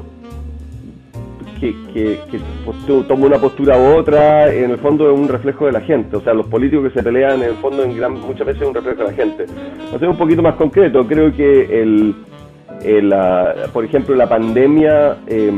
que, que, que toman una postura u otra, en el fondo es un reflejo de la gente. O sea, los políticos que se pelean, en el fondo, en gran, muchas veces es un reflejo de la gente. O sea, un poquito más concreto, creo que el El, uh, por ejemplo, la pandemia, eh,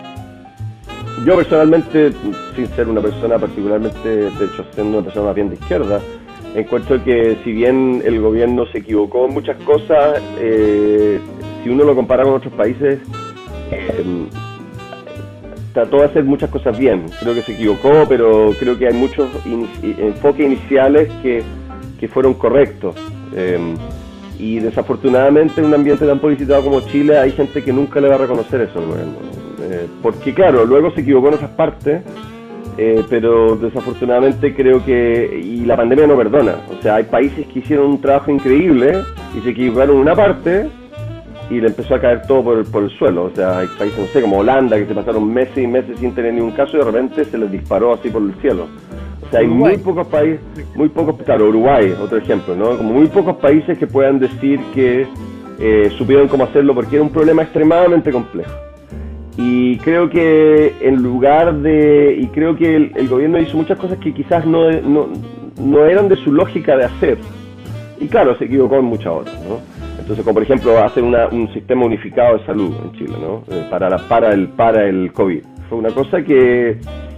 yo personalmente, sin ser una persona particularmente, de hecho siendo una persona más bien de izquierda, encuentro que si bien el gobierno se equivocó en muchas cosas, eh, si uno lo compara con otros países, eh, trató de hacer muchas cosas bien. Creo que se equivocó, pero creo que hay muchos in enfoques iniciales que, que fueron correctos. Eh, Y desafortunadamente en un ambiente tan publicitado como Chile hay gente que nunca le va a reconocer eso al gobierno. Eh, porque claro, luego se equivocó en otras partes, eh, pero desafortunadamente creo que, y la pandemia no perdona, o sea, hay países que hicieron un trabajo increíble y se equivocaron en una parte y le empezó a caer todo por, por el suelo. O sea, hay países, no sé, como Holanda, que se pasaron meses y meses sin tener ni un caso y de repente se les disparó así por el cielo. O sea, hay Uruguay. muy pocos países, muy pocos, claro, Uruguay, otro ejemplo, ¿no? Como muy pocos países que puedan decir que eh, supieron cómo hacerlo, porque era un problema extremadamente complejo. Y creo que en lugar de, y creo que el, el gobierno hizo muchas cosas que quizás no, no, no eran de su lógica de hacer. Y claro, se equivocó en muchas otras, ¿no? Entonces, como por ejemplo, hacer una, un sistema unificado de salud en Chile, ¿no? Eh, para, la, para, el, para el COVID. Fue una cosa que...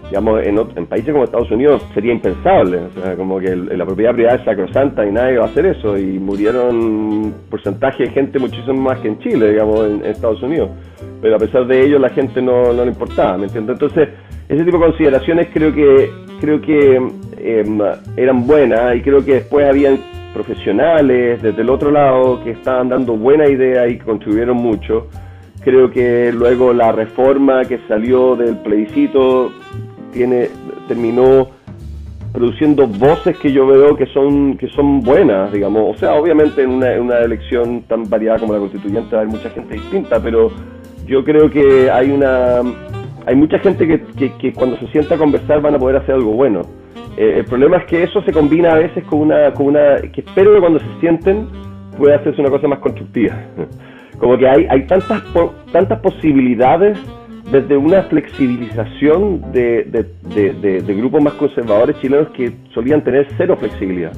digamos, en, en países como Estados Unidos sería impensable, o sea, como que el, la propiedad privada es sacrosanta y nadie va a hacer eso, y murieron un porcentaje de gente muchísimo más que en Chile, digamos, en, en Estados Unidos, pero a pesar de ello la gente no, no le importaba, ¿me entiendes? Entonces, ese tipo de consideraciones creo que creo que eh, eran buenas, y creo que después habían profesionales desde el otro lado que estaban dando buena idea y que contribuyeron mucho. Creo que luego la reforma que salió del plebiscito tiene terminó produciendo voces que yo veo que son que son buenas, digamos. O sea, obviamente en una, en una elección tan variada como la constituyente hay mucha gente distinta, pero yo creo que hay una hay mucha gente que, que, que cuando se sienta a conversar van a poder hacer algo bueno. Eh, el problema es que eso se combina a veces con una con una que espero que cuando se sienten pueda hacerse una cosa más constructiva. Como que hay hay tantas tantas posibilidades, desde una flexibilización de, de, de, de, de grupos más conservadores chilenos que solían tener cero flexibilidad,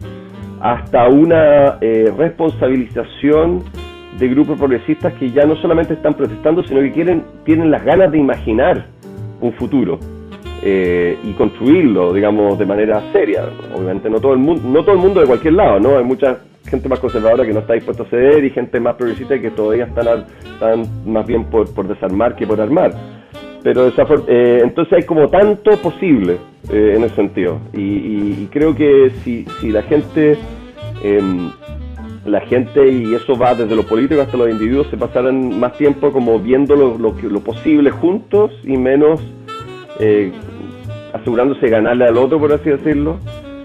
hasta una eh, responsabilización de grupos progresistas que ya no solamente están protestando, sino que quieren tienen las ganas de imaginar un futuro eh, y construirlo, digamos, de manera seria. Obviamente no todo el mundo, no todo el mundo de cualquier lado, ¿no? Hay mucha gente más conservadora que no está dispuesta a ceder, y gente más progresista que todavía están, a, están más bien por, por desarmar que por armar. Pero esa, eh, entonces hay como tanto posible eh, en ese sentido, y, y, y creo que si, si la gente eh, la gente, y eso va desde los políticos hasta los individuos, se pasaran más tiempo como viendo lo, lo, lo posible juntos y menos eh, asegurándose de ganarle al otro, por así decirlo,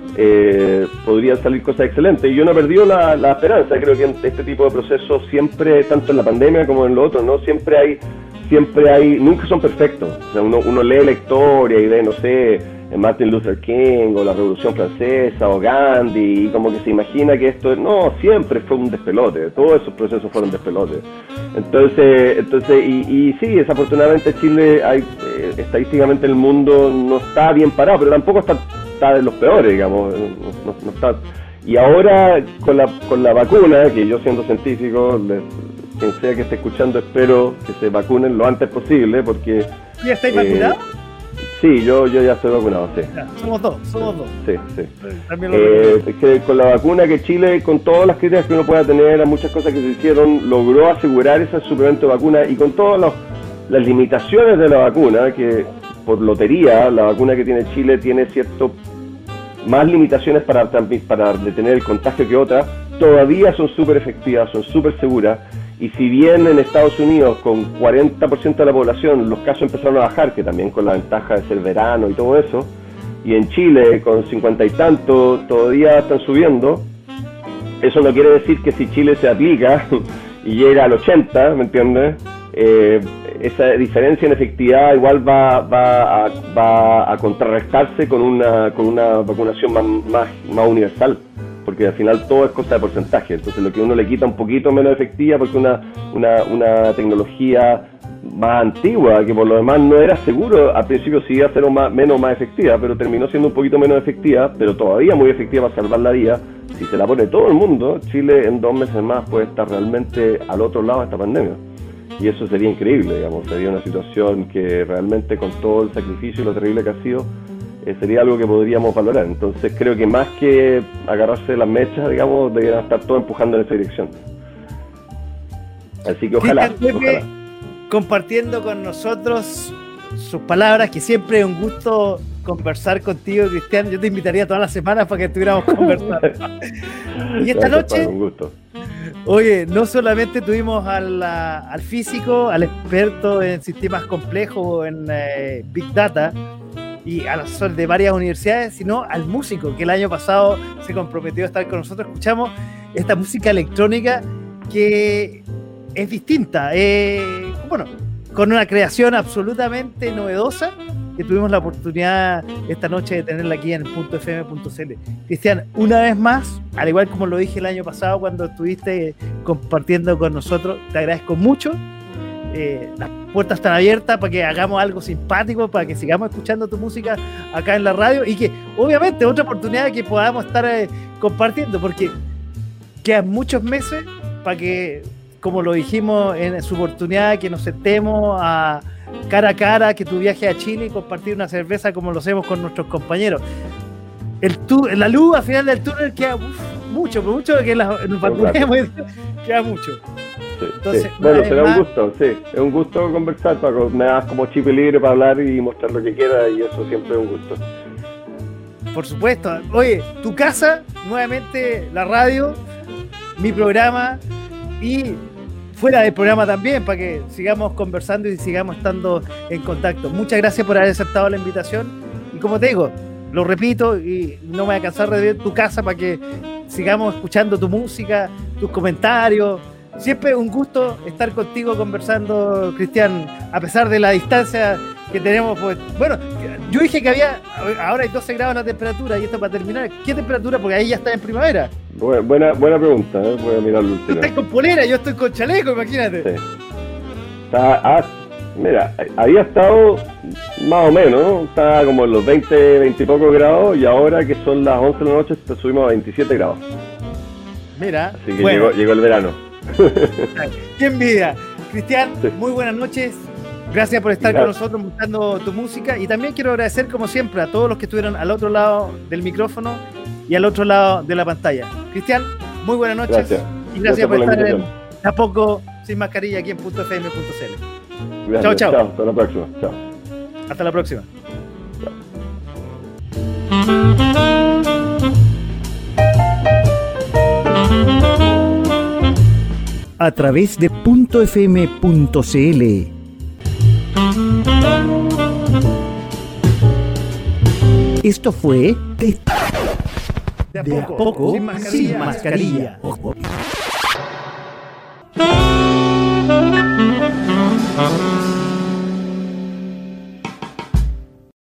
eh, podrían salir cosas excelentes. Y yo no he perdido la, la esperanza. Creo que en este tipo de procesos siempre, tanto en la pandemia como en lo otro, ¿no? Siempre hay, siempre hay, nunca son perfectos. O sea, uno, uno lee la historia y ve, no sé, Martin Luther King o la Revolución Francesa o Gandhi, y como que se imagina que esto, no, siempre fue un despelote, todos esos procesos fueron despelotes. Entonces, entonces y, y sí, desafortunadamente Chile, hay, eh, estadísticamente el mundo no está bien parado, pero tampoco está, está de los peores, digamos, no, no está. Y ahora con la, con la vacuna, que yo siendo científico, les, quien sea que esté escuchando, espero que se vacunen lo antes posible, porque... ¿Ya estáis vacunados? Eh, Sí, yo, yo ya estoy vacunado, sí. Ya, somos dos, somos dos. Sí, sí. También lo eh, es que con la vacuna que Chile, con todas las críticas que uno pueda tener a muchas cosas que se hicieron, logró asegurar ese suplemento de vacuna, y con todas los, las limitaciones de la vacuna, que por lotería, la vacuna que tiene Chile tiene cierto más limitaciones para, para detener el contagio que otras, todavía son súper efectivas, son súper seguras. Y si bien en Estados Unidos con cuarenta por ciento de la población los casos empezaron a bajar, que también con la ventaja de ser verano y todo eso, y en Chile con cincuenta y tanto todavía están subiendo, eso no quiere decir que si Chile se aplica y llega al ochenta, ¿me entiendes? Eh, esa diferencia en efectividad igual va, va, a, va a contrarrestarse con una, con una vacunación más, más, más universal, porque al final todo es cosa de porcentaje. Entonces lo que uno le quita un poquito menos efectiva, porque una, una, una tecnología más antigua, que por lo demás no era seguro, al principio sí iba a ser más, menos más efectiva, pero terminó siendo un poquito menos efectiva, pero todavía muy efectiva para salvar la vida. Si se la pone todo el mundo, Chile en dos meses más puede estar realmente al otro lado de esta pandemia. Y eso sería increíble, digamos, sería una situación que realmente, con todo el sacrificio y lo terrible que ha sido, eh, sería algo que podríamos valorar. Entonces creo que más que agarrarse de las mechas, digamos, deberían estar todos empujando en esa dirección. Así que ojalá, ojalá. Compartiendo con nosotros sus palabras, que siempre es un gusto conversar contigo, Cristian. Yo te invitaría todas las semanas para que estuviéramos conversando. Y esta Gracias, noche, Pablo, un gusto. Oye, no solamente tuvimos al, al físico, al experto en sistemas complejos, en eh, Big Data, y al sol de varias universidades, sino al músico que el año pasado se comprometió a estar con nosotros. Escuchamos esta música electrónica que es distinta, eh, bueno, con una creación absolutamente novedosa, que tuvimos la oportunidad esta noche de tenerla aquí en punto f m punto c l. Cristian, una vez más, al igual como lo dije el año pasado cuando estuviste compartiendo con nosotros, te agradezco mucho. Eh, las puertas están abiertas para que hagamos algo simpático, para que sigamos escuchando tu música acá en la radio, y que obviamente otra oportunidad que podamos estar eh, compartiendo, porque quedan muchos meses para que como lo dijimos en su oportunidad, que nos sentemos a cara a cara, que tu viaje a Chile y compartir una cerveza como lo hacemos con nuestros compañeros. El tu, la luz al final del túnel queda uf, mucho, por mucho que la, nos vacunemos, queda mucho. Sí, Entonces, sí. Bueno, será un gusto, sí, es un gusto conversar, Paco. Me das como chip libre para hablar y mostrar lo que quiera y eso siempre es un gusto. Por supuesto. Oye, tu casa, nuevamente la radio, mi programa y fuera del programa también, para que sigamos conversando y sigamos estando en contacto. Muchas gracias por haber aceptado la invitación y como te digo, lo repito y no me voy a cansar de ver tu casa para que sigamos escuchando tu música, tus comentarios. Siempre un gusto estar contigo conversando, Cristian, a pesar de la distancia que tenemos. Pues, bueno, yo dije que había, ahora hay doce grados la temperatura y esto para terminar, ¿qué temperatura? Porque ahí ya está en primavera. Buena, buena pregunta, ¿eh? Voy a mirarlo. Tú estás con polera, yo estoy con chaleco, imagínate. Sí. Está, ah, mira, había estado más o menos, ¿no? Estaba como en los veinte, veinte y pocos grados y ahora que son las once de la noche subimos a veintisiete grados. Mira, así que bueno. llegó, llegó el verano. ¡Qué envidia! Cristian, sí. Muy buenas noches. Gracias por estar Gracias. con nosotros mostrando tu música. Y también quiero agradecer, como siempre, a todos los que estuvieron al otro lado del micrófono y al otro lado de la pantalla. Cristian, muy buenas noches. Gracias. Y gracias, gracias por, por estar en A Poco Sin Mascarilla aquí en punto f m punto c l. Chao, chao. Chao, hasta la próxima. Chao. Hasta la próxima. Chao. A través de punto f m punto c l. Esto fue de, de, a, de poco, a poco sin mascarilla. Sin mascarilla.